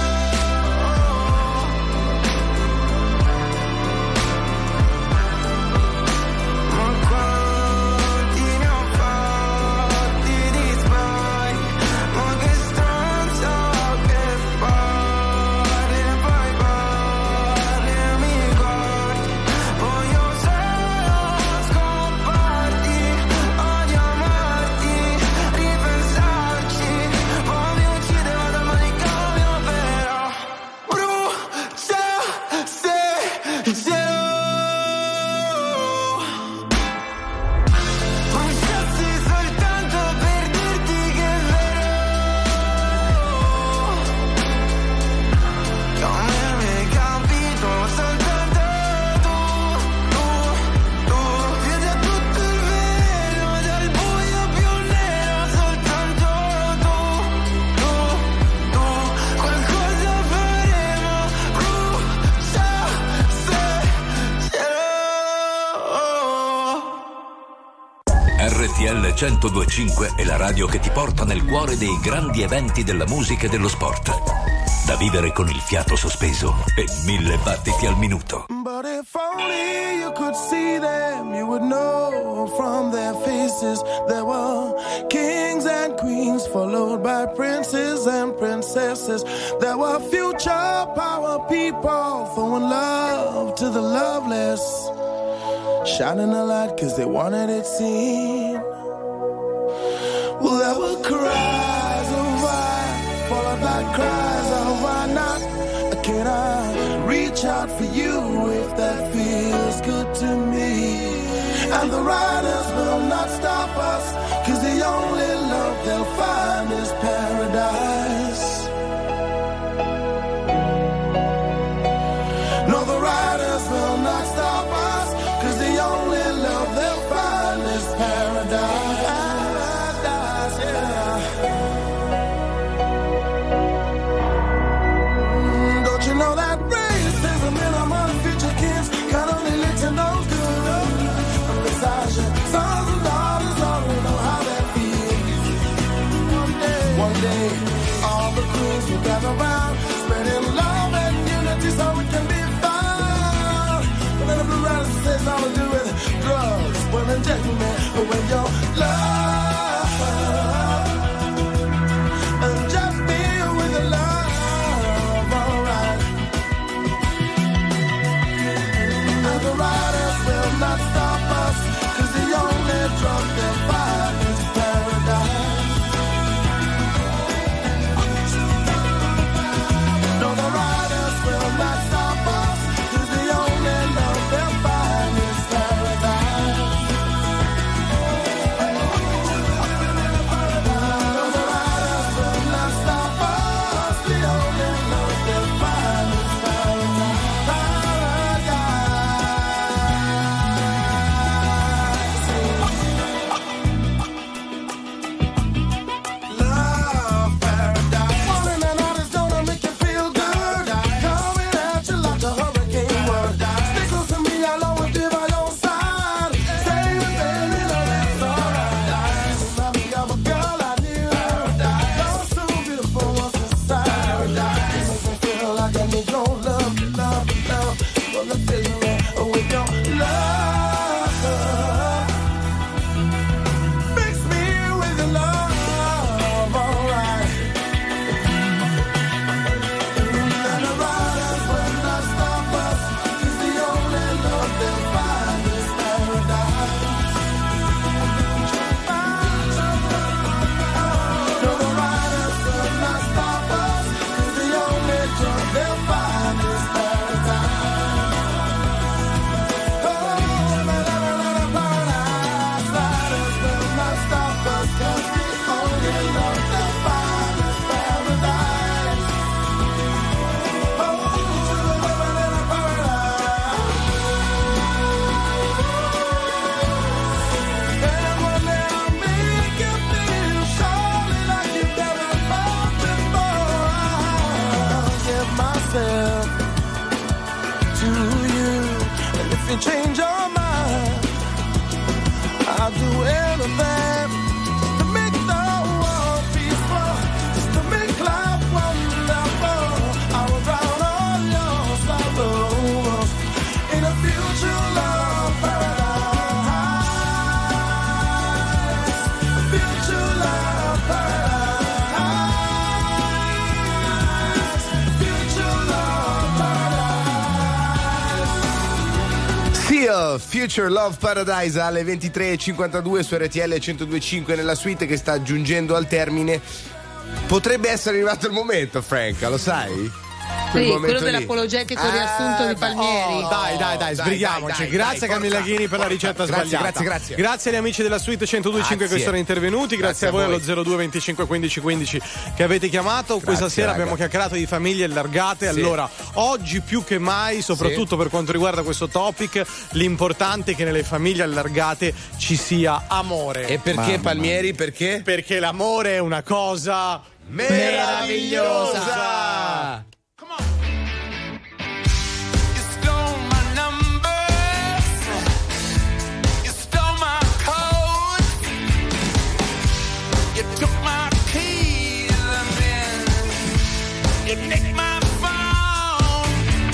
Ma quanti ne ho fatti di sbagli, ma che stronza che parli e poi parli e mi guardi, voglio solo scopparti, odio amarti, ripensarci, poi mi uccide vado al manicomio però, brucia se c'è. Bruciassi soltanto per dirti che è vero, come avevi capito soltanto tu, tu, tu, chiede tutto il vero dal buio più nero, soltanto tu, tu, tu, qualcosa faremo, brucia se c'è. R T L centodue e cinque è la radio che ti porta nel cuore dei grandi eventi della musica e dello sport. Da vivere con il fiato sospeso e mille battiti al minuto. But if only you could see them, you would know from their faces there were kings and queens, followed by princes and princesses. There were future power people throwing love to the loveless, shining a light cause they wanted it seen. Well, there were cries of why, followed by cries of why not. Can I reach out for you if that feels good to me? And the riders will not stop us, cause the only love they'll find is paradise. No, the riders will not stop us, cause the only love they'll find is paradise. Paradise, yeah. Mm, don't you know that racism in among future kids can only lead to no good? And besides, your sons and daughters already know how that feels. One day, one day, all the queens will gather round, spreading love and unity so we can be found. But then the blue riders says all to do with drugs, women, gentlemen, with your love, and just be with the love, alright. And the riders will not stop us, cause the only drug they'll find is paradise. No, the riders will not stop us, cause the only love they'll find is paradise. No, the riders will not stop us, the only love they'll find is paradise. Love paradise. Falling and out is gonna make you feel good. Coming at you like a hurricane word. Stay close to me, I'll always be by your side. Say it, baby, no, that's alright. Remind me of a girl I knew. You're so beautiful once inside. You make me feel like I need your love, love, love. Gonna fill me with your love. Fix me you change your mind, I'll do anything to make the world peaceful, just to make life wonderful. I will drown all your sorrows in a future love paradise, future love paradise, future love paradise. Sia Future Love Paradise alle ventitré e cinquantadue su R T L centodue e cinque nella suite che sta giungendo al termine. Potrebbe essere arrivato il momento, Franca, lo sai? Sì, quello dell'apologetico ah, riassunto di Palmieri. Oh, dai, dai, dai, sbrighiamoci. dai, dai, grazie dai, Camilla forza. Ghini per la ricetta Grazie, sbagliata. grazie, grazie. Grazie agli amici della suite centodue e cinque che Grazie. sono intervenuti. Grazie, Grazie a voi, a voi. allo zero due venticinque quindici quindici che avete chiamato. Questa Grazie, sera raga. abbiamo chiacchierato di famiglie allargate. Sì. Allora, oggi più che mai, soprattutto per quanto riguarda questo topic, l'importante è che nelle famiglie allargate ci sia amore. E perché Mamma. Palmieri? Perché? Perché l'amore è una cosa meravigliosa. You stole my numbers, you stole my code, you took my keys and then you nicked my phone,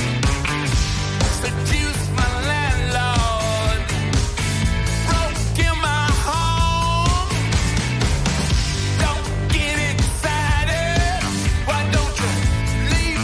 seduced my landlord, broke in my home. Don't get excited, why don't you leave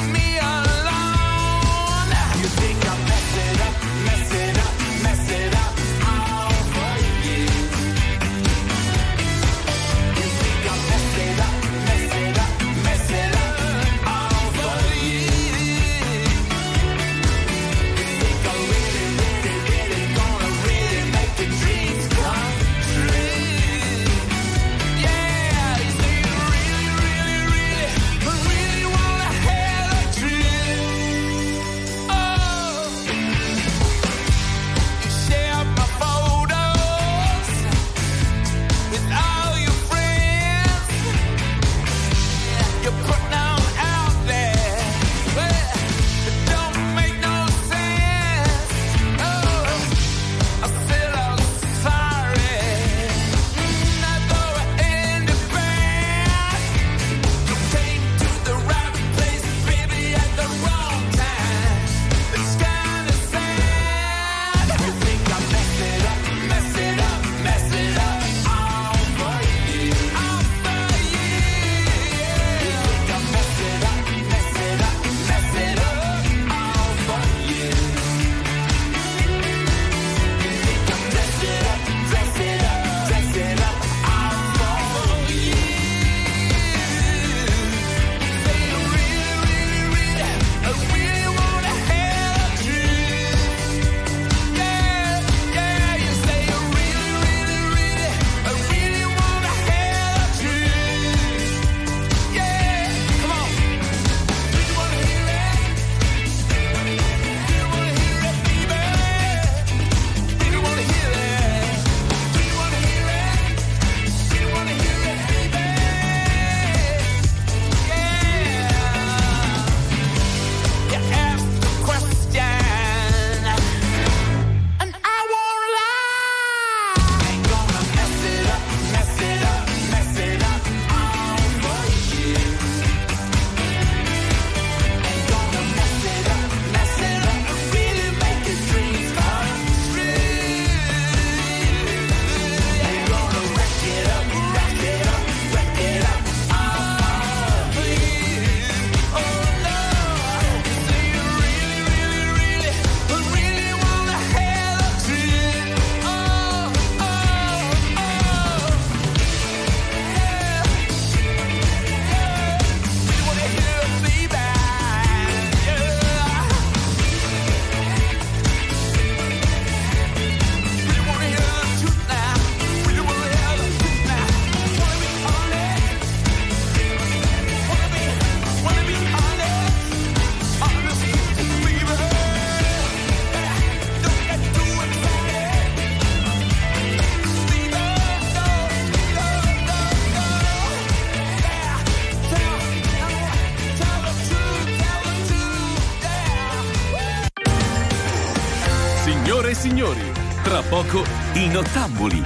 Signore e signori, tra poco i Nottambuli.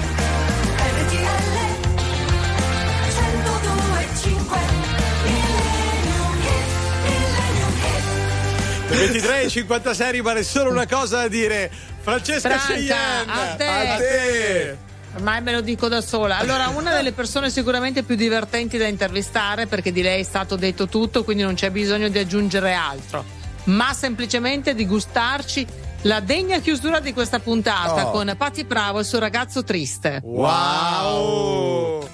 ventitré e cinquantasei rimane solo una cosa da dire. Francesca Franca, Cheyenne, a te. a te. Ormai me lo dico da sola. Allora, una delle persone sicuramente più divertenti da intervistare, perché di lei è stato detto tutto, quindi non c'è bisogno di aggiungere altro, ma semplicemente di gustarci la degna chiusura di questa puntata oh. con Patti Bravo e il suo ragazzo triste. Wow!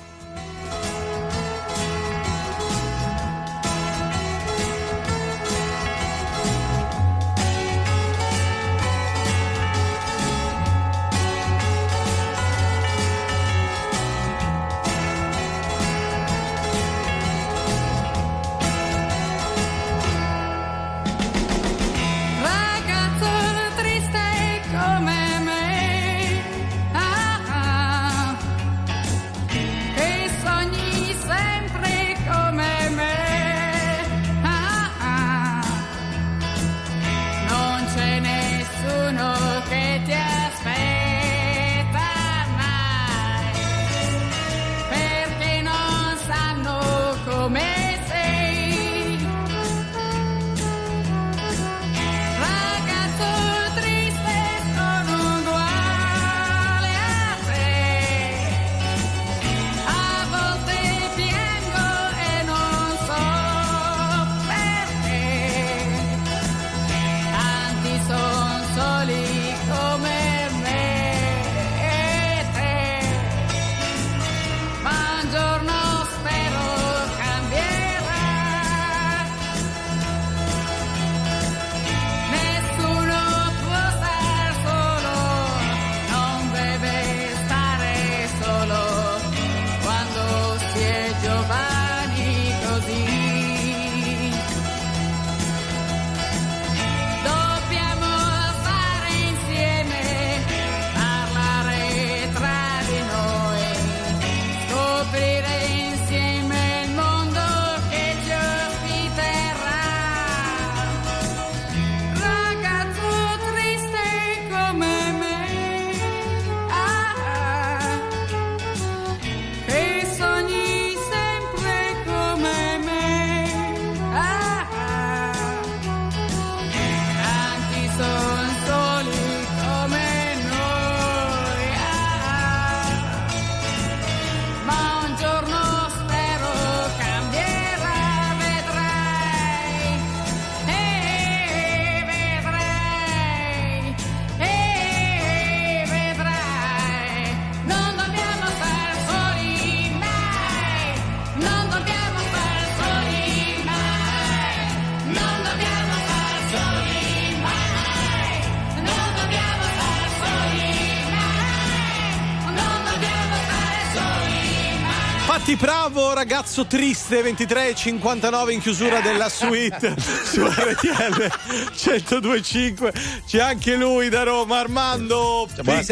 Patti Bravo, ragazzo triste, ventitré e cinquantanove in chiusura della suite su R T L centodue e cinque. C'è anche lui da Roma, Armando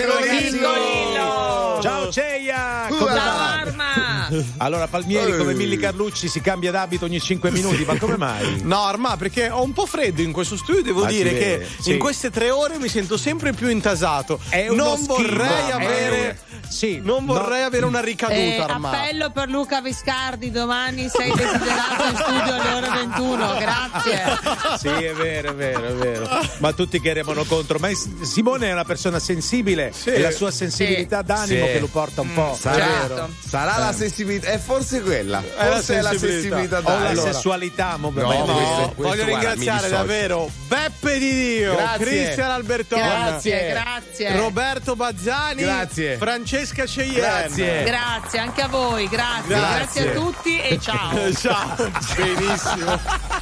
Piccolino. Ciao Ceia. Ciao Arma. Allora Palmieri come Milli Carlucci si cambia d'abito ogni cinque minuti, ma come mai? No, Arma, perché ho un po' freddo in questo studio, devo Ah, dire sì, che sì. in queste tre ore mi sento sempre più intasato. È uno non schifo, vorrei è avere un- sì, non vorrei no. avere una ricaduta, Eh, Arma. appello per Luca Viscardi, domani sei desiderato in studio alle ore ventuno, grazie. Sì, è vero, è vero, è vero. Ma tutti che remano contro. Ma Simone è una persona sensibile, Sì. è la sua sensibilità Sì. d'animo Sì. che lo porta un po'. Sarà, è vero. sarà Eh. la sensibilità, è forse quella. È la Forse è la sensibilità. sensibilità O la d'animo. sessualità, mo- No, ma- questo- no. questo, Voglio guarda, mi ringraziare dissocio. davvero Beppe Di Dio, Grazie. Cristian Albertoni, Grazie, grazie. Roberto Bazzani, Grazie. Francesca Cheyenne. Grazie. Grazie anche a voi, grazie, Grazie. grazie a tutti e ciao. Ciao, benissimo.